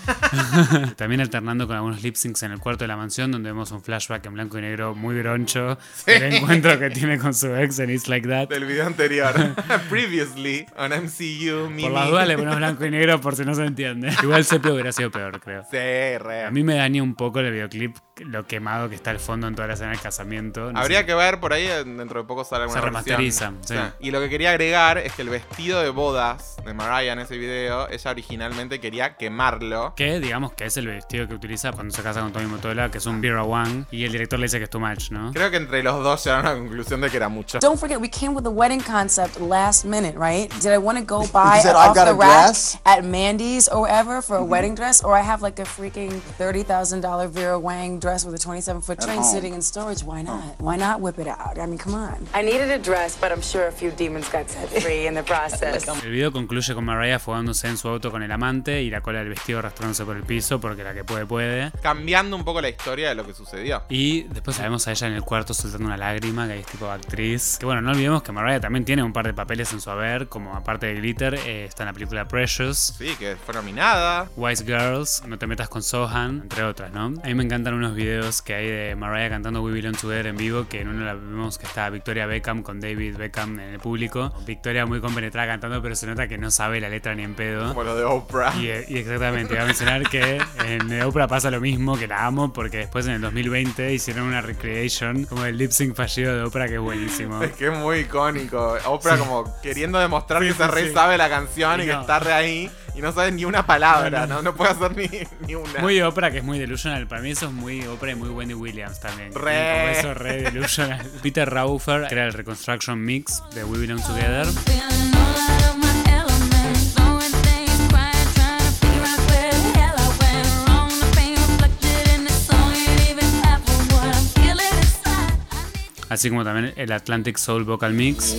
También alternando con algunos lip syncs en el cuarto de la mansión, donde vemos un flashback en blanco y negro muy groncho del encuentro que tiene con su ex en It's Like That. Del video anterior. Previously on MCU, Mimi. Por las dudas le ponemos blanco y negro por si no se entiende. Igual sepio hubiera sido peor, creo. Sí, re. A mí me daña un poco el videoclip, lo quemado que está al fondo en toda la escena del casamiento. Habría que ver por ahí, dentro de poco sale alguna versión. Se remasteriza, sí. Y lo que quería agregar es que el vestido de bodas de Mariah en ese video, ella originalmente quería quemarlo. Que digamos que es el vestido que utiliza cuando se casa con Tommy Mottola, que es un Vera Wang, y el director le dice que es too much, ¿no? Creo que entre los dos llegaron a la conclusión de que era mucho. Don't forget, we came with the wedding concept last minute, right? Did I want to go buy said, off "I've got the a rack dress?" at Mandy's or whatever for a wedding dress, or I have like a freaking $30,000 Vera Wang dress with a 27-foot At train home. sitting in storage? Why not? Why not whip it out? I mean, come on. I needed a dress, but I'm sure a few demons got set free in the process. El video concluye con Mariah fugándose en su auto con el amante y la cola del vestido arrastrándose por el piso porque la que puede. Cambiando un poco la historia de lo que sucedió. Y después la vemos a ella en el cuarto soltando una lágrima, que es tipo actriz. Que bueno, no olvidemos que Mariah también tiene un par de papeles en su haber, como aparte de Glitter, está en la película Precious. Sí, que fue nominada. Wise Girls, No te metas con Sohan, entre otras, ¿no? A mí me encantan unos videos que hay de Mariah cantando We Belong Together en vivo, que en uno la vemos que está Victoria Beckham con David Beckham en el público. Victoria muy compenetrada cantando, pero se nota que no sabe la letra ni en pedo. Como lo de Oprah. Y exactamente, iba a mencionar que en Oprah pasa lo mismo, que la amo, porque después en el 2020 hicieron una recreation como el lip sync fallido de Oprah, que es buenísimo. Es que es muy icónico. Oprah como queriendo demostrar que se re sabe la canción y que está re ahí y no sabe ni una palabra, no puede hacer ni una. Muy Oprah, que es muy delusional. Para mí eso es muy Oprah y muy Wendy Williams también. Como eso re delusional. Peter Raufer crea el Reconstruction Mix de We Belong Together. Así como también el Atlantic Soul Vocal Mix.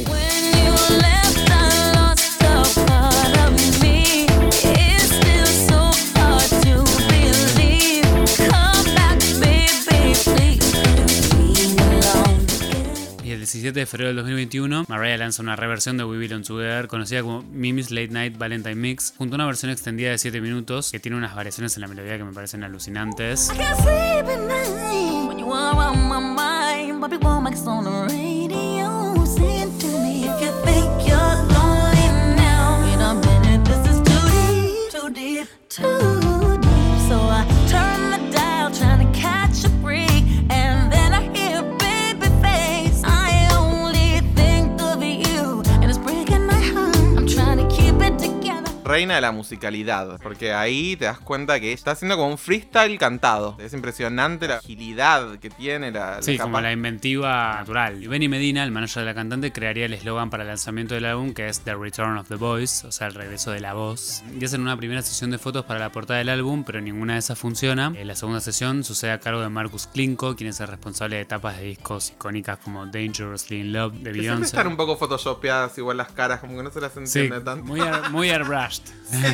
17 de febrero del 2021, Mariah lanza una reversión de We Belong Together, conocida como Mimi's Late Night Valentine Mix, junto a una versión extendida de 7 minutos que tiene unas variaciones en la melodía que me parecen alucinantes. I can't sleep at night when you are on my mind. Bobby Womack's on the radio. Sing to me if you think you're lonely now. In a minute, this is too deep, too deep, too deep. So I turn the dial, trying to catch a break, and then I hear baby face. I only think of you, and it's breaking my heart. I'm trying to keep it together. Reina de la musicalidad, porque ahí te das cuenta que está haciendo como un freestyle cantado. Es impresionante la agilidad que tiene, Sí, como la inventiva natural. Y Benny Medina, el manager de la cantante, crearía el eslogan para el lanzamiento del álbum, que es The Return of the Voice, o sea, el regreso de la voz. Y hacen una primera sesión de fotos para la portada del álbum, pero ninguna de esas funciona. La segunda sesión sucede a cargo de Marcus Klinko, quien es el responsable de etapas de discos icónicas como Dangerously in Love de que siempre Beyoncé. están un poco photoshopeadas igual las caras, como que no se las entiende tanto. Muy airbrushed.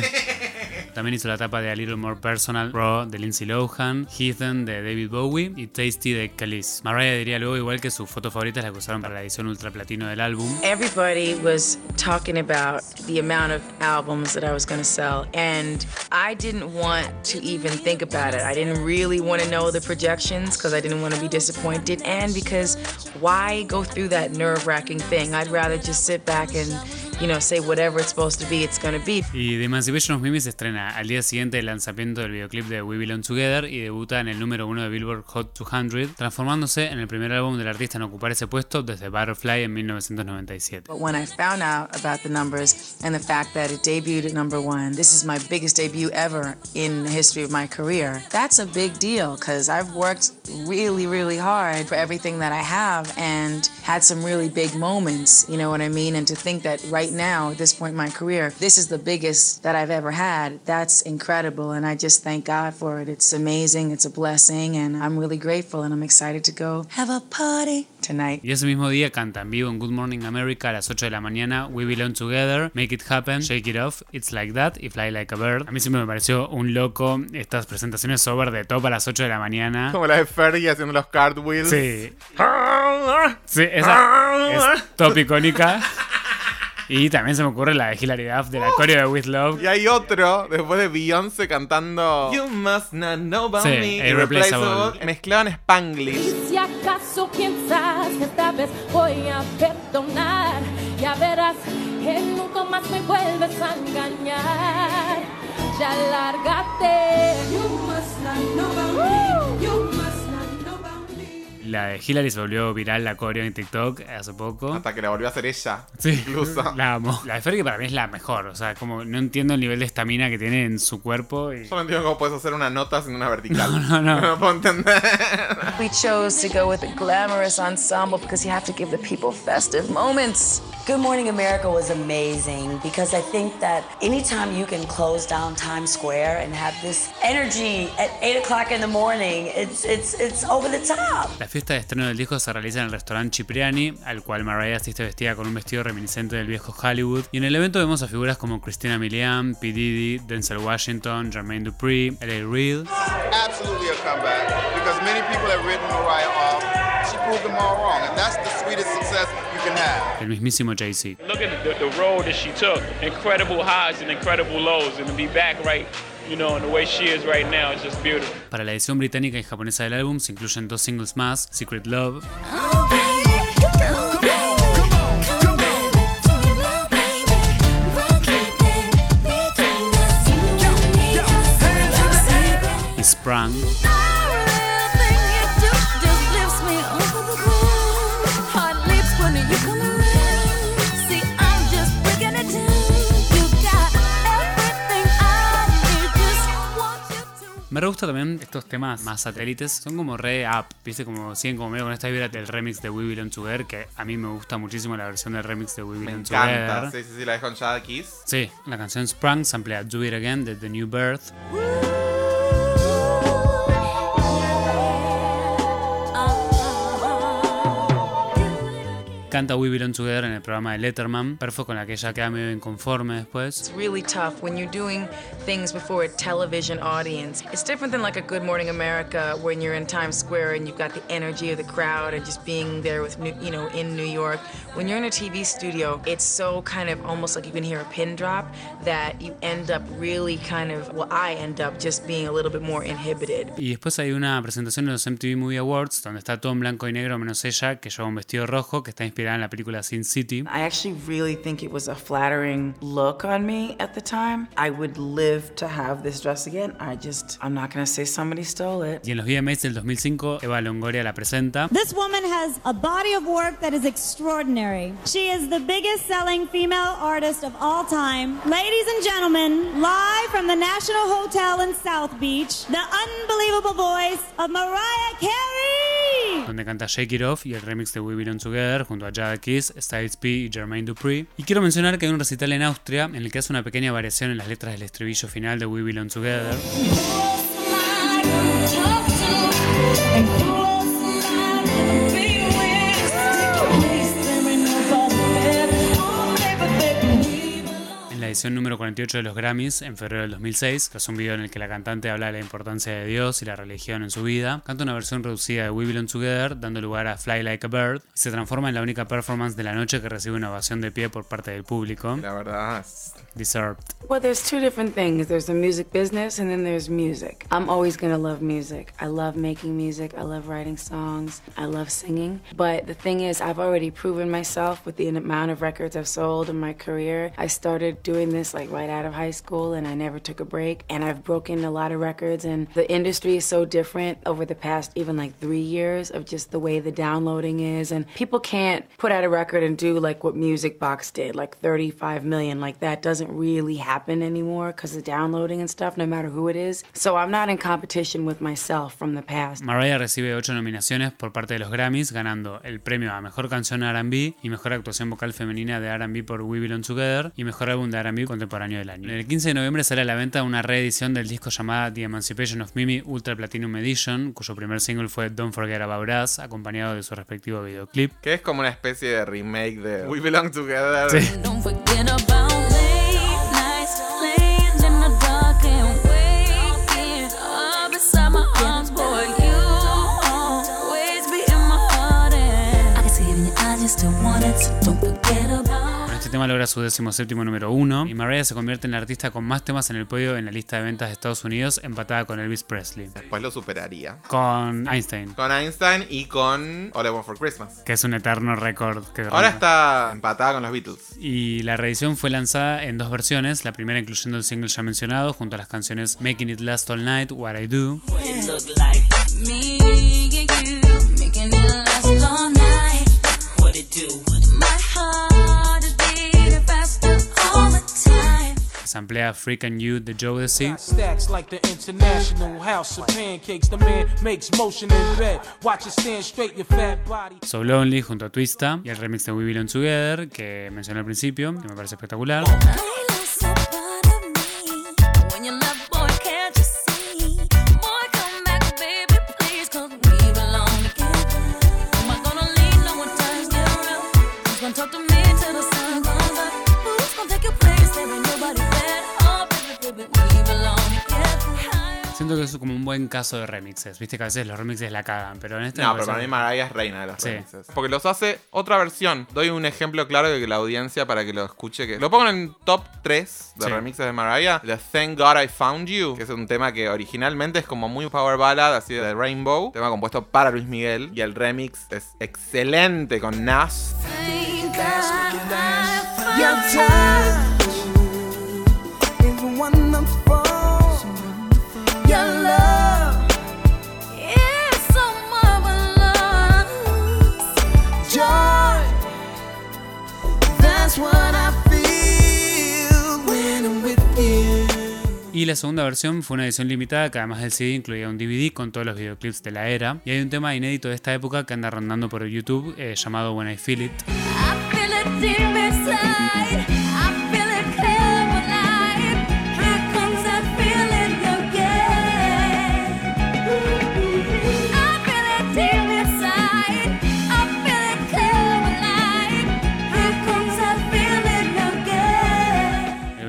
También hizo la etapa de A Little More Personal, Raw de Lindsay Lohan, Heathen de David Bowie y Tasty de Khalees. Mariah diría luego igual que su foto favorita es la que usaron para la edición ultra platino del álbum. Everybody was talking about the amount of albums that I was going to sell, and I didn't want to even think about it. I didn't really want to know the projections because I didn't want to be disappointed, and because why go through that nerve-wracking thing? I'd rather just sit back and, you know, say whatever it's supposed to be, it's going to be. Y The Emancipation of Mimi se estrena al día siguiente del lanzamiento del videoclip de We Belong Together y debuta en el número 1 de Billboard Hot 200, transformándose en el primer álbum del artista en ocupar ese puesto desde Butterfly en 1997. But when I found out about the numbers and the fact that it debuted at #1, this is my biggest debut ever in the history of my career. That's a big deal because I've worked really, really hard for everything that I have and had some really big moments, you know what I mean? And to think that right now, at this point in my career, this is the biggest that I've ever had, that's incredible, and I just thank God for it. It's amazing, it's a blessing, and I'm really grateful, and I'm excited to go have a party tonight. Y ese mismo día canta en vivo en Good Morning America a las 8 de la mañana We Belong Together, Make It Happen, Shake It Off, It's Like That y Fly Like a Bird. A mí siempre me pareció un loco estas presentaciones over the top a las 8 de la mañana. Como la de Fergie haciendo los cartwheels. Sí. Sí, esa es top icónica. Y también se me ocurre la de Hilary Duff de la coreo de With Love. Y hay otro, después de Beyoncé cantando You Must Not Know About Sí, Me, Irreplaceable. mezclado en Spanglish. Si acaso piensas que esta vez voy a perdonar, ya verás que nunca más me vuelves a engañar. Ya lárgate. You must not know about me. You must not know about me. La de Hilary se volvió viral la coreo en TikTok hace poco. Hasta que la volvió a hacer ella. Sí, incluso. La amo. La de Fergie para mí es la mejor. O sea, como no entiendo el nivel de estamina que tiene en su cuerpo. Y... Yo no entiendo cómo puedes hacer una nota sin una vertical. No. No puedo entender. We chose to go with a glamorous ensemble because you have to give the people festive moments. Good Morning America was amazing because I think that anytime you can close down Times Square and have this energy at 8 o'clock in the morning, it's over the top. La fiesta de estreno del disco se realiza en el restaurante Cipriani, al cual Mariah asiste vestida con un vestido reminiscente del viejo Hollywood. Y en el evento vemos a figuras como Christina Milian, P. Diddy, Denzel Washington, Jermaine Dupri, L.A. Reid. Absolutely a comeback because many people have written Mariah off. She proved them all wrong, and that's the sweetest success you can have. El mismísimo Jay-Z. Look at the road that she took. Incredible highs and incredible lows, and to be back right, you know, in the way she is right now is just beautiful. Para la edición británica y japonesa del álbum se incluyen 2 singles más, Secret Love y Sprung. Me re gusta también estos temas más satélites, son como re up, viste, como siguen como medio con esta vibra del remix de We Belong Together, que a mí me gusta muchísimo la versión del remix de We Belong Together. Me encanta, sí, la de con Jada Kiss. Sí, la canción Sprung samplea Do It Again de The New Birth. canta We Belong Together en el programa de Letterman, perfo con la que ella queda medio inconforme después. It's really tough when you're doing things before a television audience. It's different than like a Good Morning America when you're in Times Square and you've got the energy of the crowd and just being there with, in New York. When you're in a TV studio, it's so kind of almost like you can hear a pin drop that you end up really I end up just being a little bit more inhibited. Y después hay una presentación en los MTV Movie Awards donde está todo en blanco y negro menos ella, que lleva un vestido rojo que está inspirada en la película Sin City. I actually really think it was a flattering look on me at the time. I would live to have this dress again. I'm not gonna say somebody stole it. Y en los VMAs del 2005, Eva Longoria la presenta. This woman has a body of work that is extraordinary. She is the biggest selling female artist of all time. Ladies and gentlemen, live from the National Hotel in South Beach, the unbelievable voice of Mariah Carey. Donde canta Shake It Off y el remix de We Belong Together junto a Jada Kiss, Styles P y Jermaine Dupri. Y quiero mencionar que hay un recital en Austria en el que hace una pequeña variación en las letras del estribillo final de We Belong Together. En la edición número 48 de los Grammys, en febrero del 2006, tras un video en el que la cantante habla de la importancia de Dios y la religión en su vida, canta una versión reducida de We Belong Together, dando lugar a Fly Like a Bird, y se transforma en la única performance de la noche que recibe una ovación de pie por parte del público. La verdad, deserved. Well, there's two different things. There's the music business and then there's music. I'm always gonna love music. I love making music. I love writing songs. I love singing. But the thing is, I've already proven myself with the amount of records I've sold in my career. I started doing this like right out of high school and I never took a break. And I've broken a lot of records and the industry is so different over the past even like 3 years of just the way the downloading is. And people can't put out a record and do like what Music Box did, like 35 million. Like that doesn't really happen anymore because of downloading and stuff, no matter who it is. So I'm not in competition with myself from the past. Mariah recibe 8 nominaciones por parte de los Grammys, ganando el premio a Mejor Canción R&B y Mejor Actuación Vocal Femenina de R&B por We Belong Together y Mejor Álbum de R&B Contemporáneo del Año. El 15 de noviembre sale a la venta una reedición del disco llamada The Emancipation of Mimi Ultra Platinum Edition, cuyo primer single fue Don't Forget About Us, acompañado de su respectivo videoclip. Que es como una especie de remake de We Belong Together. Sí. Don't forget about late nights, laying in the dark and waking up inside my arms, boy. You always be in my heart, and I can see it in your eyes, you still want it, so don't forget about. Este tema logra su 17º número 1 y Mariah se convierte en la artista con más temas en el podio en la lista de ventas de Estados Unidos, empatada con Elvis Presley. Después lo superaría. Con Einstein. Con Einstein y con All I Want for Christmas. Que es un eterno récord. Ahora está empatada con los Beatles. Y la reedición fue lanzada en 2 versiones, la primera incluyendo el single ya mencionado, junto a las canciones Making It Last All Night, What I Do. Me and you, making it last all night. What it do? My heart is beating faster all the time. Se amplía Freak and You de Jodeci. Stacks like the international house of pancakes. The man makes motion in bed. Watch it stand straight, your fat body. So Lonely junto a Twista y el remix de We Belong Together que mencioné al principio, que me parece espectacular. Siento que es como un buen caso de remixes. Viste que a veces los remixes la cagan, pero en este no, pero para mí Mariah es reina de los remixes. Porque los hace otra versión. Doy un ejemplo claro de que la audiencia, para que lo escuche, que lo pongo en top 3 de remixes de Mariah. The Thank God I Found You, que es un tema que originalmente es como muy power ballad, así de Rainbow. Tema compuesto para Luis Miguel. Y el remix es excelente con Nas. Your love is so marvelous. Joy, that's what I feel when I'm with you. Y la segunda versión fue una edición limitada que además del CD incluía un DVD con todos los videoclips de la era. Y hay un tema inédito de esta época que anda rondando por YouTube llamado When I Feel It. I feel it deep inside. I feel it clear but light. Here comes that feeling again. I feel it deep inside. I feel it clear but light.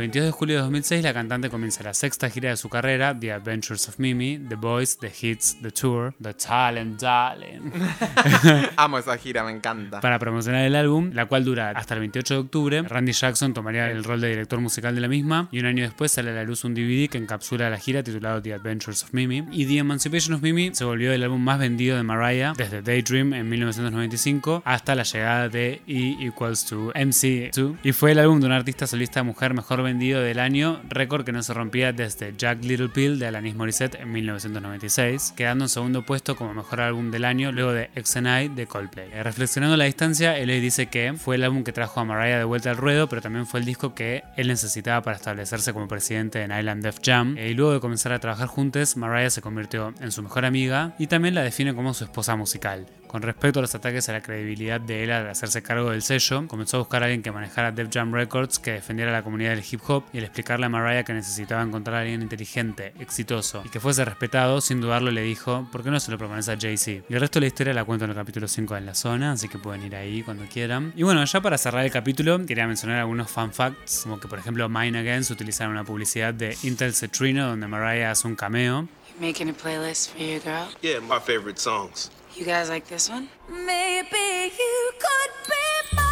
22 de julio de 2006 la cantante comienza la sexta gira de su carrera, The Adventures of Mimi, The Voice, The Hits, The Tour, The Talent, Darling. Amo esa gira, me encanta. Para promocionar el álbum, la cual dura hasta el 28 de octubre, Randy Jackson tomaría el rol de director musical de la misma y un año después sale a la luz un DVD que encapsula la gira titulado The Adventures of Mimi. Y The Emancipation of Mimi se volvió el álbum más vendido de Mariah desde Daydream en 1995 hasta la llegada de E=MC2 y fue el álbum de una artista solista mujer mejor vendido del año, récord que no se rompía desde Jagged Little Pill de Alanis Morissette en 1996, quedando en segundo puesto como mejor álbum del año luego de XNI de Coldplay. Reflexionando a la distancia, LA dice que fue el álbum que trajo a Mariah de vuelta al ruedo, pero también fue el disco que él necesitaba para establecerse como presidente en Island Def Jam, y luego de comenzar a trabajar juntos, Mariah se convirtió en su mejor amiga y también la define como su esposa musical. Con respecto a los ataques a la credibilidad de él al hacerse cargo del sello, comenzó a buscar a alguien que manejara Def Jam Records, que defendiera la comunidad del hip hop, y al explicarle a Mariah que necesitaba encontrar a alguien inteligente, exitoso y que fuese respetado, sin dudarlo le dijo, ¿por qué no se lo propones a Jay-Z? Y el resto de la historia la cuento en el capítulo 5 de En la Zona, así que pueden ir ahí cuando quieran. Y bueno, ya para cerrar el capítulo, quería mencionar algunos fun facts, como que por ejemplo Mine Again se utiliza en una publicidad de Intel Cetrino donde Mariah hace un cameo. Making a playlist for your girl? Yeah, my favorite songs. You guys like this one? Maybe you could be mine.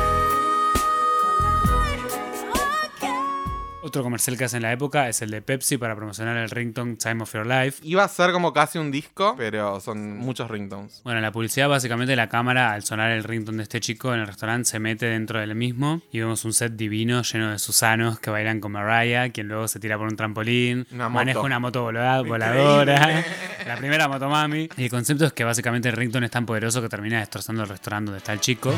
Otro comercial que hace en la época es el de Pepsi para promocionar el ringtone Time of Your Life. Iba a ser como casi un disco, pero son muchos ringtones. Bueno, la publicidad básicamente la cámara al sonar el ringtone de este chico en el restaurante se mete dentro del mismo y vemos un set divino lleno de Susanos que bailan con Mariah, quien luego se tira por un trampolín, maneja una moto voladora, la primera motomami. Y el concepto es que básicamente el ringtone es tan poderoso que termina destrozando el restaurante donde está el chico.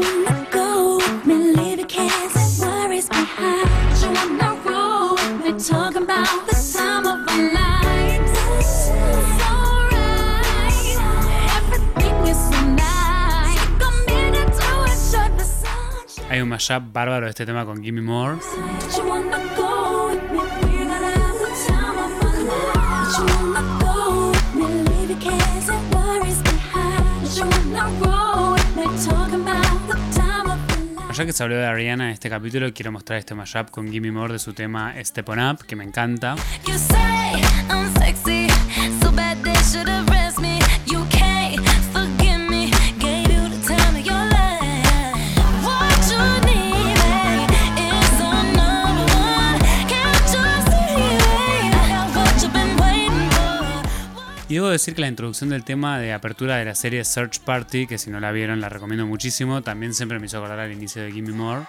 Talking about the time of our lives. It's alright. Everything is so nice. Take a minute to enjoy the sunshine. Hay un mashup bárbaro de este tema con Gimme More. You wanna go with me? We're gonna have the time of our lives. You wanna go with me? Leave your cares and worries behind. You wanna roll with me? Talking about the time of Ya que se habló de Ariana en este capítulo, quiero mostrar este mashup con Gimme More de su tema Step On Up, que me encanta. You say I'm sexy, so bad they should arrest me. You can't forgive me, gave you the time of your life. What you need, babe, is a number one. Can't you see, babe, what you've been waiting for? Y debo decir que la introducción del tema de apertura de la serie Search Party, que si no la vieron la recomiendo muchísimo, también siempre me hizo acordar al inicio de Gimme More.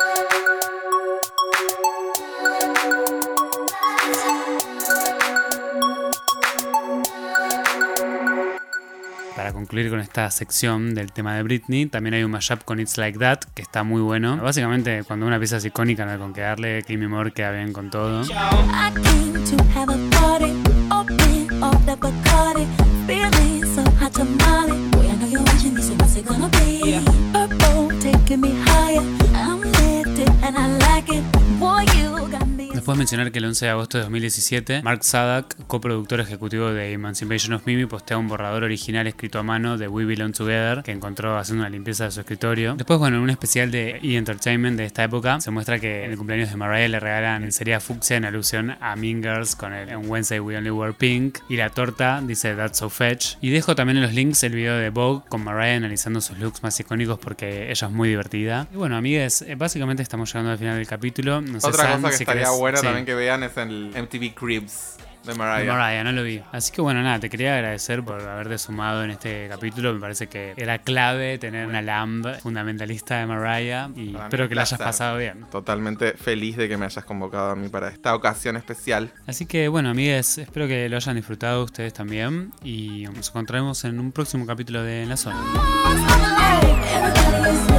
Para concluir con esta sección del tema de Britney, también hay un mashup con It's Like That, que está muy bueno. Básicamente, cuando una pieza es icónica, no hay con que darle, Gimme More queda bien con todo. I came to have a party, open up the Bacardi, feeling so hot tamale. Boy, I know you're watching me, so what's it gonna be? Purple, taking me higher, I'm lifted and I like it. Boy, you got me. Después mencionar que el 11 de agosto de 2017, Mark Sadak, coproductor ejecutivo de Emancipation of Mimi, postea un borrador original escrito a mano de We Belong Together, que encontró haciendo una limpieza de su escritorio. Después, bueno, en un especial de E! Entertainment de esta época, se muestra que en el cumpleaños de Mariah le regalan lencería fucsia en alusión a Mean Girls con el en Wednesday We Only Wear Pink, y la torta dice That's So Fetch. Y dejo también en los links el video de Vogue con Mariah analizando sus looks más icónicos porque ella es muy divertida. Y bueno, amigues, básicamente estamos llegando al final del capítulo. No sé, Otra San, cosa que si estaría querés... buena Sí. también que vean es el MTV Cribs de Mariah. De Mariah, no lo vi. Así que bueno, nada, te quería agradecer por haberte sumado en este capítulo. Me parece que era clave tener una lamb fundamentalista de Mariah y Para espero mí, que la hayas placer. pasado bien. Totalmente feliz de que me hayas convocado a mí para esta ocasión especial. Así que bueno, amigues, espero que lo hayan disfrutado ustedes también y nos encontraremos en un próximo capítulo de En la Zona. Everybody is